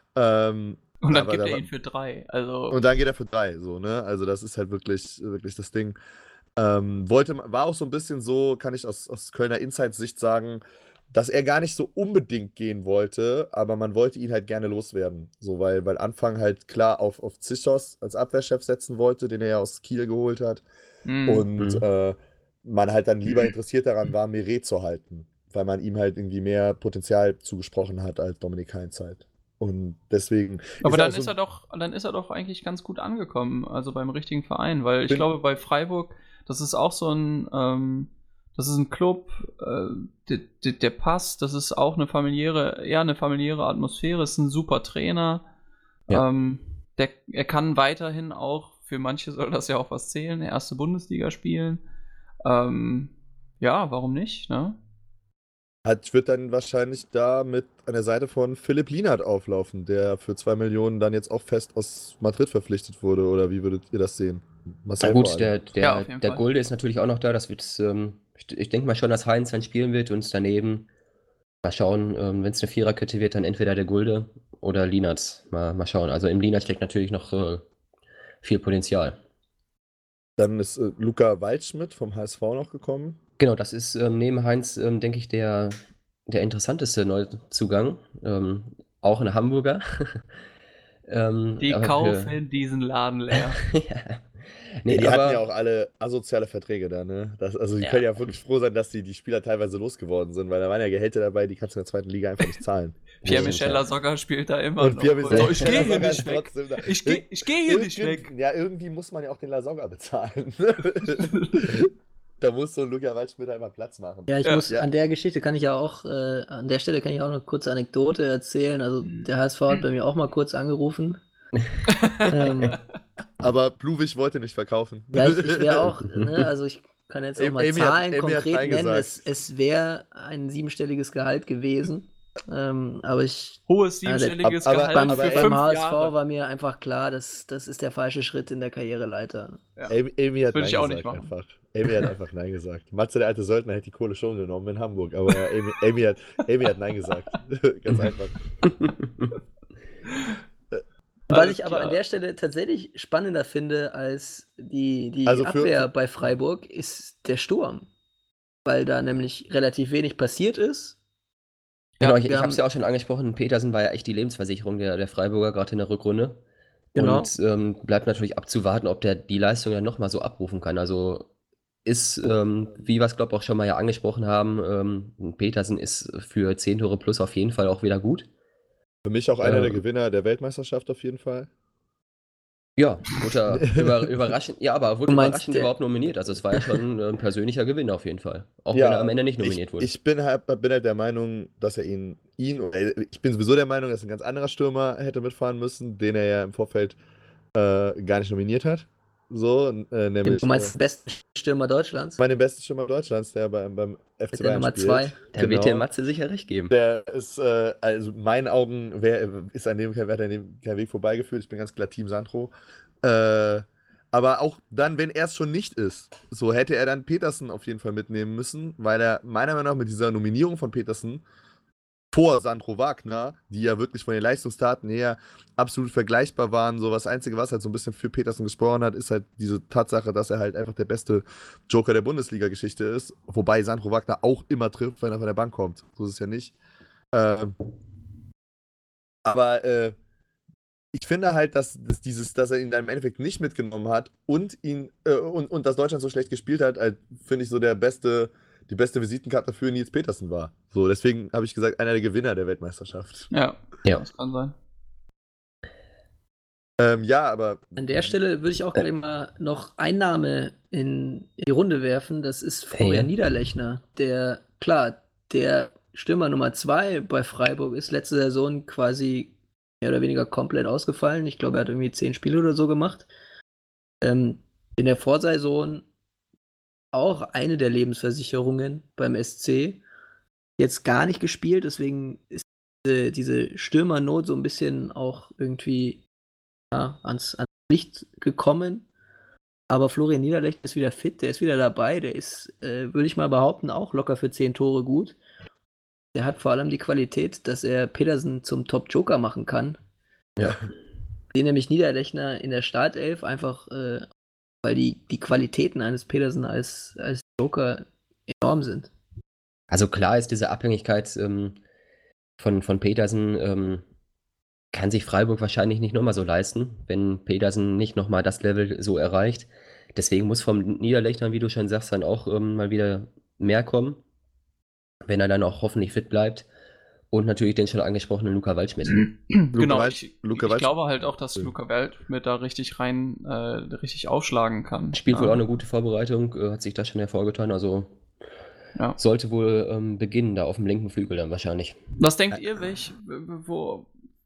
Ähm, Und dann aber gibt da er war- ihn für drei. Also, und dann geht er für drei, so, ne? Also das ist halt wirklich, wirklich das Ding. Ähm, wollte, war auch so ein bisschen so, kann ich aus, aus Kölner Insights-Sicht sagen, dass er gar nicht so unbedingt gehen wollte, aber man wollte ihn halt gerne loswerden. So, weil, weil Anfang halt klar auf, auf Zichos als Abwehrchef setzen wollte, den er ja aus Kiel geholt hat. mh, Und Mhm. äh, man halt dann lieber interessiert daran war, Meret zu halten, weil man ihm halt irgendwie mehr Potenzial zugesprochen hat als Dominik Heinz halt. Und deswegen. aber er dann auch so- ist er doch, dann ist er doch eigentlich ganz gut angekommen, also beim richtigen Verein, weil ich Bin- glaube, bei Freiburg, das ist auch so ein, ähm, das ist ein Club, äh, der, der, der passt, das ist auch eine familiäre, eher eine familiäre Atmosphäre, ist ein super Trainer. Ja. Ähm, der, er kann weiterhin auch, für manche soll das ja auch was zählen, erste Bundesliga spielen. Ähm, ja, warum nicht, ne? Ich würde dann wahrscheinlich da mit an der Seite von Philipp Lienhardt auflaufen, der für zwei Millionen dann jetzt auch fest aus Madrid verpflichtet wurde. Oder wie würdet ihr das sehen? Marcel, Na gut, der, der, ja, der Gulde ist natürlich auch noch da. Das wird, ähm, ich, ich denke mal schon, dass Heinz dann spielen wird und daneben mal schauen, ähm, wenn es eine Viererkette wird, dann entweder der Gulde oder Lienhardt. Mal, mal schauen. Also im Lienhardt steckt natürlich noch äh, viel Potenzial. Dann ist äh, Luca Waldschmidt vom H S V noch gekommen. Genau, das ist ähm, neben Heinz, ähm, denke ich, der, der interessanteste Neuzugang. Ähm, auch ein Hamburger. ähm, die kaufen für... diesen Laden leer. ja. Nee, ja, die aber... hatten ja auch alle asoziale Verträge da, ne? Das, also die ja. können ja wirklich froh sein, dass die, die Spieler teilweise losgeworden sind, weil da waren ja Gehälter dabei, die kannst du in der zweiten Liga einfach nicht zahlen. Pierre-Michel Lasogga spielt da immer und noch. Pierre so, ich gehe hier nicht weg. Ich gehe ich geh hier nicht weg. Ja, irgendwie muss man ja auch den Lasogga bezahlen. Da muss so ein Luca Waldschmidt einmal Platz machen. Ja, ich ja. muss, ja. an der Geschichte kann ich ja auch, äh, an der Stelle kann ich auch eine kurze Anekdote erzählen. Also der H S V hat bei mir auch mal kurz angerufen. ähm, Aber Bluwig wollte nicht verkaufen. Ja, ich, ich wäre auch, ne, also ich kann jetzt auch mal Amy Zahlen hat, konkret nennen. Es, es wäre ein siebenstelliges Gehalt gewesen. Ähm, aber ich. Hohes siebenstelliges äh, ab, Gehalt. Beim, für beim fünf H S V Jahre. war mir einfach klar, dass das ist der falsche Schritt in der Karriereleiter. Ja. Amy, Amy hat Würde Nein ich auch gesagt nicht machen. Einfach. Amy hat einfach Nein gesagt. Matze, der alte Söldner, hätte die Kohle schon genommen in Hamburg, aber Amy, Amy, hat, Amy hat Nein gesagt. Ganz einfach. Was ich aber an der Stelle tatsächlich spannender finde als die, die also Abwehr für, bei Freiburg ist der Sturm. Weil da nämlich relativ wenig passiert ist. Genau, ich, ich habe es ja auch schon angesprochen, Petersen war ja echt die Lebensversicherung der, der Freiburger, gerade in der Rückrunde. Genau. Und ähm, bleibt natürlich abzuwarten, ob der die Leistung dann nochmal so abrufen kann. Also ist, ähm, wie wir es, glaube ich, auch schon mal ja angesprochen haben, ähm, Petersen ist für zehn Tore plus auf jeden Fall auch wieder gut. Für mich auch einer äh, der Gewinner der Weltmeisterschaft auf jeden Fall. Ja, wurde über, überraschend, ja, aber wurde überraschend der... überhaupt nominiert. Also es war ja schon ein persönlicher Gewinn auf jeden Fall. Auch ja, wenn er am Ende nicht nominiert ich, wurde. Ich bin halt, bin halt der Meinung, dass er ihn, ihn, ich bin sowieso der Meinung, dass ein ganz anderer Stürmer hätte mitfahren müssen, den er ja im Vorfeld äh, gar nicht nominiert hat. So, äh, nämlich, du meinst den besten Stürmer Deutschlands? Ich meine den besten Stürmer Deutschlands, der beim, beim F C Bayern Nummer spielt. zwei. Da genau. wird der Matze sicher recht geben. Der ist, äh, also in meinen Augen, wär, ist an dem kein, kein Weg vorbeigeführt. Ich bin ganz klar Team Sandro. Äh, aber auch dann, wenn er es schon nicht ist, so hätte er dann Petersen auf jeden Fall mitnehmen müssen, weil er meiner Meinung nach mit dieser Nominierung von Petersen vor Sandro Wagner, die ja wirklich von den Leistungstaten her absolut vergleichbar waren, so das Einzige, was halt so ein bisschen für Petersen gesprochen hat, ist halt diese Tatsache, dass er halt einfach der beste Joker der Bundesliga-Geschichte ist, wobei Sandro Wagner auch immer trifft, wenn er von der Bank kommt. So ist es ja nicht. Ähm, aber äh, ich finde halt, dass, dass, dieses, dass er ihn dann im Endeffekt nicht mitgenommen hat und ihn äh, und, und dass Deutschland so schlecht gespielt hat, halt, finde ich so der beste, die beste Visitenkarte für Nils Petersen war. So, deswegen habe ich gesagt, einer der Gewinner der Weltmeisterschaft. Ja, ja. Das kann sein. Ähm, ja, aber. An der Stelle würde ich auch gleich mal noch einen Namen in die Runde werfen. Das ist Florian hey. Niederlechner. Der, klar, der Stürmer Nummer zwei bei Freiburg ist letzte Saison quasi mehr oder weniger komplett ausgefallen. Ich glaube, er hat irgendwie zehn Spiele oder so gemacht. Ähm, in der Vorsaison auch eine der Lebensversicherungen beim S C. Jetzt gar nicht gespielt, deswegen ist diese, diese Stürmernot so ein bisschen auch irgendwie ja, ans, ans Licht gekommen. Aber Florian Niederlechner ist wieder fit, der ist wieder dabei, der ist, äh, würde ich mal behaupten, auch locker für zehn Tore gut. Der hat vor allem die Qualität, dass er Petersen zum Top-Joker machen kann. Ja. Den nämlich Niederlechner in der Startelf einfach, äh, weil die, die Qualitäten eines Petersen als, als Joker enorm sind. Also klar ist diese Abhängigkeit ähm, von, von Petersen, ähm, kann sich Freiburg wahrscheinlich nicht nochmal so leisten, wenn Petersen nicht nochmal das Level so erreicht. Deswegen muss vom Niederlechner, wie du schon sagst, dann auch ähm, mal wieder mehr kommen, wenn er dann auch hoffentlich fit bleibt. Und natürlich den schon angesprochenen Luca Waldschmidt. Genau, Luca ich, Luca ich glaube halt auch, dass Luca Waldschmidt da richtig rein, äh, richtig aufschlagen kann. Spielt ja. wohl auch eine gute Vorbereitung, äh, hat sich das schon hervorgetan, also ja. sollte wohl ähm, beginnen, da auf dem linken Flügel dann wahrscheinlich. Was denkt ihr, welch, wo,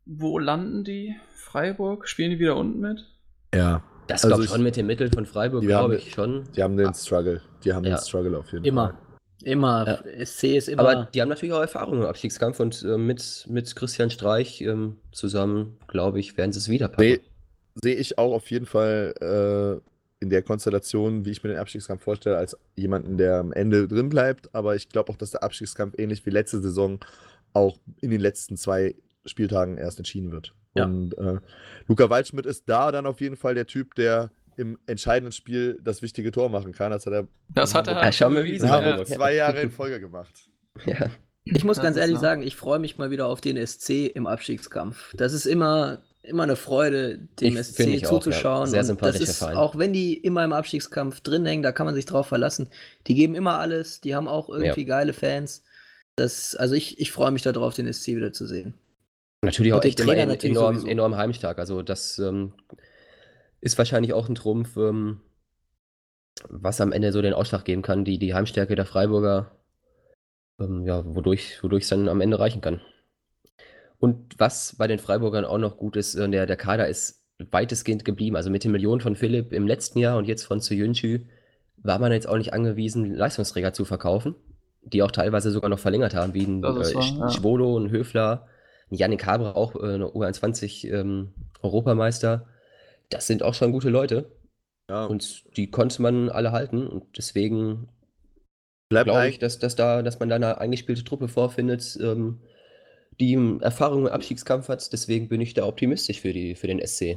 wo landen die? Freiburg? Spielen die wieder unten mit? Ja. Das Also glaube ich ich- schon mit dem Mittel von Freiburg, Die haben- glaube ich schon. Die haben den Struggle. Die haben Ja. den Struggle auf jeden Immer. Fall. Immer. Ja. S C ist immer. Aber die haben natürlich auch Erfahrung im Abstiegskampf und äh, mit, mit Christian Streich ähm, zusammen, glaube ich, werden sie es wieder packen. Sehe seh ich auch auf jeden Fall äh, in der Konstellation, wie ich mir den Abstiegskampf vorstelle, als jemanden, der am Ende drin bleibt. Aber ich glaube auch, dass der Abstiegskampf ähnlich wie letzte Saison auch in den letzten zwei Spieltagen erst entschieden wird. Ja. Und äh, Luca Waldschmidt ist da dann auf jeden Fall der Typ, der im entscheidenden Spiel das wichtige Tor machen kann. Das hat er, Das hat er Ja, halt schau schon mal, bewiesen. wie haben Ja. wir zwei Jahre in Folge gemacht. Ja. Ich muss Das ganz ist ehrlich so. sagen, ich freue mich mal wieder auf den S C im Abstiegskampf. Das ist immer, immer eine Freude, dem Ich- S find C ich auch, ja. zuzuschauen. Sehr Und das sympathischer ist, Verein. auch wenn die immer im Abstiegskampf drin hängen, da kann man sich drauf verlassen. Die geben immer alles, die haben auch irgendwie geile Fans. Das, also ich, ich freue mich darauf, den S C wieder zu sehen. Natürlich auch Und den echt immer Trainer en- natürlich enorm, sowieso. enorm heimstark. Also das ähm, ist wahrscheinlich auch ein Trumpf, ähm, was am Ende so den Ausschlag geben kann, die, die Heimstärke der Freiburger, ähm, ja, wodurch es dann am Ende reichen kann. Und was bei den Freiburgern auch noch gut ist, äh, der, der Kader ist weitestgehend geblieben. Also mit den Millionen von Philipp im letzten Jahr und jetzt von Söyüncü war man jetzt auch nicht angewiesen, Leistungsträger zu verkaufen, die auch teilweise sogar noch verlängert haben, wie ein Das ist äh, wahr, Sch- ja. Schwolo, ein Höfler, ein Yannick Haber, auch äh, eine U einundzwanzig ähm, Europameister. Das sind auch schon gute Leute Ja. und die konnte man alle halten und deswegen Bleibt glaube ich, eigentlich, dass, dass, da, dass man da eine eingespielte Truppe vorfindet, ähm, die Erfahrung im Abstiegskampf hat. Deswegen bin ich da optimistisch für, die, für den S C.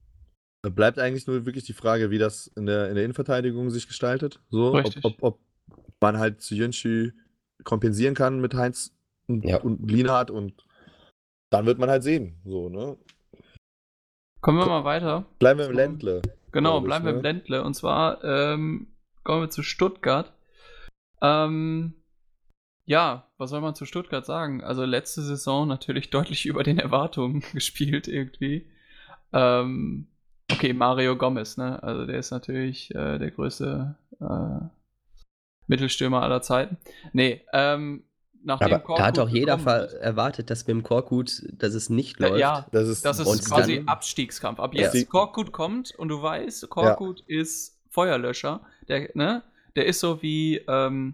bleibt eigentlich nur wirklich die Frage, wie das in der, in der Innenverteidigung sich gestaltet. So, ob, Richtig. ob, ob man halt Söyüncü kompensieren kann mit Heinz und, Ja. und Lienhardt und dann wird man halt sehen. So, ne? Kommen wir mal weiter. Bleiben wir im So. Ländle. Genau, glaub ich, bleiben wir ne? im Ländle. Und zwar ähm, kommen wir zu Stuttgart. Ähm, ja, was soll man zu Stuttgart sagen? Also letzte Saison natürlich deutlich über den Erwartungen gespielt irgendwie. Ähm, okay, Mario Gomez, ne? Also der ist natürlich äh, der größte äh, Mittelstürmer aller Zeiten. Nee, ähm, nachdem Aber da hat Korkut auch jeder gekommen ver- erwartet, dass mit dem Korkut, dass es nicht Äh, läuft. ja, Das ist, das ist Und quasi dann- Abstiegskampf. Ab Ja. jetzt Korkut kommt und du weißt, Korkut ist Feuerlöscher. Der, ne? Der ist so wie, ähm,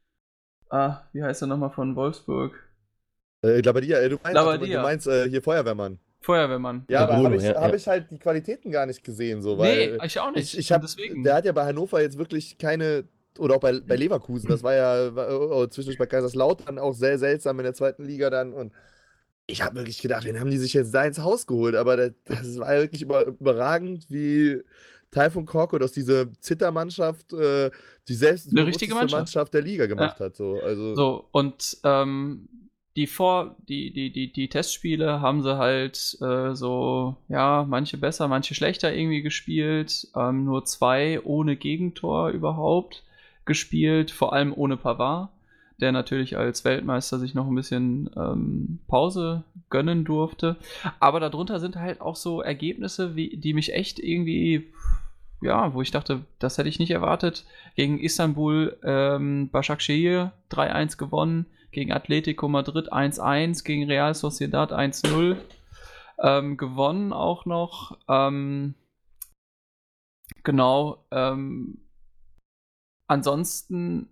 ah, wie heißt er nochmal von Wolfsburg? äh, Labadia, äh, du meinst, Labadia. du meinst äh, hier Feuerwehrmann. Feuerwehrmann. Ja, Ja, aber Bruno, habe ich, ja, hab ja. ich halt die Qualitäten gar nicht gesehen. So, Nee, weil ich auch nicht. ich, ich Und hab, deswegen. der hat ja bei Hannover jetzt wirklich keine, oder auch bei, bei Leverkusen, das war ja war, oh, zwischendurch bei Kaiserslautern auch sehr seltsam in der zweiten Liga dann und ich habe wirklich gedacht, wen haben die sich jetzt da ins Haus geholt, aber das, das war ja wirklich über, überragend, wie Taifun Korkut aus dieser Zittermannschaft äh, die selbstbewussteste richtige Mannschaft. Mannschaft der Liga gemacht hat. So, also, So, und ähm, die Vor-, die, die, die, die Testspiele haben sie halt äh, so, ja, manche besser, manche schlechter irgendwie gespielt. Ähm, nur zwei ohne Gegentor überhaupt gespielt, vor allem ohne Pavard, der natürlich als Weltmeister sich noch ein bisschen ähm, Pause gönnen durfte. Aber darunter sind halt auch so Ergebnisse, wie, die mich echt irgendwie, ja, wo ich dachte, das hätte ich nicht erwartet. Gegen Istanbul, ähm, Başakşehir drei eins gewonnen, gegen Atletico Madrid eins eins, gegen Real Sociedad eins null ähm, gewonnen auch noch. Ähm, genau. Ähm, ansonsten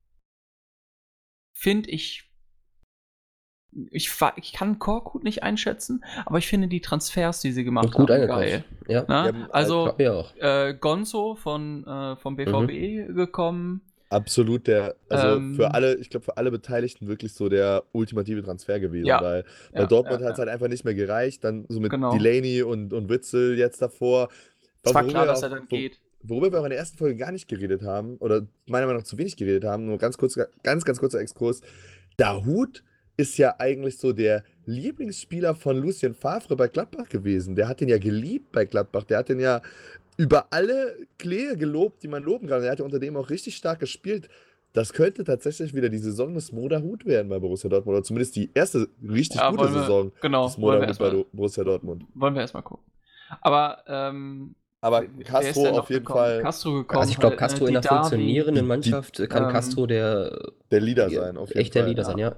finde ich, ich, fa- ich kann Korkut nicht einschätzen, aber ich finde die Transfers, die sie gemacht Gut haben, eingekauft. geil. Ja, Na? Die haben Also glaub ich auch. äh, Gonzo von, äh, vom B V B gekommen. absolut der, also Ähm, für alle, ich glaube für alle Beteiligten wirklich so der ultimative Transfer gewesen, Ja. weil bei Ja, Dortmund ja, hat es ja. halt einfach nicht mehr gereicht, dann so mit Genau. Delaney und, und Witzel jetzt davor. Es war Worüber klar, wir dass er auch- dann wo- geht. Worüber wir auch in der ersten Folge gar nicht geredet haben, oder meiner Meinung nach zu wenig geredet haben, nur ganz kurz, ganz, ganz kurzer Exkurs. Dahut ist ja eigentlich so der Lieblingsspieler von Lucien Favre bei Gladbach gewesen. Der hat den ja geliebt bei Gladbach. Der hat den ja über alle Klee gelobt, die man loben kann. Der hat ja unter dem auch richtig stark gespielt. Das könnte tatsächlich wieder die Saison des Mo Dahut werden bei Borussia Dortmund. Oder zumindest die erste richtig Ja, gute wollen wir- Saison genau, des Mo wollen wir Dahut bei erstmal- Do- Borussia Dortmund. Wollen wir erstmal gucken. Aber, ähm, Aber wer ist Castro denn noch auf jeden gekommen? Fall Castro gekommen. Also ich glaube, halt, Castro ne, in einer Didavi, funktionierenden die- Mannschaft kann ähm, Castro der der Leader sein. Auf jeden echt der Fall. Leader sein, ja. ja.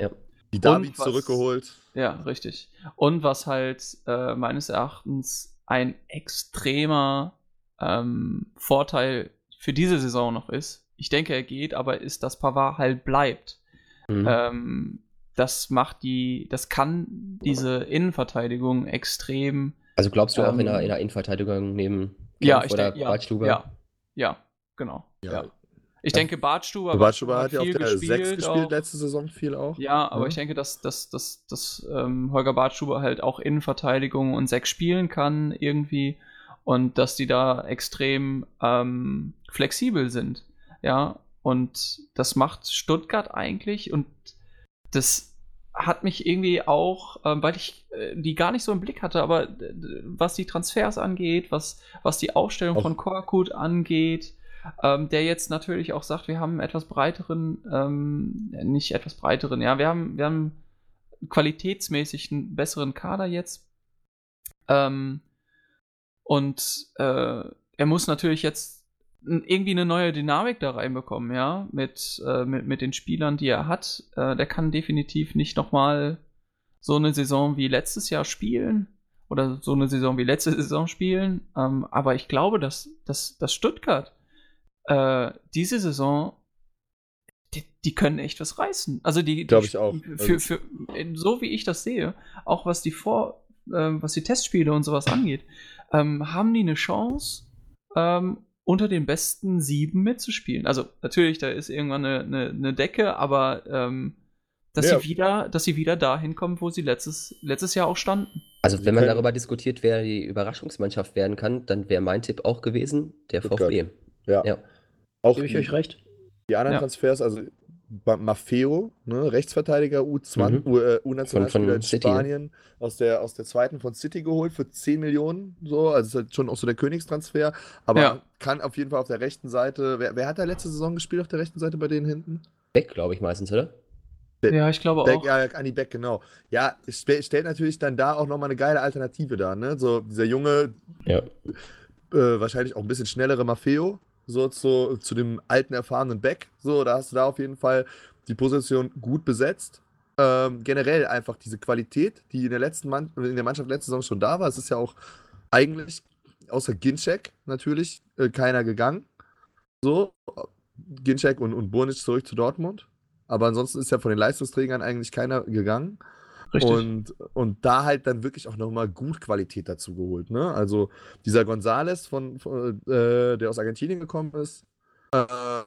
Die Und David was- zurückgeholt. Ja, richtig. Und was halt äh, meines Erachtens ein extremer ähm, Vorteil für diese Saison noch ist, ich denke, er geht, aber ist, dass Pavard halt bleibt. Mhm. Ähm, das macht die, das kann diese Innenverteidigung extrem. Also glaubst du auch in ähm, der, in der Innenverteidigung neben Ja, Kempf ich oder denke, ja, Bartstuber? ja, ja, genau. Ja. Ja. Ich Ja, denke, Bartstuber, Bartstuber Bartstuber hat ja auf viel der sechs gespielt, gespielt auch. letzte Saison viel auch. Ja, aber Ja. ich denke, dass, dass, dass, dass ähm, Holger Bartstuber halt auch Innenverteidigung und Sechs spielen kann irgendwie und dass die da extrem ähm, flexibel sind. Ja, und das macht Stuttgart eigentlich und das hat mich irgendwie auch, ähm, weil ich äh, die gar nicht so im Blick hatte, aber äh, was die Transfers angeht, was, was die Aufstellung Auch- von Korkut angeht, ähm, der jetzt natürlich auch sagt, wir haben einen etwas breiteren, ähm, nicht etwas breiteren, ja, wir haben, wir haben qualitätsmäßig einen besseren Kader jetzt. Ähm, und äh, er muss natürlich jetzt n- irgendwie eine neue Dynamik da reinbekommen, ja, mit, äh, mit, mit den Spielern, die er hat. Äh, der kann definitiv nicht nochmal so eine Saison wie letztes Jahr spielen oder so eine Saison wie letzte Saison spielen. Ähm, aber ich glaube, dass, dass, dass Stuttgart äh, diese Saison, die, die können echt was reißen. Also die, die Glaube ich auch. Für, für, so wie ich das sehe, auch was die Vor, ähm, was die Testspiele und sowas angeht, ähm, haben die eine Chance, ähm, unter den besten sieben mitzuspielen. Also natürlich, da ist irgendwann eine, eine, eine Decke, aber ähm, dass, Ja. sie wieder, dass sie wieder dahin kommen, wo sie letztes, letztes Jahr auch standen. Also Sie wenn man können- darüber diskutiert, wer die Überraschungsmannschaft werden kann, dann wäre mein Tipp auch gewesen, der Stuttgart. VfB. Ja. Ja. Auch Gebe ich die, euch recht. die anderen Ja. Transfers, also Ba- Maffeo, ne, Rechtsverteidiger U zwanzig, Mhm. U, äh, U-Nationalspieler Von- in von City, Spanien, aus der, aus der zweiten von City geholt für zehn Millionen, so, also ist halt schon auch so der Königstransfer, aber Ja. kann auf jeden Fall auf der rechten Seite, wer, wer hat da letzte Saison gespielt auf der rechten Seite bei denen hinten? Beck, glaube ich meistens, oder? Ja, ich glaube Beck, auch. ja, Anni Beck, genau. Ja, es stellt stellt natürlich dann da auch nochmal eine geile Alternative dar, ne? So dieser junge, Ja. äh, wahrscheinlich auch ein bisschen schnellere Maffeo, so zu, zu dem alten, erfahrenen Beck. So, da hast du da auf jeden Fall die Position gut besetzt. Ähm, generell einfach diese Qualität, die in der letzten Mann in der Mannschaft letzte Saison schon da war. Es ist ja auch eigentlich, außer Ginczek natürlich, äh, keiner gegangen. So, Ginczek und, und Burnic zurück zu Dortmund. Aber ansonsten ist ja von den Leistungsträgern eigentlich keiner gegangen. Richtig. Und, und da halt dann wirklich auch nochmal gut Qualität dazu geholt. Ne? Also dieser González, von, von, äh, der aus Argentinien gekommen ist, äh,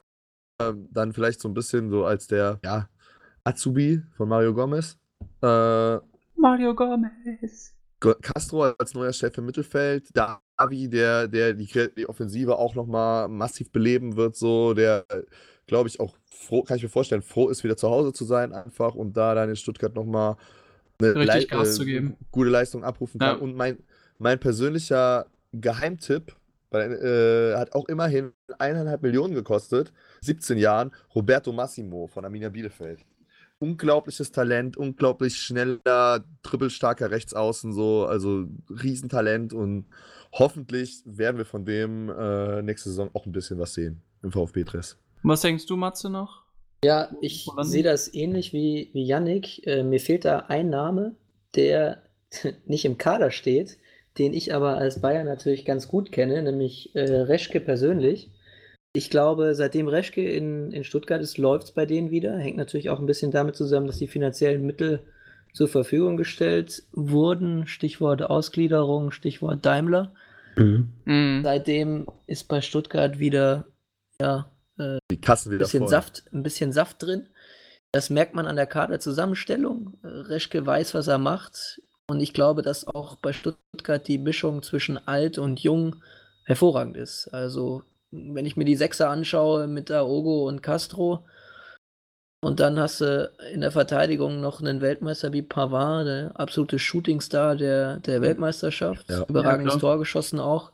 äh, dann vielleicht so ein bisschen so als der ja, Azubi von Mario Gomez. Äh, Mario Gomez. Go- Castro als neuer Chef im Mittelfeld, Davi, der, der die, Kre- die Offensive auch nochmal massiv beleben wird, so, der, glaube ich, auch froh, kann ich mir vorstellen, froh ist, wieder zu Hause zu sein, einfach und da dann in Stuttgart nochmal eine Richtig Lei- Gas zu geben. gute Leistung abrufen kann. Ja. Und mein, mein persönlicher Geheimtipp, weil, äh, hat auch immerhin eineinhalb Millionen gekostet, siebzehn Jahren, Roberto Massimo von Arminia Bielefeld. Unglaubliches Talent, unglaublich schneller, dribbelstarker Rechtsaußen, so, also Riesentalent und hoffentlich werden wir von dem äh, nächste Saison auch ein bisschen was sehen im VfB-Dress. Was denkst du, Matze, noch? Ja, ich Woran sehe liegt? das ähnlich wie, wie Yannick. Äh, mir fehlt da ein Name, der nicht im Kader steht, den ich aber als Bayern natürlich ganz gut kenne, nämlich äh, Reschke persönlich. Ich glaube, seitdem Reschke in, in Stuttgart ist, läuft es bei denen wieder. Hängt natürlich auch ein bisschen damit zusammen, dass die finanziellen Mittel zur Verfügung gestellt wurden. Stichwort Ausgliederung, Stichwort Daimler. Mhm. Mhm. Seitdem ist bei Stuttgart wieder ja, Die Kassen ein wieder bisschen voll. Saft, ein bisschen Saft drin. Das merkt man an der Kaderzusammenstellung. Äh, Reschke weiß, was er macht. Und ich glaube, dass auch bei Stuttgart die Mischung zwischen alt und jung hervorragend ist. Also, wenn ich mir die Sechser anschaue mit Aogo und Castro und dann hast du in der Verteidigung noch einen Weltmeister wie Pavard, der absolute Shootingstar der, der Weltmeisterschaft. Ja. Überragendes Ja, klar. Tor geschossen auch.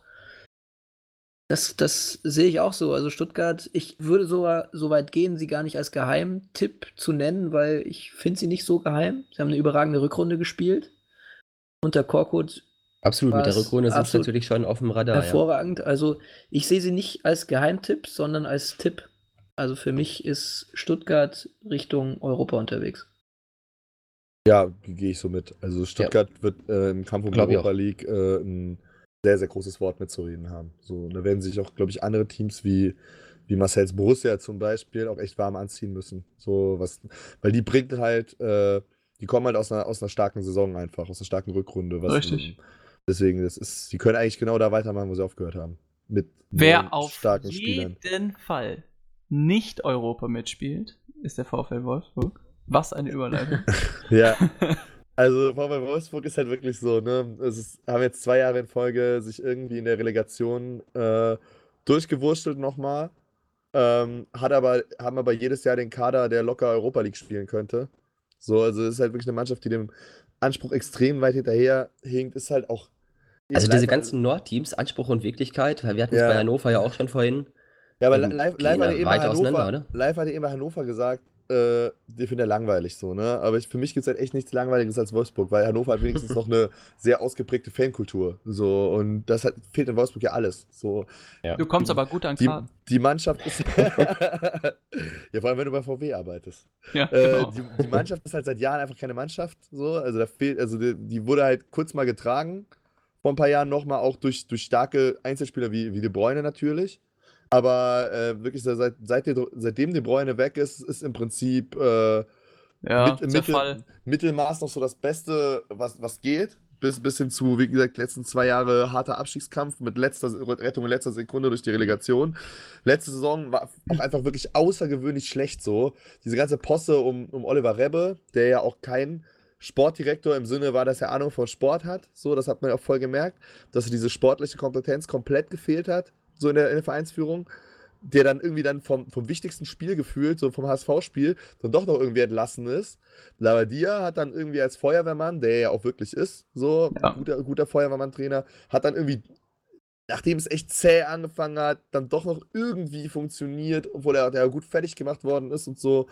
Das, das sehe ich auch so. Also Stuttgart, ich würde so, so weit gehen, sie gar nicht als Geheimtipp zu nennen, weil ich finde sie nicht so geheim. Sie haben eine überragende Rückrunde gespielt. Unter Korkut Absolut, mit der Was Rückrunde sind sie absolut natürlich schon auf dem Radar, ja. hervorragend. Also ich sehe sie nicht als Geheimtipp, sondern als Tipp. Also für mich ist Stuttgart Richtung Europa unterwegs. Ja, gehe ich so mit. Also Stuttgart ja. wird äh, im Kampf um die Europa League äh, ein sehr, sehr großes Wort mitzureden haben. So, da werden sich auch, glaube ich, andere Teams wie, wie Marcells Borussia zum Beispiel auch echt warm anziehen müssen. So, was, weil die bringt halt, äh, die kommen halt aus einer, aus einer starken Saison einfach, aus einer starken Rückrunde. Was Richtig. In, deswegen, das ist, die können eigentlich genau da weitermachen, wo sie aufgehört haben. Mit Wer auf starken jeden Spielern. Fall nicht Europa mitspielt, ist der VfL Wolfsburg. Was eine Überleitung. Ja. Also VfL Wolfsburg ist halt wirklich so, ne? Es ist, haben jetzt zwei Jahre in Folge sich irgendwie in der Relegation äh, durchgewurstelt nochmal. Ähm, hat aber, haben aber jedes Jahr den Kader, der locker Europa League spielen könnte. So, also es ist halt wirklich eine Mannschaft, die dem Anspruch extrem weit hinterher hinkt, ist halt auch. Also diese ganzen Nordteams, Anspruch und Wirklichkeit, wir hatten es Ja. bei Hannover ja auch schon vorhin. Ja, aber ähm, live, gehen live, hatte da eben weit bei auseinander, Hannover, oder? live hatte eben bei Hannover gesagt, äh, die finde er langweilig so, ne? Aber ich, für mich gibt es halt echt nichts Langweiliges als Wolfsburg, weil Hannover hat wenigstens noch eine sehr ausgeprägte Fankultur. So, und das hat, fehlt in Wolfsburg ja alles. So. Ja. Du kommst aber gut an Die, Karten. die Mannschaft ist. Ja, vor allem, wenn du bei V W arbeitest. Ja, Äh, genau. die, die Mannschaft ist halt seit Jahren einfach keine Mannschaft. So. Also da fehlt, also die, die wurde halt kurz mal getragen, vor ein paar Jahren nochmal, auch durch, durch starke Einzelspieler wie, wie De Bruyne natürlich. Aber äh, wirklich seit, seit De, seitdem De Bruyne weg ist, ist im Prinzip äh, Ja, mit, Mittel, Zerfall. Mittelmaß noch so das Beste, was, was geht. Bis, bis hin zu, wie gesagt, letzten zwei Jahre harter Abstiegskampf mit letzter Rettung in letzter Sekunde durch die Relegation. Letzte Saison war auch einfach wirklich außergewöhnlich schlecht so. Diese ganze Posse um, um Oliver Rebbe, der ja auch kein Sportdirektor im Sinne war, dass er Ahnung von Sport hat. So, das hat man auch voll gemerkt, dass diese sportliche Kompetenz komplett gefehlt hat, so in der, in der Vereinsführung. Der dann irgendwie dann vom, vom wichtigsten Spiel gefühlt, so vom H S V-Spiel, dann doch noch irgendwie entlassen ist. Labadia hat dann irgendwie als Feuerwehrmann, der ja auch wirklich ist, so Ja. guter, guter Feuerwehrmann-Trainer, hat dann irgendwie, nachdem es echt zäh angefangen hat, dann doch noch irgendwie funktioniert, obwohl er ja gut fertig gemacht worden ist und so.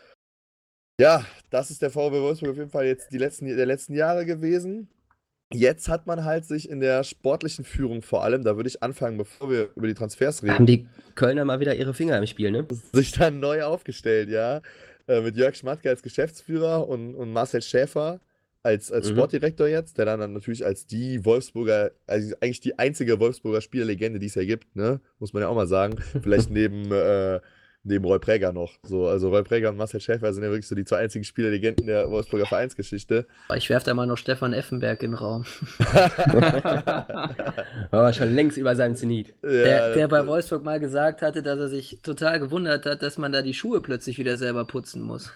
Ja, das ist der VfL Wolfsburg auf jeden Fall jetzt die letzten, der letzten Jahre gewesen. Jetzt hat man halt sich in der sportlichen Führung vor allem, da würde ich anfangen, bevor wir über die Transfers reden. Haben die Kölner mal wieder ihre Finger im Spiel, ne? Sich dann neu aufgestellt, ja. Äh, mit Jörg Schmatke als Geschäftsführer und, und Marcel Schäfer als, als Mhm. Sportdirektor jetzt, der dann, dann natürlich als die Wolfsburger, also eigentlich die einzige Wolfsburger Spielerlegende, die es ja gibt, ne? Muss man ja auch mal sagen. Vielleicht neben, äh, neben Roy Präger noch. So, also Roy Präger und Marcel Schäfer sind ja wirklich so die zwei einzigen Spielerlegenden der Wolfsburger Vereinsgeschichte. Ich werfe da mal noch Stefan Effenberg in den Raum. War schon längst über seinem Zenit. Ja, Der, der bei das- Wolfsburg mal gesagt hatte, dass er sich total gewundert hat, dass man da die Schuhe plötzlich wieder selber putzen muss.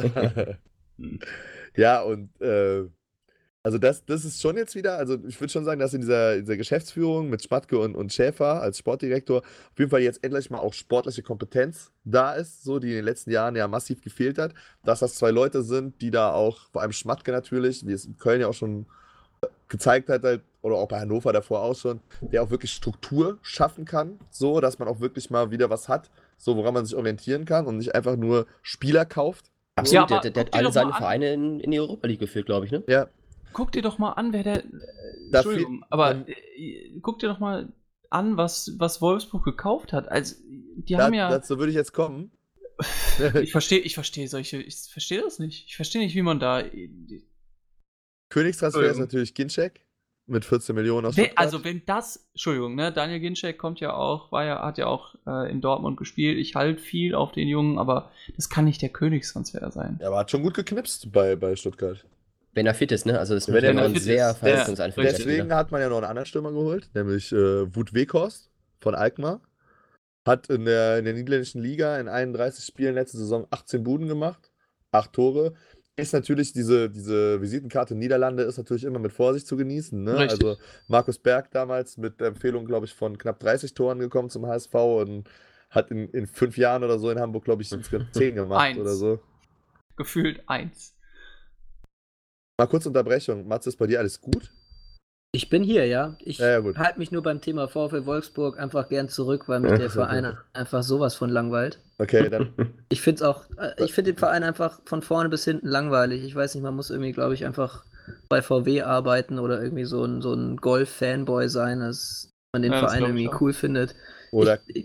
Ja, und äh, also das, das ist schon jetzt wieder, also ich würde schon sagen, dass in dieser, in dieser Geschäftsführung mit Schmatke und, und Schäfer als Sportdirektor auf jeden Fall jetzt endlich mal auch sportliche Kompetenz da ist, so die in den letzten Jahren ja massiv gefehlt hat. Dass das zwei Leute sind, die da auch, vor allem Schmatke natürlich, wie es in Köln ja auch schon gezeigt hat, halt, oder auch bei Hannover davor auch schon, der auch wirklich Struktur schaffen kann, so dass man auch wirklich mal wieder was hat, so woran man sich orientieren kann und nicht einfach nur Spieler kauft. Absolut, Ja, aber der, der, der guck hat dir alle doch mal seine an. Vereine in, in die Europa League geführt, glaube ich, ne? Ja, Guck dir doch mal an, wer der. Äh, Da Entschuldigung, viel- aber ähm, äh, guck dir doch mal an, was, was Wolfsburg gekauft hat. Also, die da, haben ja. dazu würde ich jetzt kommen. Ich verstehe, ich verstehe solche. Ich verstehe das nicht. Ich verstehe nicht, wie man da. Königstransfer ist Entschuldigung. natürlich Ginczek mit vierzehn Millionen aus Wenn, Stuttgart. also wenn das, Entschuldigung, ne, Daniel Ginczek kommt ja auch, war ja, hat ja auch äh, in Dortmund gespielt. Ich halte viel auf den Jungen, aber das kann nicht der Königstransfer sein. Ja, aber hat schon gut geknipst bei, bei Stuttgart. Wenn er fit ist, ne? Also das ist Wenn er natürlich auch ein fit sehr ist, verletzungsanfälliger ja, Deswegen Spieler. hat man ja noch einen anderen Stürmer geholt, nämlich äh, Wout Weghorst von Alkmaar. Hat in der, in der niederländischen Liga in einunddreißig Spielen letzte Saison achtzehn Buden gemacht, acht Tore. Ist natürlich diese, diese Visitenkarte Niederlande ist natürlich immer mit Vorsicht zu genießen. Ne? Richtig. Also Markus Berg damals mit der Empfehlung, glaube ich, von knapp dreißig Toren gekommen zum H S V und hat in, in fünf Jahren oder so in Hamburg, glaube ich, insgesamt zehn gemacht Eins. oder so. Gefühlt eins. Mal kurz Unterbrechung. Mats, ist bei dir alles gut? Ich bin hier, ja. Ich Ja, ja, gut. halte mich nur beim Thema VfL Wolfsburg einfach gern zurück, weil mich der Verein einfach sowas von langweilt. Okay, dann Ich finde auch, äh, ich finde den Verein einfach von vorne bis hinten langweilig. Ich weiß nicht, man muss irgendwie, glaube ich, einfach bei V W arbeiten oder irgendwie so ein, so ein Golf-Fanboy sein, dass man den Ja, das Verein glaub ich irgendwie auch. cool findet. Oder ich, ich, ich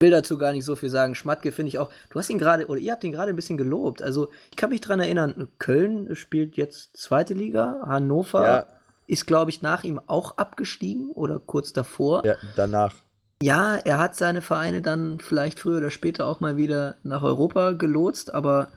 will dazu gar nicht so viel sagen. Schmatke finde ich auch, du hast ihn gerade, oder ihr habt ihn gerade ein bisschen gelobt. Also, ich kann mich dran erinnern, Köln spielt jetzt zweite Liga, Hannover Ja, ist, glaube ich, nach ihm auch abgestiegen oder kurz davor. ja, danach. Ja, er hat seine Vereine dann vielleicht früher oder später auch mal wieder nach Europa gelotst, aber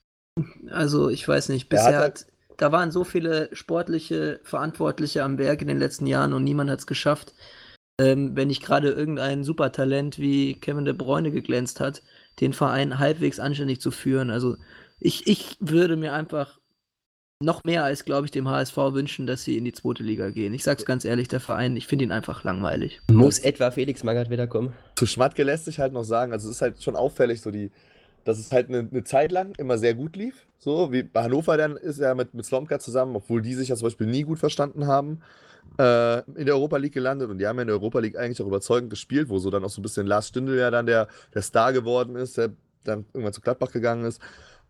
also ich weiß nicht, Er hat bisher halt, hat, da waren so viele sportliche Verantwortliche am Werk in den letzten Jahren und niemand hat es geschafft, ähm, wenn nicht gerade irgendein Supertalent wie Kevin De Bruyne geglänzt hat, den Verein halbwegs anständig zu führen. Also ich, ich würde mir einfach noch mehr als, glaube ich, dem H S V wünschen, dass sie in die zweite Liga gehen. Ich sag's ganz ehrlich, der Verein, ich finde ihn einfach langweilig. Muss etwa Felix Magath wiederkommen? zu Schmatke lässt sich halt noch sagen, also es ist halt schon auffällig, so die, dass es halt eine, eine Zeit lang immer sehr gut lief. So, wie bei Hannover dann ist er mit, mit Slomka zusammen, obwohl die sich ja zum Beispiel nie gut verstanden haben, äh, in der Europa League gelandet und die haben ja in der Europa League eigentlich auch überzeugend gespielt, wo so dann auch so ein bisschen Lars Stindl ja dann der, der Star geworden ist, der dann irgendwann zu Gladbach gegangen ist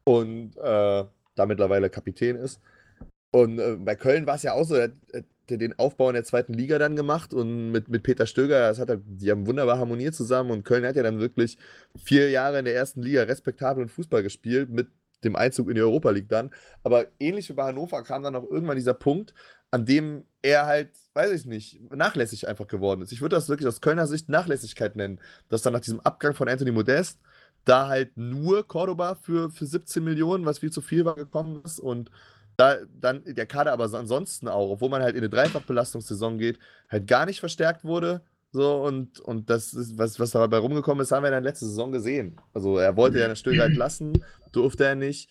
und äh, da mittlerweile Kapitän ist. Und äh, bei Köln war es ja auch so, er hat, er hat den Aufbau in der zweiten Liga dann gemacht und mit, mit Peter Stöger, das hat er, die haben wunderbar harmoniert zusammen und Köln hat ja dann wirklich vier Jahre in der ersten Liga respektablen Fußball gespielt, mit dem Einzug in die Europa League dann. Aber ähnlich wie bei Hannover kam dann auch irgendwann dieser Punkt, an dem er halt, weiß ich nicht, nachlässig einfach geworden ist. Ich würde das wirklich aus Kölner Sicht Nachlässigkeit nennen, dass dann nach diesem Abgang von Anthony Modest da halt nur Cordoba für, für siebzehn Millionen, was viel zu viel war, gekommen ist und da dann der Kader aber so ansonsten auch, obwohl man halt in eine Dreifachbelastungssaison geht, halt gar nicht verstärkt wurde. So, und, und das ist, was, was dabei rumgekommen ist, haben wir dann letzte Saison gesehen. Also er wollte ja den Stöger entlassen, durfte er nicht,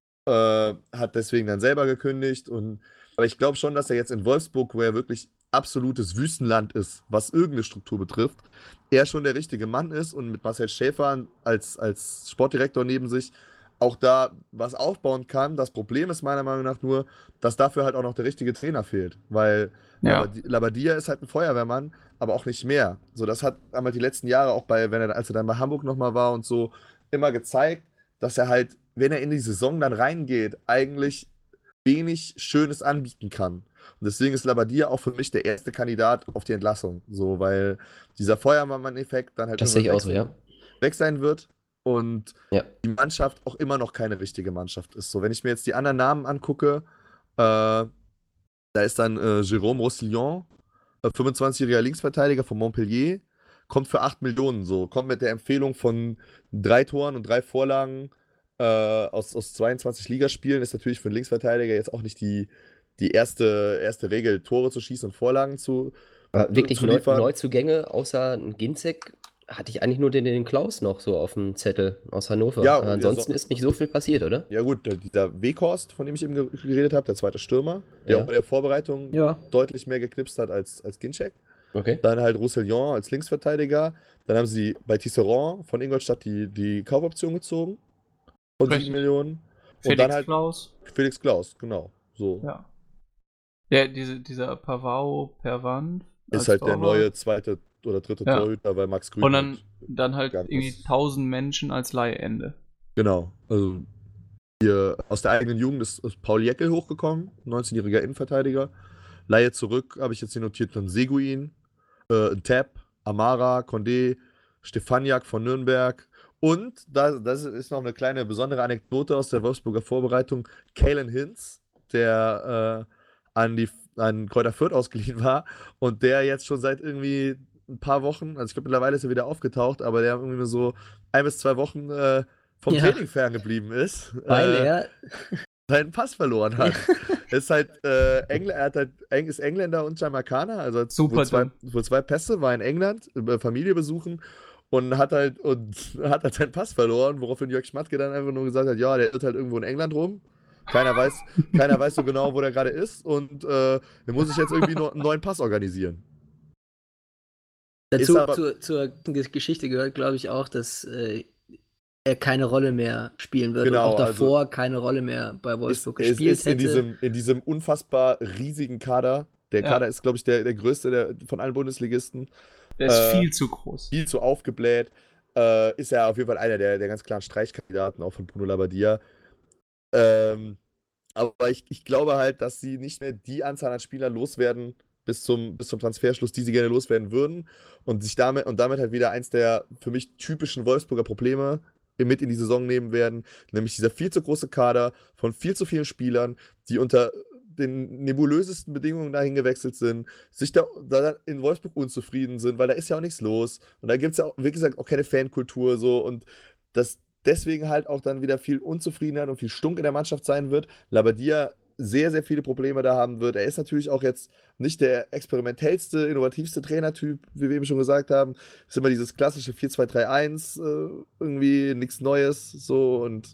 äh, hat deswegen dann selber gekündigt. Und, aber ich glaube schon, dass er jetzt in Wolfsburg, wo er wirklich absolutes Wüstenland ist, was irgendeine Struktur betrifft, er schon der richtige Mann ist und mit Marcel Schäfer als, als Sportdirektor neben sich auch da was aufbauen kann. Das Problem ist meiner Meinung nach nur, dass dafür halt auch noch der richtige Trainer fehlt, weil Ja. Labadi- Labadia ist halt ein Feuerwehrmann, aber auch nicht mehr. So, das hat haben halt die letzten Jahre auch bei, wenn er, als er dann bei Hamburg nochmal war und so, immer gezeigt, dass er halt, wenn er in die Saison dann reingeht, eigentlich wenig Schönes anbieten kann. Und deswegen ist Labadia auch für mich der erste Kandidat auf die Entlassung. So, weil dieser Feuerwehrmann-Effekt dann halt Das sehe ich irgendwann auch weg, so, ja. weg sein wird und Ja. die Mannschaft auch immer noch keine richtige Mannschaft ist. So, wenn ich mir jetzt die anderen Namen angucke, äh, da ist dann äh, Jérôme Roussillon, äh, fünfundzwanzigjähriger Linksverteidiger von Montpellier, kommt für acht Millionen so, kommt mit der Empfehlung von drei Toren und drei Vorlagen äh, aus, aus zweiundzwanzig Ligaspielen, ist natürlich für einen Linksverteidiger jetzt auch nicht die, die erste, erste Regel, Tore zu schießen und Vorlagen zu, Aber wirklich zu Neu liefern. Neuzugänge, außer Ginzek, hatte ich eigentlich nur den, den Klaus noch so auf dem Zettel aus Hannover. Ja, Aber ja, ansonsten so- ist nicht so viel passiert, oder? Ja gut, der, dieser Weghorst, von dem ich eben ge- geredet habe, der zweite Stürmer, der Ja. auch bei der Vorbereitung Ja. deutlich mehr geknipst hat als, als Ginczek. Okay. Dann halt Roussillon als Linksverteidiger. Dann haben sie bei Tisserand von Ingolstadt die, die Kaufoption gezogen. Von Richtig. sieben Millionen. Und Felix dann halt Klaus. Felix Klaus, genau. So. Ja. Ja, diese, dieser Pavao Pervan. Ist als halt der Torwart. neue zweite oder dritte Ja. Torhüter, weil Max Grün Und dann, halt dann halt gegangen irgendwie ist. tausend Menschen als Leihende. Genau. Also hier aus der eigenen Jugend ist, ist Paul Jäckel hochgekommen, neunzehnjähriger Innenverteidiger. Leihe zurück, habe ich jetzt hier notiert, dann Seguin, äh, Tepp, Amara, Condé, Stefaniak von Nürnberg. Und da, das ist noch eine kleine besondere Anekdote aus der Wolfsburger Vorbereitung. Kalen Hinz, der äh, an, die, an Kräuter Fürth ausgeliehen war und der jetzt schon seit irgendwie ein paar Wochen, also ich glaube mittlerweile ist er wieder aufgetaucht, aber der irgendwie nur so ein bis zwei Wochen äh, vom Ja. Training ferngeblieben ist. Weil äh, er seinen Pass verloren hat. ist halt, äh, Engl er hat halt, Eng ist Engländer und Jamaikaner, also hat Super wohl zwei, dumm. wohl zwei Pässe, war in England, äh, Familie besuchen und hat halt und hat halt seinen Pass verloren, woraufhin Jörg Schmatke dann einfach nur gesagt hat, ja, der irrt halt irgendwo in England rum. Keiner weiß, keiner weiß so genau, wo der gerade ist und äh, der muss sich jetzt irgendwie noch einen neuen Pass organisieren. dazu Ist aber- zur, zur Ge- Geschichte gehört, glaube ich, auch, dass äh, er keine Rolle mehr spielen wird Genau, und auch also davor keine Rolle mehr bei Ist, Wolfsburg es gespielt ist in hätte. diesem, in diesem unfassbar riesigen Kader. Der Ja. Kader ist, glaube ich, der, der größte der, von allen Bundesligisten. Der ist Äh, viel zu groß. viel zu aufgebläht. Äh, ist ja auf jeden Fall einer der, der ganz klaren Streichkandidaten, auch von Bruno Labbadia. Ähm, aber ich, ich glaube halt, dass sie nicht mehr die Anzahl an Spielern loswerden bis zum, bis zum Transferschluss, die sie gerne loswerden würden. Und sich damit, und damit halt wieder eins der für mich typischen Wolfsburger Probleme mit in die Saison nehmen werden, nämlich dieser viel zu große Kader von viel zu vielen Spielern, die unter den nebulösesten Bedingungen dahin gewechselt sind, sich da, da in Wolfsburg unzufrieden sind, weil da ist ja auch nichts los. Und da gibt es ja auch, wie gesagt, auch keine Fankultur so und das deswegen halt auch dann wieder viel Unzufriedenheit und viel Stunk in der Mannschaft sein wird. Labadia sehr, sehr viele Probleme da haben wird. Er ist natürlich auch jetzt nicht der experimentellste, innovativste Trainertyp, wie wir eben schon gesagt haben. Es ist immer dieses klassische vier zwei drei eins, äh, irgendwie nichts Neues, so und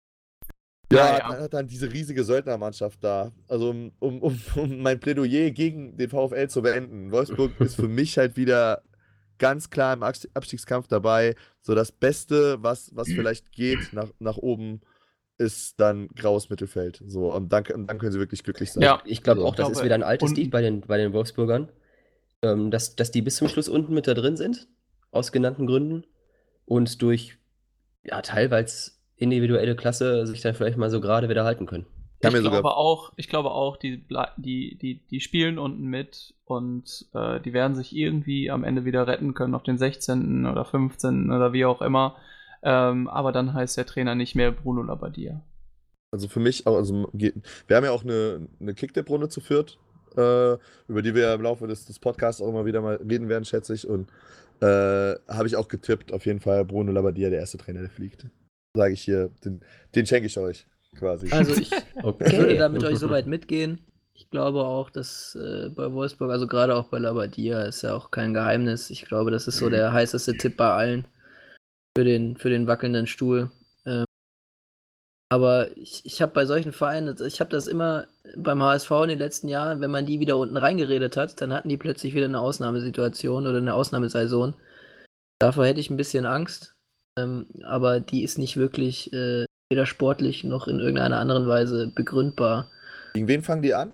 ja, Ja, er hat dann diese riesige Söldnermannschaft da. Also, um, um, um, um mein Plädoyer gegen den VfL zu beenden. Wolfsburg ist für mich halt wieder ganz klar im Abst- Abstiegskampf dabei. So das Beste, was, was vielleicht geht nach, nach oben, ist dann graues Mittelfeld. So, und dann, und dann können sie wirklich glücklich sein. Ja. Ich glaube So. auch, das Ich ist glaube, wieder ein altes unten- Lied bei den, bei den Wolfsburgern, ähm, dass, dass die bis zum Schluss unten mit da drin sind, aus genannten Gründen. Und durch, ja, teilweise individuelle Klasse sich dann vielleicht mal so gerade wieder halten können. Ich kann Ich mir glaube sogar, auch, ich glaube auch, die, ble- die, die, die spielen unten mit und äh, die werden sich irgendwie am Ende wieder retten können auf den sechzehnten oder fünfzehnten oder wie auch immer. Ähm, aber dann heißt der Trainer nicht mehr Bruno Labbadia. also für mich, auch- also ge- wir haben ja auch eine, eine Kicktipp-Runde zu viert, äh, über die wir ja im Laufe des, des Podcasts auch immer wieder mal reden werden, schätze ich. Und äh, habe ich auch getippt, auf jeden Fall Bruno Labbadia, der erste Trainer, der fliegt. Sage ich hier, den, den schenke ich euch quasi. Also ich Okay. würde da mit euch soweit mitgehen. Ich glaube auch, dass äh, bei Wolfsburg, also gerade auch bei Labbadia, ist ja auch kein Geheimnis. Ich glaube, das ist so der heißeste Tipp bei allen für den, für den wackelnden Stuhl. Ähm, aber ich, ich habe bei solchen Vereinen, ich habe das immer beim H S V in den letzten Jahren, wenn man die wieder unten reingeredet hat, dann hatten die plötzlich wieder eine Ausnahmesituation oder eine Ausnahmesaison. Davor hätte ich ein bisschen Angst. Ähm, aber die ist nicht wirklich äh, weder sportlich noch in irgendeiner anderen Weise begründbar. Gegen wen fangen die an?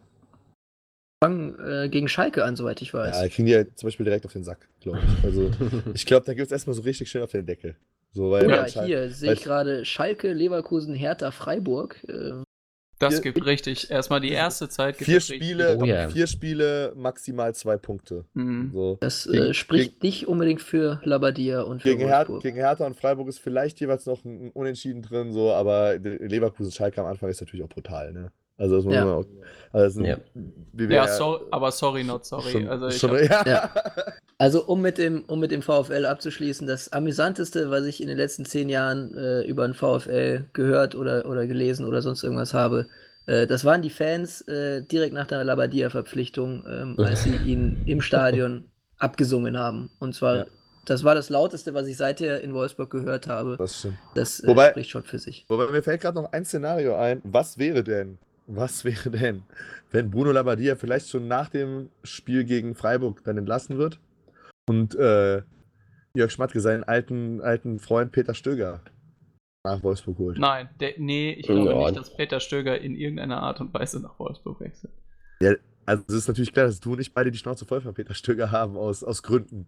Fangen äh, gegen Schalke an, soweit ich weiß. Ja, kriegen die ja zum Beispiel direkt auf den Sack, glaube ich. Also ich glaube, da gibt es erstmal so richtig schön auf den Deckel. So, weil Oh ja, Schal- hier sehe weil- ich gerade Schalke, Leverkusen, Hertha, Freiburg. Äh, Das Vier- gibt richtig. Erstmal die erste Zeit gibt vier es richtig. Spiele, Oh ja. vier Spiele, maximal zwei Punkte. Mhm. So. das Gegen- äh, spricht nicht unbedingt für Labbadia und für Gegen, Her Wolfsburg. gegen Hertha und Freiburg ist vielleicht jeweils noch ein, ein Unentschieden drin, so, aber Leverkusen Schalke am Anfang ist natürlich auch brutal, ne? Also das muss Ja. man auch. Also das sind, Ja. wie wir Ja, so, aber sorry, not sorry. Schon, also ich schon, hab, ja. Ja. Also um mit dem, um mit dem VfL abzuschließen, das Amüsanteste, was ich in den letzten zehn Jahren äh, über den VfL gehört oder, oder gelesen oder sonst irgendwas habe, äh, das waren die Fans äh, direkt nach der Labbadia-Verpflichtung, ähm, als sie ihn im Stadion abgesungen haben. Und zwar, Ja. das war das Lauteste, was ich seither in Wolfsburg gehört habe. Das stimmt. Das äh, Wobei- spricht schon für sich. Wobei mir fällt gerade noch ein Szenario ein. Was wäre denn, was wäre denn, wenn Bruno Labbadia vielleicht schon nach dem Spiel gegen Freiburg dann entlassen wird und äh, Jörg Schmatke seinen alten, alten Freund Peter Stöger nach Wolfsburg holt? nein, der, nee, ich glaube Ja. nicht, dass Peter Stöger in irgendeiner Art und Weise nach Wolfsburg wechselt. Also es ist natürlich klar, dass du und ich beide die Schnauze voll von Peter Stöger haben, aus, aus Gründen.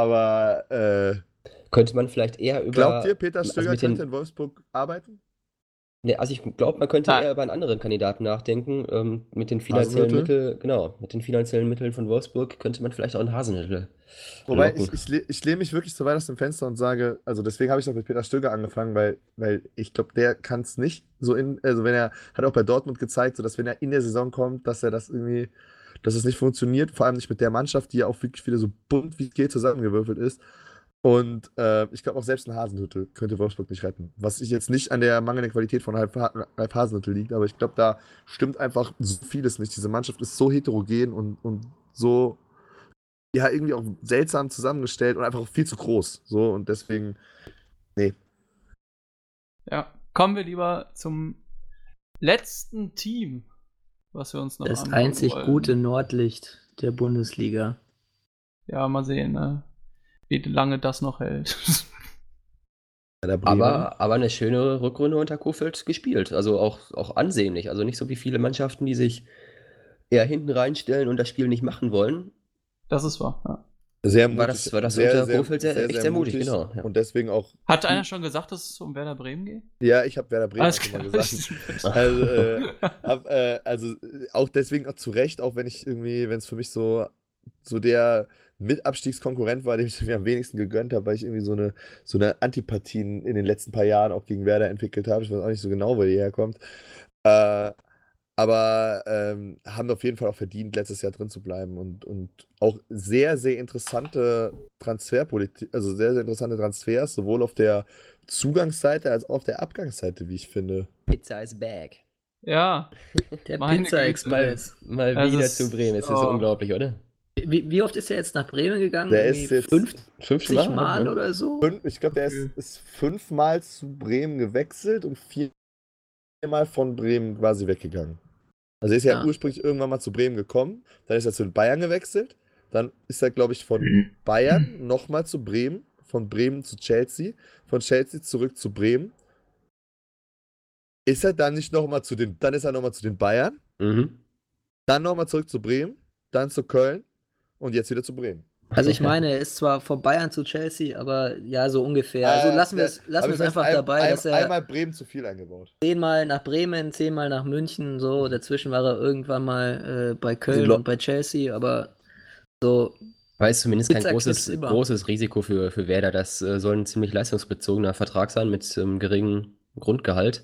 Aber äh, Könnte man vielleicht eher über. glaubt ihr, Peter also Stöger mit den- könnte in Wolfsburg arbeiten? Ne, also ich glaube, man könnte Nein. eher über einen anderen Kandidaten nachdenken. Ähm, mit den finanziellen Hasenhüttl? Mitteln, genau, mit den finanziellen Mitteln von Wolfsburg könnte man vielleicht auch einen Hasenhüttl Wobei, locken. ich, ich, le- ich lehne mich wirklich so weit aus dem Fenster und sage, also deswegen habe ich doch mit Peter Stöger angefangen, weil, weil ich glaube, der kann es nicht so in, also wenn er, hat auch bei Dortmund gezeigt, so dass wenn er in der Saison kommt, dass er das irgendwie, dass es nicht funktioniert, vor allem nicht mit der Mannschaft, die ja auch wirklich wieder so bunt wie es geht zusammengewürfelt ist. Und äh, ich glaube auch selbst ein Hasenhüttl könnte Wolfsburg nicht retten. Was ich jetzt nicht an der mangelnden Qualität von Ralf Ha- Ralf Hasenhüttl liegt, aber ich glaube, da stimmt einfach so vieles nicht. Diese Mannschaft ist so heterogen und, und so, ja, irgendwie auch seltsam zusammengestellt und einfach auch viel zu groß. So, und deswegen, nee. Ja, kommen wir lieber zum letzten Team, was wir uns noch Das angucken einzig wollen. gute Nordlicht der Bundesliga. Ja, mal sehen, ne? Wie lange das noch hält. Der Bremen. Aber, aber eine schöne Rückrunde unter Kofeld gespielt. Also auch, auch ansehnlich. Also nicht so wie viele Mannschaften, die sich eher hinten reinstellen und das Spiel nicht machen wollen. Das ist wahr, ja. Sehr mutig. War das, war das sehr, unter sehr, Kofeld sehr, sehr, echt sehr sehr mutig, mutig. genau. Ja. Und deswegen auch. Hat einer schon gesagt, dass es um Werder Bremen geht? Ja, ich habe Werder Bremen Alles auch schon mal klar. gesagt. Also, äh, hab, äh, also äh, auch deswegen auch zu Recht, auch wenn ich irgendwie, wenn es für mich so, so der Mitabstiegskonkurrent war, dem ich mir am wenigsten gegönnt habe, weil ich irgendwie so eine, so eine Antipathie in den letzten paar Jahren auch gegen Werder entwickelt habe. Ich weiß auch nicht so genau, wo die herkommt. Äh, aber ähm, haben auf jeden Fall auch verdient, letztes Jahr drin zu bleiben und, und auch sehr, sehr interessante Transferpolitik, also sehr, sehr interessante Transfers, sowohl auf der Zugangsseite als auch auf der Abgangsseite, wie ich finde. Pizza is back. Ja, Der meine Pizza Güte. Express. Mal Es wieder ist- zu Bremen. Es ist oh. unglaublich, oder? Wie, wie oft ist er jetzt nach Bremen gegangen? Der Irgendwie ist jetzt fünfzig Fünf Mal ne? oder so? Fünf, ich glaube, der ist, Okay. ist fünfmal zu Bremen gewechselt und viermal von Bremen quasi weggegangen. Also er ist ja, Ja. ursprünglich irgendwann mal zu Bremen gekommen, dann ist er zu den Bayern gewechselt, dann ist er, glaube ich, von Bayern nochmal zu Bremen, von Bremen zu Chelsea, von Chelsea zurück zu Bremen. Ist er dann nicht nochmal zu den, dann ist er nochmal zu den Bayern, Mhm. dann nochmal zurück zu Bremen, dann zu Köln und jetzt wieder zu Bremen. Also ich meine, er ist zwar von Bayern zu Chelsea, aber ja, so ungefähr. Also Äh, lassen wir es der- lassen aber wir es ich weiß, einfach ein- dabei, ein- dass er einmal Bremen zu viel eingebaut. zehnmal nach Bremen, zehnmal nach München, so. Dazwischen war er irgendwann mal äh, bei Köln Lo- und bei Chelsea, aber so, War jetzt zumindest kein Pizza großes, gibt's immer. großes Risiko für, für Werder. Das äh, soll ein ziemlich leistungsbezogener Vertrag sein mit ähm, geringem Grundgehalt.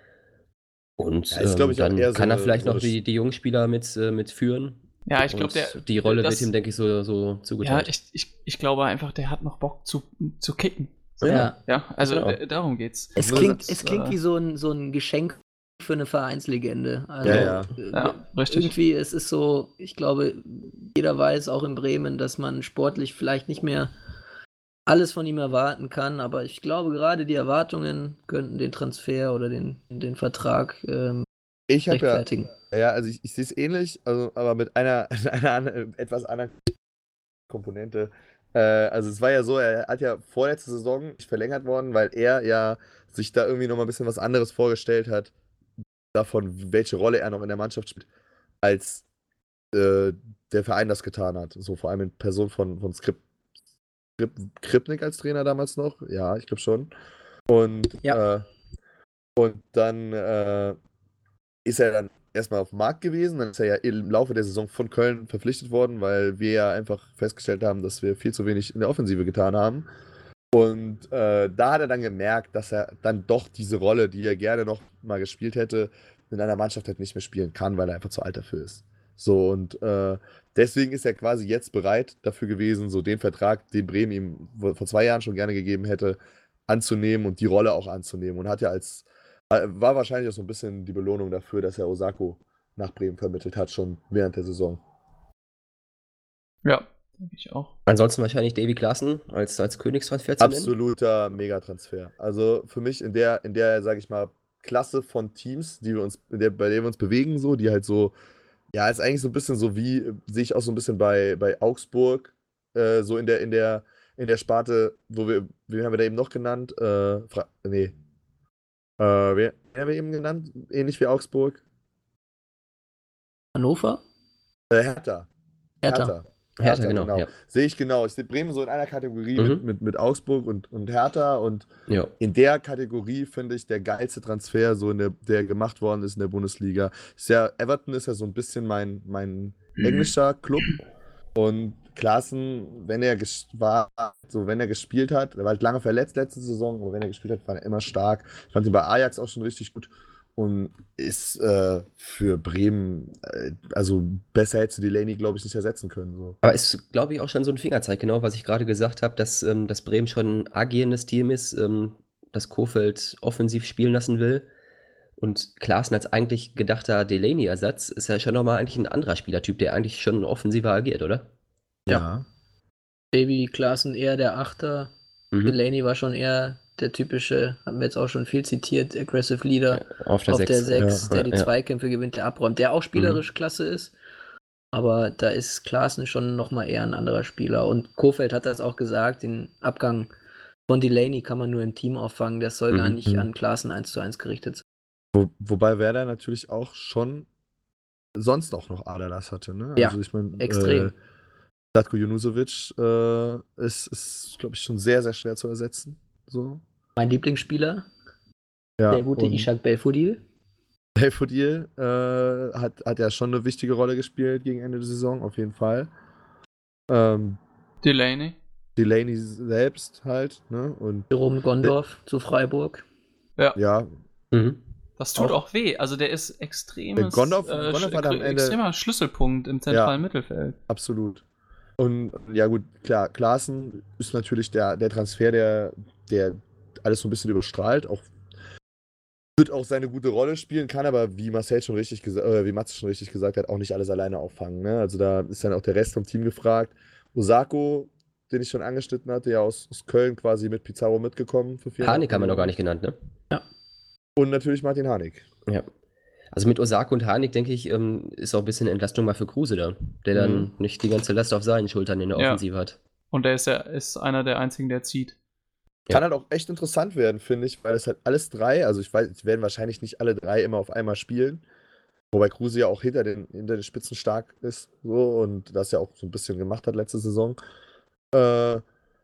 Und Ja, ist, ähm, glaub ich, auch dann eher so kann er eine- vielleicht so noch eine die, die jungen Spieler mit, äh, mit führen. Ja, ich glaube, Und der. die Rolle das, wird ihm, denke ich, so, so Ja, zugeteilt. ich, ich, ich glaube einfach, der hat noch Bock zu, zu kicken. So, ja. ja, also Genau. d- darum geht's. Es muss klingt, Das, es klingt äh, wie so ein, so ein Geschenk für eine Vereinslegende. Also, Ja, ja. äh, Ja, richtig. irgendwie, es ist so, ich glaube, jeder weiß auch in Bremen, dass man sportlich vielleicht nicht mehr alles von ihm erwarten kann, aber ich glaube, gerade die Erwartungen könnten den Transfer oder den, den Vertrag ähm, Ich habe ja, rechtfertigen. ja, also ich, ich sehe es ähnlich, also, aber mit einer, einer anderen, etwas anderen Komponente. Äh, also es war ja so, er hat ja vorletzte Saison nicht verlängert worden, weil er ja sich da irgendwie nochmal ein bisschen was anderes vorgestellt hat, davon, welche Rolle er noch in der Mannschaft spielt, als äh, der Verein das getan hat. So vor allem in Person von, von Skrip, Skrip, Skripnik als Trainer damals noch. Ja, ich glaube schon. Und, Ja. äh, und dann äh, ist er dann erstmal auf dem Markt gewesen. Dann ist er ja im Laufe der Saison von Köln verpflichtet worden, weil wir ja einfach festgestellt haben, dass wir viel zu wenig in der Offensive getan haben. Und äh, da hat er dann gemerkt, dass er dann doch diese Rolle, die er gerne noch mal gespielt hätte, in einer Mannschaft halt nicht mehr spielen kann, weil er einfach zu alt dafür ist. So, und äh, deswegen ist er quasi jetzt bereit dafür gewesen, so den Vertrag, den Bremen ihm vor zwei Jahren schon gerne gegeben hätte, anzunehmen und die Rolle auch anzunehmen. Und hat ja als, äh, war wahrscheinlich auch so ein bisschen die Belohnung dafür, dass er Osako nach Bremen vermittelt hat, schon während der Saison. Ja, denke ich auch. Ansonsten wahrscheinlich Davy Klaassen als, als Königstransfer zu nennen. Absoluter Megatransfer. Also für mich in der, in der, sage ich mal, Klasse von Teams, die wir uns, in der, bei der wir uns bewegen, so, die halt so, ja, ist eigentlich so ein bisschen so wie, äh, sehe ich auch so ein bisschen bei, bei Augsburg, äh, so in der, in der, in der Sparte, wo wir, wen haben wir da eben noch genannt? Äh, Fra nee. Äh, wer, wer haben wir eben genannt? Ähnlich wie Augsburg? Hannover? Äh, Hertha. Hertha. Hertha. Hertha, genau, ja. Sehe ich genau. Ich sehe Bremen so in einer Kategorie Mhm. mit, mit, mit Augsburg und, und Hertha und Ja. in der Kategorie finde ich der geilste Transfer, so in der, der gemacht worden ist in der Bundesliga. Ist ja, Everton ist ja so ein bisschen mein, mein englischer Club. Und Klaassen, wenn er ges- war, so wenn er gespielt hat, er war halt lange verletzt letzte Saison, aber wenn er gespielt hat, war er immer stark. Ich fand ihn bei Ajax auch schon richtig gut. Und ist äh, für Bremen, äh, also besser hättest du Delaney, glaube ich, nicht ersetzen können. So. Aber ist, glaube ich, auch schon so ein Fingerzeig, genau, was ich gerade gesagt habe, dass, ähm, dass Bremen schon ein agierendes Team ist, ähm, das Kofeld offensiv spielen lassen will. Und Klaassen als eigentlich gedachter Delaney-Ersatz ist ja schon nochmal eigentlich ein anderer Spielertyp, der eigentlich schon offensiver agiert, oder? Ja. Davy Klaassen eher der Achter. Mhm. Delaney war schon eher der typische, haben wir jetzt auch schon viel zitiert, Aggressive Leader Auf der auf sechs. der sechs, Ja, der ja, die ja. Zweikämpfe gewinnt, der abräumt, der auch spielerisch klasse ist. Aber da ist Klaassen schon nochmal eher ein anderer Spieler. Und Kofeld hat das auch gesagt, den Abgang von Delaney kann man nur im Team auffangen, das soll gar Mhm. nicht an Klaassen eins zu eins gerichtet sein. Wo, wobei Werder natürlich auch schon sonst auch noch Aderlass hatte. Ne? Ja, also ich mein, extrem. Äh, Zlatko Junusovic äh, ist, ist glaube ich, schon sehr, sehr schwer zu ersetzen. So. Mein Lieblingsspieler, Ja, der gute und Ishak Belfodil. Belfodil äh, hat, hat ja schon eine wichtige Rolle gespielt gegen Ende der Saison, auf jeden Fall. Ähm, Delaney. Delaney selbst halt, ne? Und Jerome Gondorf zu Freiburg. Ja. ja, Mhm. Das tut Auch- auch, weh. Also der ist extremes, Gondorf- äh, Gondorf sch- hat am extre- Ende- extremer Schlüsselpunkt im zentralen Mittelfeld. absolut. Und ja gut, klar, Klaassen ist natürlich der, der Transfer, der, der alles so ein bisschen überstrahlt, auch wird auch seine gute Rolle spielen, kann aber, wie Marcel schon richtig gesagt, äh, wie Mats schon richtig gesagt hat, auch nicht alles alleine auffangen. Ne? Also da ist dann auch der Rest vom Team gefragt. Osako, den ich schon angeschnitten hatte, ja aus, aus Köln quasi mit Pizarro mitgekommen für vier Harnik haben wir noch gar nicht genannt, ne? Und natürlich Martin Harnik. Ja. Also mit Osako und Harnik, denke ich, ähm, ist auch ein bisschen Entlastung mal für Kruse da, der dann Mhm. nicht die ganze Last auf seinen Schultern in der Ja. Offensive hat. Und der ist ja ist einer der einzigen, der zieht. Ja. Kann halt auch echt interessant werden, finde ich, weil es halt alles drei, also ich weiß, es werden wahrscheinlich nicht alle drei immer auf einmal spielen. Wobei Kruse ja auch hinter den, hinter den Spitzen stark ist, so, und das ja auch so ein bisschen gemacht hat letzte Saison. Äh,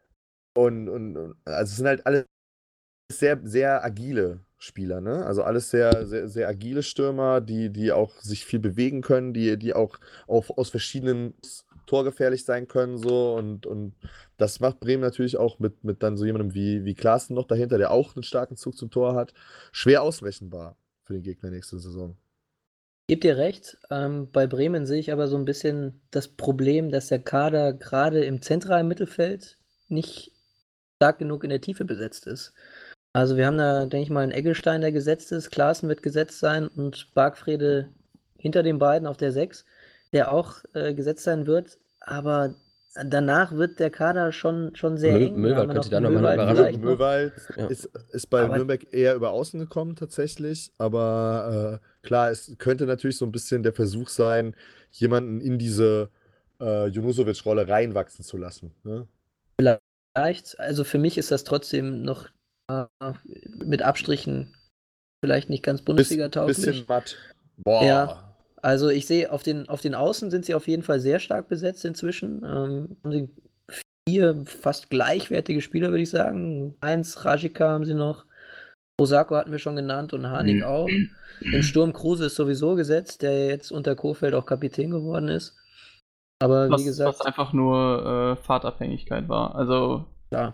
und, und, und also es sind halt alle sehr, sehr agile Spieler, ne? Also alles sehr, sehr, sehr agile Stürmer, die, die auch sich viel bewegen können, die, die auch auf, aus verschiedenen torgefährlich sein können, so, und, und das macht Bremen natürlich auch mit, mit dann so jemandem wie, wie Klaassen noch dahinter, der auch einen starken Zug zum Tor hat, schwer ausrechenbar für den Gegner nächste Saison. Gebt ihr recht. Ähm, bei Bremen sehe ich aber so ein bisschen das Problem, dass der Kader gerade im zentralen Mittelfeld nicht stark genug in der Tiefe besetzt ist. Also wir haben da, denke ich mal, einen Eggestein, der gesetzt ist, Klaassen wird gesetzt sein und Bargfrede hinter den beiden auf der sechs, der auch äh, gesetzt sein wird, aber danach wird der Kader schon, schon sehr Mö- eng. Möwald haben wir könnte noch da noch mal eine Möwald Überraschung- vielleicht noch. Möwald Ja. ist, ist bei Aber- Nürnberg eher über außen gekommen tatsächlich, aber äh, klar, es könnte natürlich so ein bisschen der Versuch sein, jemanden in diese äh, Junusovic-Rolle reinwachsen zu lassen. Ne? Vielleicht, also für mich ist das trotzdem noch äh, mit Abstrichen vielleicht nicht ganz Biss, Bundesliga-tauglich. bisschen matt. Boah. Ja. Also ich sehe, auf den, auf den Außen sind sie auf jeden Fall sehr stark besetzt inzwischen. Ähm, haben sie vier fast gleichwertige Spieler, würde ich sagen. Eins, Rajika haben sie noch. Osako hatten wir schon genannt und Harnik auch. Im Sturm Kruse ist sowieso gesetzt, der jetzt unter Kofeld auch Kapitän geworden ist. Aber Was, wie gesagt, was einfach nur äh, Fahrtabhängigkeit war. Also, klar.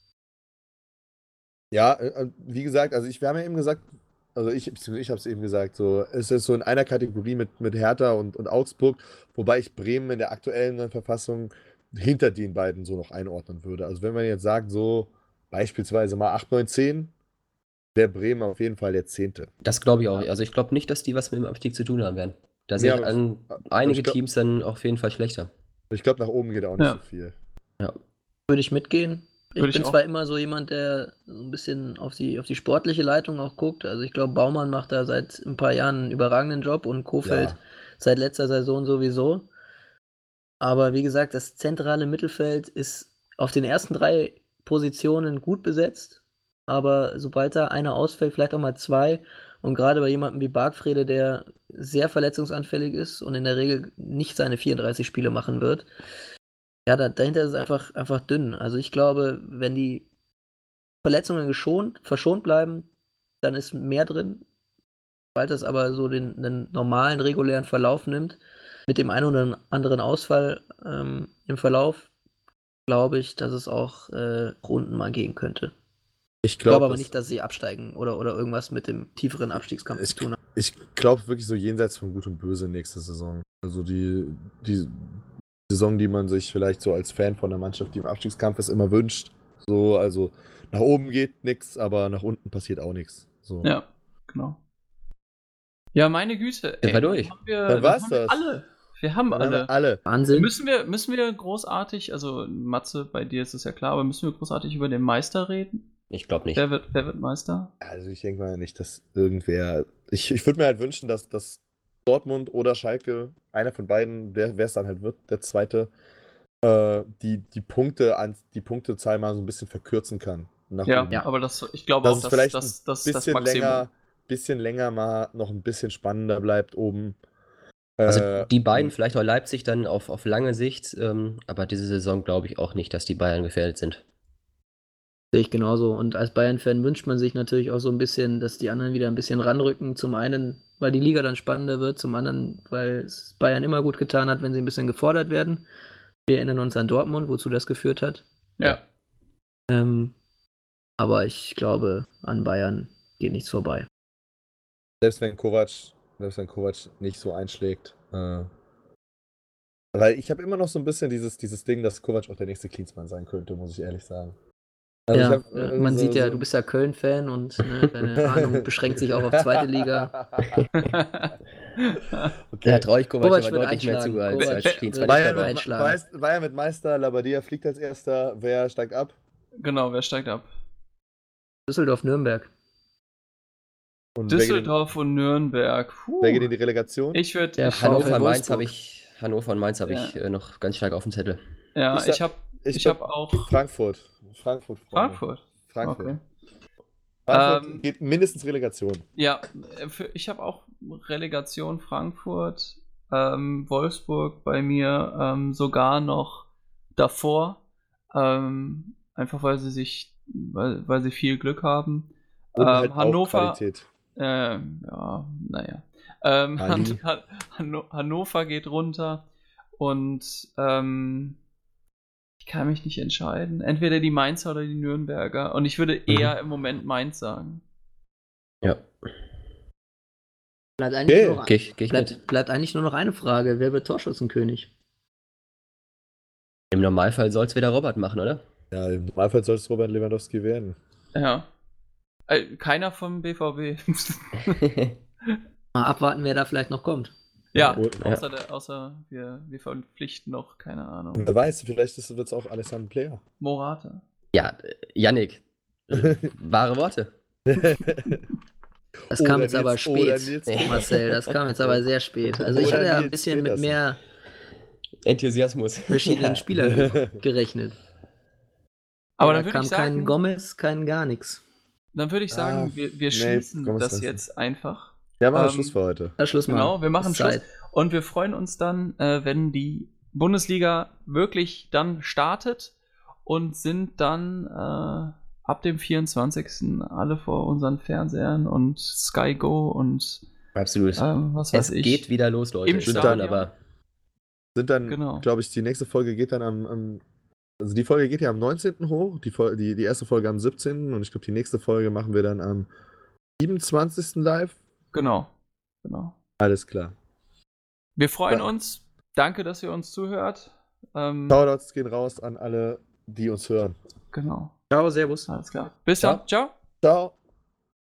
Ja, äh, wie gesagt, also ich, wir haben ja eben gesagt, also ich, ich habe es eben gesagt, so, es ist so in einer Kategorie mit, mit Hertha und, und Augsburg, wobei ich Bremen in der aktuellen Verfassung hinter den beiden so noch einordnen würde. Also wenn man jetzt sagt, so beispielsweise mal acht, neun, zehn, wäre Bremen auf jeden Fall der Zehnte. Das glaube ich auch. Also ich glaube nicht, dass die was mit dem Abstieg zu tun haben werden. Da Nee, sind aber- an aber einige ich glaub- Teams dann auf jeden Fall schlechter. Ich glaube, nach oben geht auch nicht Ja. so viel. Ja. Würde ich mitgehen. Ich Würde ich bin auch. zwar immer so jemand, der so ein bisschen auf die, auf die sportliche Leitung auch guckt. Also ich glaube, Baumann macht da seit ein paar Jahren einen überragenden Job und Kofeld Ja. seit letzter Saison sowieso. Aber wie gesagt, das zentrale Mittelfeld ist auf den ersten drei Positionen gut besetzt. Aber sobald da einer ausfällt, vielleicht auch mal zwei. Und gerade bei jemandem wie Bargfrede, der sehr verletzungsanfällig ist und in der Regel nicht seine vierunddreißig Spiele machen wird, ja, da, dahinter ist es einfach, einfach dünn. Also ich glaube, wenn die Verletzungen geschont, verschont bleiben, dann ist mehr drin. Sobald das aber so den, den normalen, regulären Verlauf nimmt, mit dem einen oder anderen Ausfall ähm, im Verlauf, glaube ich, dass es auch äh, Runden mal gehen könnte. Ich Ich glaube glaube aber nicht, dass sie absteigen oder, oder irgendwas mit dem tieferen Abstiegskampf Ich, zu tun haben. ich glaube wirklich so jenseits von Gut und Böse nächste Saison. Also die, die Saison, die man sich vielleicht so als Fan von der Mannschaft, die im Abstiegskampf ist, immer wünscht. So, also nach oben geht nichts, aber nach unten passiert auch nichts. So. ja, genau. Ja, meine Güte. Sind wir durch? Dann haben wir, Dann dann war's haben wir das. alle. Wir haben Dann haben alle. wir alle. Wahnsinn. Müssen wir, müssen wir großartig, also Matze, bei dir ist es ja klar, aber müssen wir großartig über den Meister reden? Ich glaube nicht. Wer wird, wer wird Meister? Also ich denke mal nicht, dass irgendwer. Ich, ich würde mir halt wünschen, dass, dass Dortmund oder Schalke, einer von beiden, wer es dann halt wird, der zweite, äh, die, die Punkte an die Punktezahl mal so ein bisschen verkürzen kann. Nach Ja, oben. aber das, ich glaube Dass auch, es dass vielleicht das, ein das, das bisschen Maximum. länger, bisschen länger mal noch ein bisschen spannender bleibt oben. Also Äh, die beiden, vielleicht auch Leipzig dann auf, auf lange Sicht, ähm, aber diese Saison glaube ich auch nicht, dass die Bayern gefährdet sind. Sehe ich genauso. Und als Bayern-Fan wünscht man sich natürlich auch so ein bisschen, dass die anderen wieder ein bisschen ranrücken. Zum einen, weil die Liga dann spannender wird, zum anderen, weil es Bayern immer gut getan hat, wenn sie ein bisschen gefordert werden. Wir erinnern uns an Dortmund, wozu das geführt hat. Ja. Ähm, aber ich glaube, an Bayern geht nichts vorbei. Selbst wenn Kovac, selbst wenn Kovac nicht so einschlägt. Äh, weil ich habe immer noch so ein bisschen dieses, dieses Ding, dass Kovac auch der nächste Klinsmann sein könnte, muss ich ehrlich sagen. Also ja, ich hab, äh, man so, sieht ja, so du bist ja Köln-Fan und ne, deine Ahnung beschränkt sich auch auf zweite Liga. Okay. Da traue ich Kovac Kovac aber wird deutlich mehr einschlagen. zu als, Kovac als wird Klinsmann. Bayern dabei mit, einschlagen. Meist, Bayern mit Meister, Labadia fliegt als erster. Wer steigt ab? Genau, wer steigt ab? Düsseldorf-Nürnberg. Und wer geht in, Düsseldorf und Nürnberg. Puh. wer geht in die Relegation? Ich würde. Der Ich, VfL Hannover, Mainz Wolfsburg. habe ich, Hannover und Mainz habe Ja. ich äh, noch ganz stark auf dem Zettel. ja, Ich sag- ich habe ich ich sag hab auch. Frankfurt. Frankfurt. Freunde. Frankfurt. Frankfurt. Okay. Frankfurt Ähm, geht mindestens Relegation. Ja, äh, für, ich habe auch Relegation Frankfurt, ähm, Wolfsburg bei mir ähm, sogar noch davor, ähm, einfach weil sie sich, weil, weil sie viel Glück haben. Und Ähm, halt auch Hannover, Qualität. ähm, ja, naja. Ähm, Ali. Han Han Hannover geht runter und ähm, ich kann mich nicht entscheiden. Entweder die Mainzer oder die Nürnberger. Und ich würde eher im Moment Mainz sagen. Ja, Bleibt eigentlich, Okay. nur noch, gehe ich, geh ich mit. bleibt, bleibt eigentlich nur noch eine Frage. Wer wird Torschützenkönig? Im Normalfall soll es wieder Robert machen, oder? Ja, im Normalfall soll es Robert Lewandowski werden. Ja. Äh, keiner vom B V B. Mal abwarten, wer da vielleicht noch kommt. ja, Oh, ja. außer, der, außer wir, wir verpflichten noch, keine Ahnung. Wer weiß, vielleicht wird es auch Alessandro Player. Morata. Ja, äh, Yannick, äh, wahre Worte. Das kam Oder jetzt aber Nils- oder spät, Nils Ja, Petersen. Marcel. Das kam jetzt aber sehr spät. Also ich Oder hatte ja ein Nils bisschen mit Petersen. mehr Enthusiasmus. verschiedenen Spielern ge- gerechnet. Aber da dann würde kam ich kein sagen, Gomez, kein gar nichts. dann würde ich sagen, Ah, wir, wir nee, schließen komm, was das lassen. jetzt einfach. Ja, machen wir Ähm, Schluss für heute. Na, Schluss mal. Genau, wir machen Ist Schluss. Zeit. Und wir freuen uns dann, äh, wenn die Bundesliga wirklich dann startet und sind dann äh, ab dem vierundzwanzigsten alle vor unseren Fernsehern und Sky Go und Absolut. ähm, was weiß Es ich. geht wieder los, Leute. Im Es sind Stadion. dann aber Sind dann, Genau. glaube ich, die nächste Folge geht dann am, am. Also die Folge geht ja am neunzehnten hoch, die, Fol- die, die erste Folge am siebzehnten und ich glaube, die nächste Folge machen wir dann am siebenundzwanzigsten live. Genau. Genau. Alles klar. Wir freuen Ja. uns. Danke, dass ihr uns zuhört. Ähm, Shoutouts gehen raus an alle, die uns hören. genau. Ciao, servus. Alles klar. Bis Ciao. dann. Ciao. Ciao.